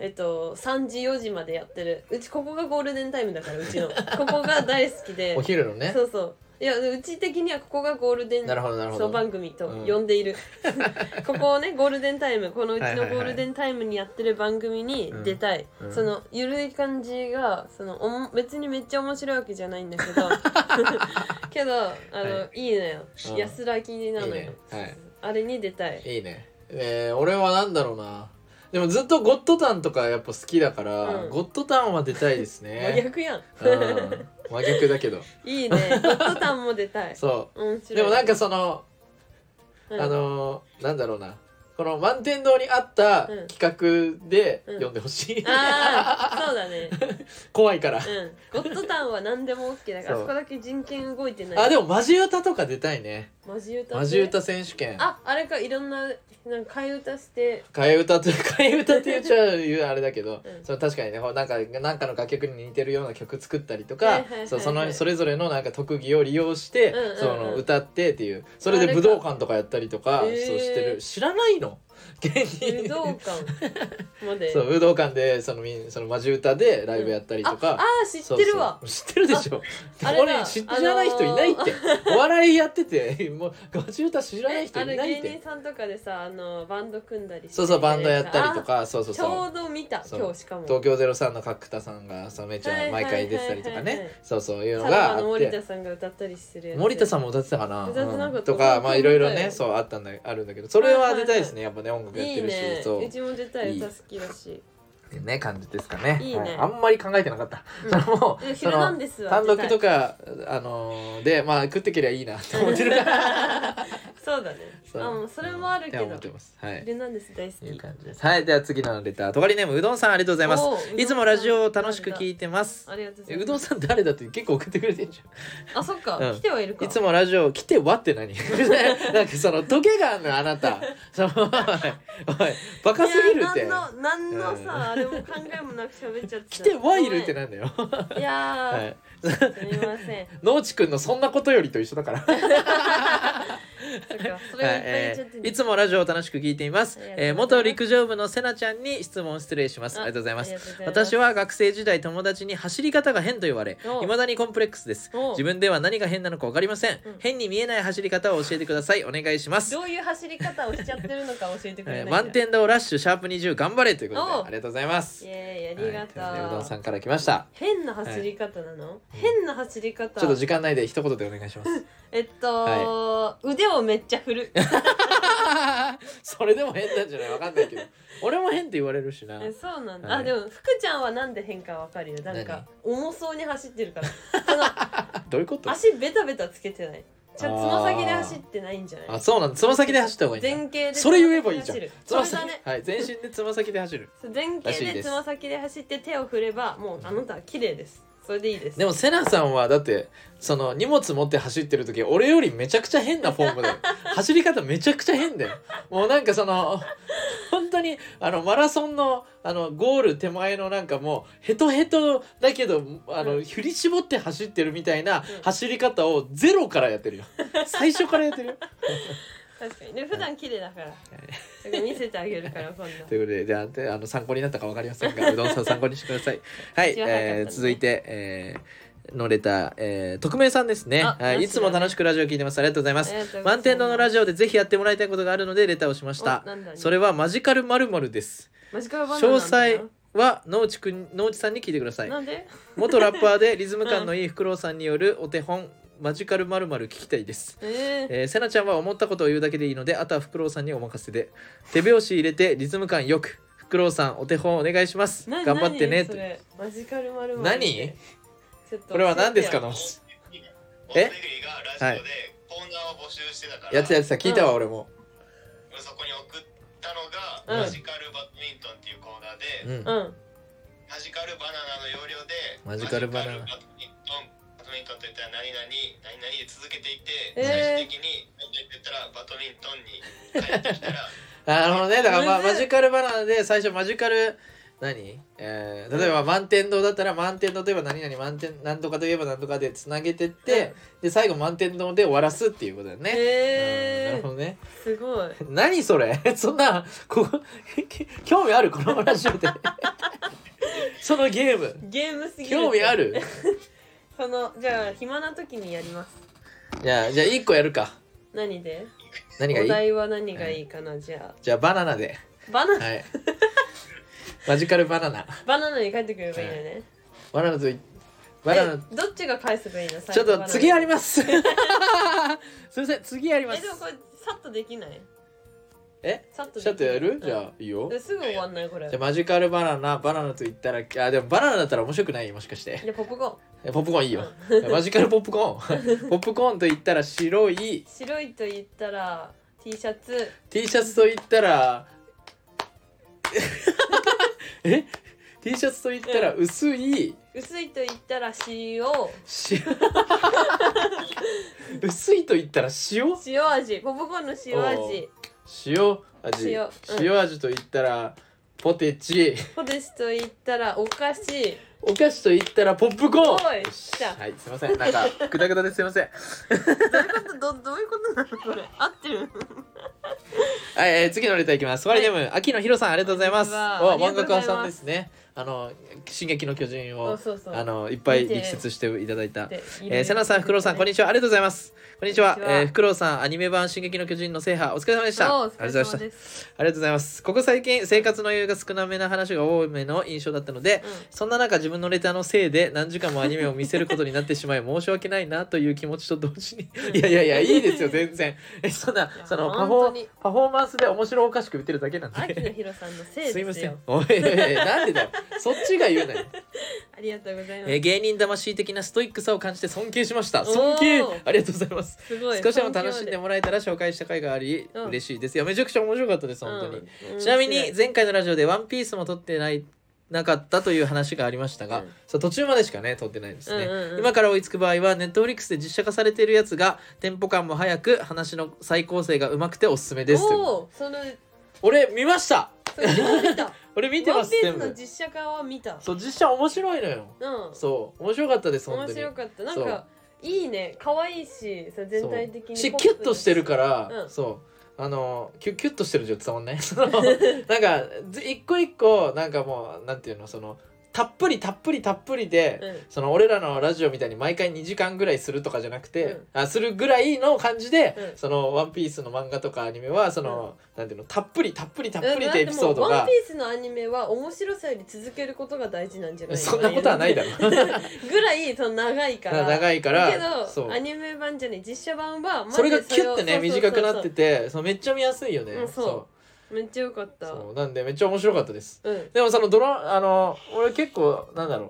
3時4時までやってる。うちここがゴールデンタイムだから、うちのここが大好きで。お昼のね。そうそう。いや、うち的にはここがゴールデン番組と呼んでいる、ここをね、ゴールデンタイム、このうちのゴールデンタイムにやってる番組に出たい。そのゆるい感じが別にめっちゃ面白いわけじゃないんだけどけどいいのよ、安らぎなのよ。あれに出たい。いいね。俺はなんだろうな、でもずっとゴッドタンとかやっぱ好きだから、ゴッドタンは出たいですね。真逆やん。真逆だけどいいね。ゴッドタンも出たい。そうでもなんかなんだろうな、この満天堂にあった企画で読んでほしい。ああ、そうだね。怖いから。ゴッドタンは何でも OK だから、あそこだけ人権動いてない。あ、でもマジ歌とか出たいね。マジ歌選手権。あれか、いろんななんか替え歌して替え歌って言っちゃうあれだけど、確かにね、なんかの楽曲に似てるような曲作ったりとか、それぞれのなんか特技を利用して歌ってっていう、それで武道館とかやったりとかしてる。知らないの？芸人武道館まで。そう、武道館でそのマジ歌でライブやったりとか。知ってるわ。知ってるでしょ。俺知らない人いないって。お笑いやっててもうマジ歌知らない人いないって。芸人さんとかでさ、バンド組んだりして、そうバンドやったりとか、ちょうど見た今日。しかも東京03の角田さんがめっちゃ毎回出てたりとかね、そういうのがあって、森田さんが歌ったりしてる。森田さんも歌ってたかなとか、まあいろいろね、そうあるんだけど、それは出たいですね、やっぱね、音楽やってるし。いいね。うちも出たい、歌好きだし。 ね感じですかね。 いいねはい、あんまり考えてなかった。そのもうヒルナンデスは単独とかでまあ食ってけりゃいいなって思ってるから。 そうだね。もうそれもあるけど。 思ってます。はい。 ヒルナンデス大好き。 いう感じです。はい。では次のレター、とがりネームうどんさんありがとうございます。いつもラジオを楽しく聞いてます。 ありがとうございます。 うどんさん誰だって結構送ってくれてんじゃん。あ、そっか。来てはいるか。 いつもラジオ来てはって何？なんかそのトゲがあるのあなた。おいバカすぎるって。 なんのさあれも考えもなく喋っちゃって。 来てはいるってなんだよ。 いやすみません。 農地くんのそんなことよりと一緒だから。いつもラジオを楽しく聞いています。元陸上部のせなちゃんに質問失礼します。ありがとうございます。私は学生時代友達に走り方が変と言われ、未だにコンプレックスです。自分では何が変なのか分かりません。変に見えない走り方を教えてください。お願いします。 どういう走り方をしちゃってるのか教えてくれない。 満天堂ラッシュシャープ20頑張れということでありがとうございます。 ありがとう。 うどんさんから来ました。 変な走り方なの？変な走り方。 ちょっと時間ないで一言でお願いします。 腕をめっちゃ振る。 それでも変なんじゃない？わかんないけど。俺も変って言われるしな。 そうなんだ。でも福ちゃんはなんで変かわかるよ。なんか重そうに走ってるから。 どういうこと？ 足ベタベタつけてない。つま先で走ってないんじゃない？ あ、そうなんだ。つま先で走った方がいいんだ。 前傾でそれ言えばいいじゃん。 それだね。 はい、全身でつま先で走る。 前傾でつま先で走って手を振ればもうあなたは綺麗です。それでいいです。 でもセナさんはだってその荷物持って走ってる時俺よりめちゃくちゃ変なフォームだよ。走り方めちゃくちゃ変だよ。もうなんかその本当にマラソンのゴール手前のなんかもうヘトヘトだけど振り絞って走ってるみたいな走り方をゼロからやってるよ。最初からやってるよ。 確かにね、普段綺麗だから、見せてあげるから今度。 ということで、じゃあ参考になったか分かりませんが、うどんさん参考にしてください。はい、続いて、のレター、匿名さんですね。はい、いつも楽しくラジオ聞いてます。ありがとうございます。満天堂のラジオでぜひやってもらいたいことがあるのでレターをしました。それはマジカル〇〇です。詳細は農地さんに聞いてください。 なんで？ 元ラッパーでリズム感のいいフクロウさんによるお手本。マジカル〇〇聞きたいです。せなちゃんは思ったことを言うだけでいいので、あとはフクロウさんにお任せで。手拍子入れてリズム感よく。フクロウさんお手本お願いします。頑張ってね。 それマジカル〇〇。 何？これは何ですかの？ え？はい。 やってた聞いたわ俺も。 そこに送ったのがマジカルバドミントンっていうコーナーで、マジカルバナナの要領でマジカルバナナ。 バドミントンといったら何々で続けていって最終的に何と言ったらバドミントンに帰ってきたらなるほどね。だからマジカルバナナで最初マジカル例えば満天堂だったら満天堂といえば何々満天なんとかといえばなんとかでつなげてって、で最後満天堂で終わらすっていうことだよね。なるほどね。 すごい。 何それ？そんな興味あるこのラジオでそのゲームすぎる。 興味ある？ じゃあ暇な時にやります。 じゃあ1個やるか。 何で？ 何がいい？ お題は何がいいかな、じゃあバナナで。 バナナ、 はい、マジカルバナナ。 バナナに帰ってくればいいよね。 バナナどっちが返せばいいの？ ちょっと次やります。すいません、次やります。 でもこれさっとできない？ さっとやる？じゃあいいよ。 すぐ終わんないこれ。 じゃあマジカルバナナと言ったらでもバナナだったら面白くない？もしかして。 じゃポップコーン。 ポップコーンいいよ。マジカルポップコーン。ポップコーンと言ったら白いと言ったら T シャツ。 T シャツと言ったらT シャツと言ったら薄いと言ったら塩薄いと言ったら塩味。ポップコーンの塩味。 塩味と言ったらポテチと言ったらお菓子と言ったらポップコーン。 はい、 すいません、なんかグダグダですいません。 どういうことなのこれ？合ってる？ はい、次のレターいきます。でも秋野ひろさんありがとうございます。漫画家さんですね。進撃の巨人をいっぱい力説していただいたせなさん、フクロウさん、こんにちは。ありがとうございます。こんにちは。フクロウさん、アニメ版進撃の巨人の制覇お疲れ様でした。ありがとうございました。ありがとうございます。ここ最近生活の余裕が少なめな話が多めの印象だったので、そんな中自分のレターのせいで何時間もアニメを見せることになってしまい申し訳ないなという気持ちと同時にいやいいですよ全然。そのパフォパフォーマンスで面白おかしく言ってるだけなんで。 秋野ひろさんのせいですよ。 すいません。おいなんでだよ。そっちが言うなよ。 ありがとうございます。 芸人魂的なストイックさを感じて尊敬しました。尊敬ありがとうございます。 すごい。 少しでも楽しんでもらえたら紹介した回があり、嬉しいです。いやめちゃくちゃ面白かったです本当に。ちなみに前回のラジオでワンピースも撮ってなかったという話がありましたが、そう途中までしかね撮ってないんですね、今から追いつく場合はネットフリックスで実写化されているやつがテンポ感も速く話の再構成がうまくておすすめです。俺見ました。俺見てます。 ワンピースの実写化は見た。 そう実写面白いのよ。そう面白かったです本当に。 面白かった。なんかいいね、可愛いし、全体的にキュッとしてるから、そうキュッとしてるじゃん伝わんないなんか一個一個なんかもうなんていうのたっぷりで、俺らのラジオみたいに毎回2時間ぐらいするとかじゃなくて、するぐらいの感じで、ワンピースの漫画とかアニメはなんていうのたっぷりってエピソードが。 ワンピースのアニメは面白さより続けることが大事なんじゃないの？ そんなことはないだろぐらい長いからだけどアニメ版じゃね実写版はそれがキュッてね短くなっててめっちゃ見やすいよね。 めっちゃ良かった。 なんでめっちゃ面白かったです、でも俺結構なんだろう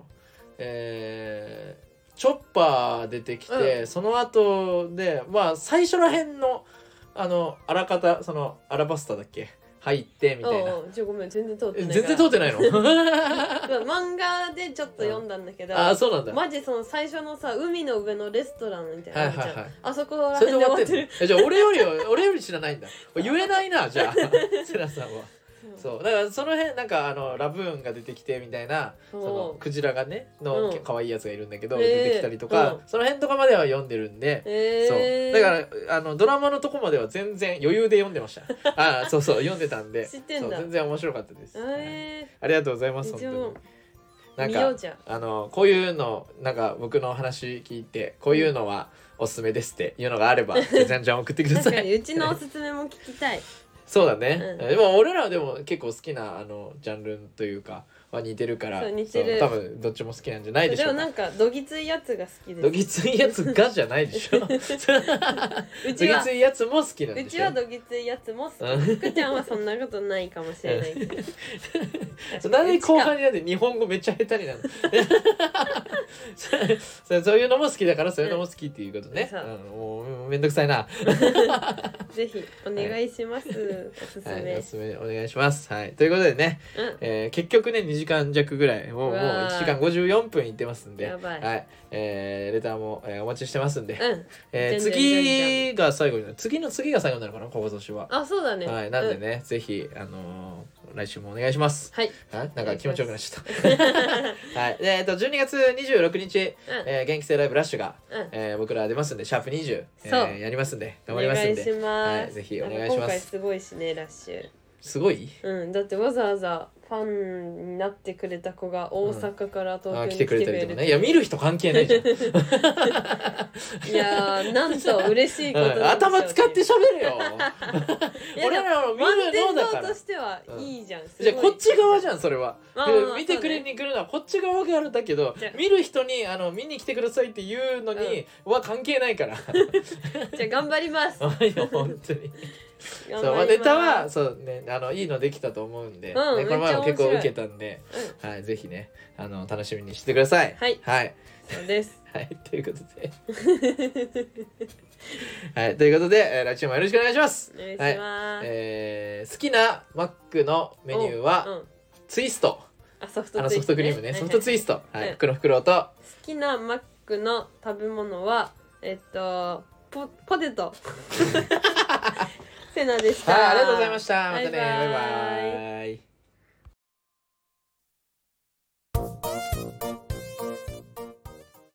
チョッパー出てきて、その後で最初らへんのあらかたアラバスタだっけ入ってみたいな。 ごめん全然通ってない。 全然通ってないの漫画でちょっと読んだんだけど、 そうなんだ。 マジ最初の海の上のレストランみたいなあそこら辺で終わってる。 じゃあ俺より知らないんだ。言えないなじゃあセラさんは。そうだからその辺なんかラブーンが出てきてみたいなクジラがねの可愛いやつがいるんだけど出てきたりとか、その辺とかまでは読んでるんで、そうだからドラマのとこまでは全然余裕で読んでました。そう読んでたんで全然面白かったです。ありがとうございます本当に。なんかこういうのなんか僕の話聞いてこういうのはおすすめですっていうのがあればじゃんじゃん送ってください。 うちのおすすめも聞きたい。 そうだね、でも俺らはでも結構好きなジャンルというかは似てるから、 似てる。 多分どっちも好きなんじゃないでしょうか。 でもなんかどぎついやつが好きです。 どぎついやつがじゃないでしょどぎついやつも好きなんでしょ。 うちはどぎついやつも好き。福ちゃんはそんなことないかもしれないけどなんで後半になって日本語めっちゃ下手になるそういうのも好きだからそういうのも好きっていうことね。もうめんどくさいなぜひお願いします、おすすめ、 おすすめお願いします。ということでね、結局ね2時間弱ぐらいもう1時間54分いってますんで、レターも、お待ちしてますんで、次が最後になる。次が最後になるかな今年は。 そうだね。 なんでね、ぜひ来週もお願いします。なんか気持ちよくなっちゃった12月26日、元気性ライブラッシュが、僕ら出ますんでシャープ20、やりますんで頑張りますんで、ぜひお願いします。 今回すごいしねラッシュ。 すごい？ だってわざわざファンになってくれた子が大阪から東京に来てくれる、 来てくれたりとかね。いや見る人関係ないじゃんいやなんと嬉しいことなんでしょうね。 頭使って喋るよ俺らの見るのだから。 としてはいいじゃん。 じゃあこっち側じゃんそれは。見てくれに来るのはこっち側があるんだけど、見る人に見に来てくださいって言うのには関係ないからじゃあ頑張ります本当にネタはそうねいいのできたと思うんで、この前も結構受けたんで、ぜひね楽しみにしてください。 そうですということでということで来週もよろしくお願いします。 お願いします。 好きなマックのメニューはツイスト。ソフトクリームね。ソフトツイスト。黒袋と。 好きなマックの食べ物はポテトセナでした。 ありがとうございました。またね。バイバイ。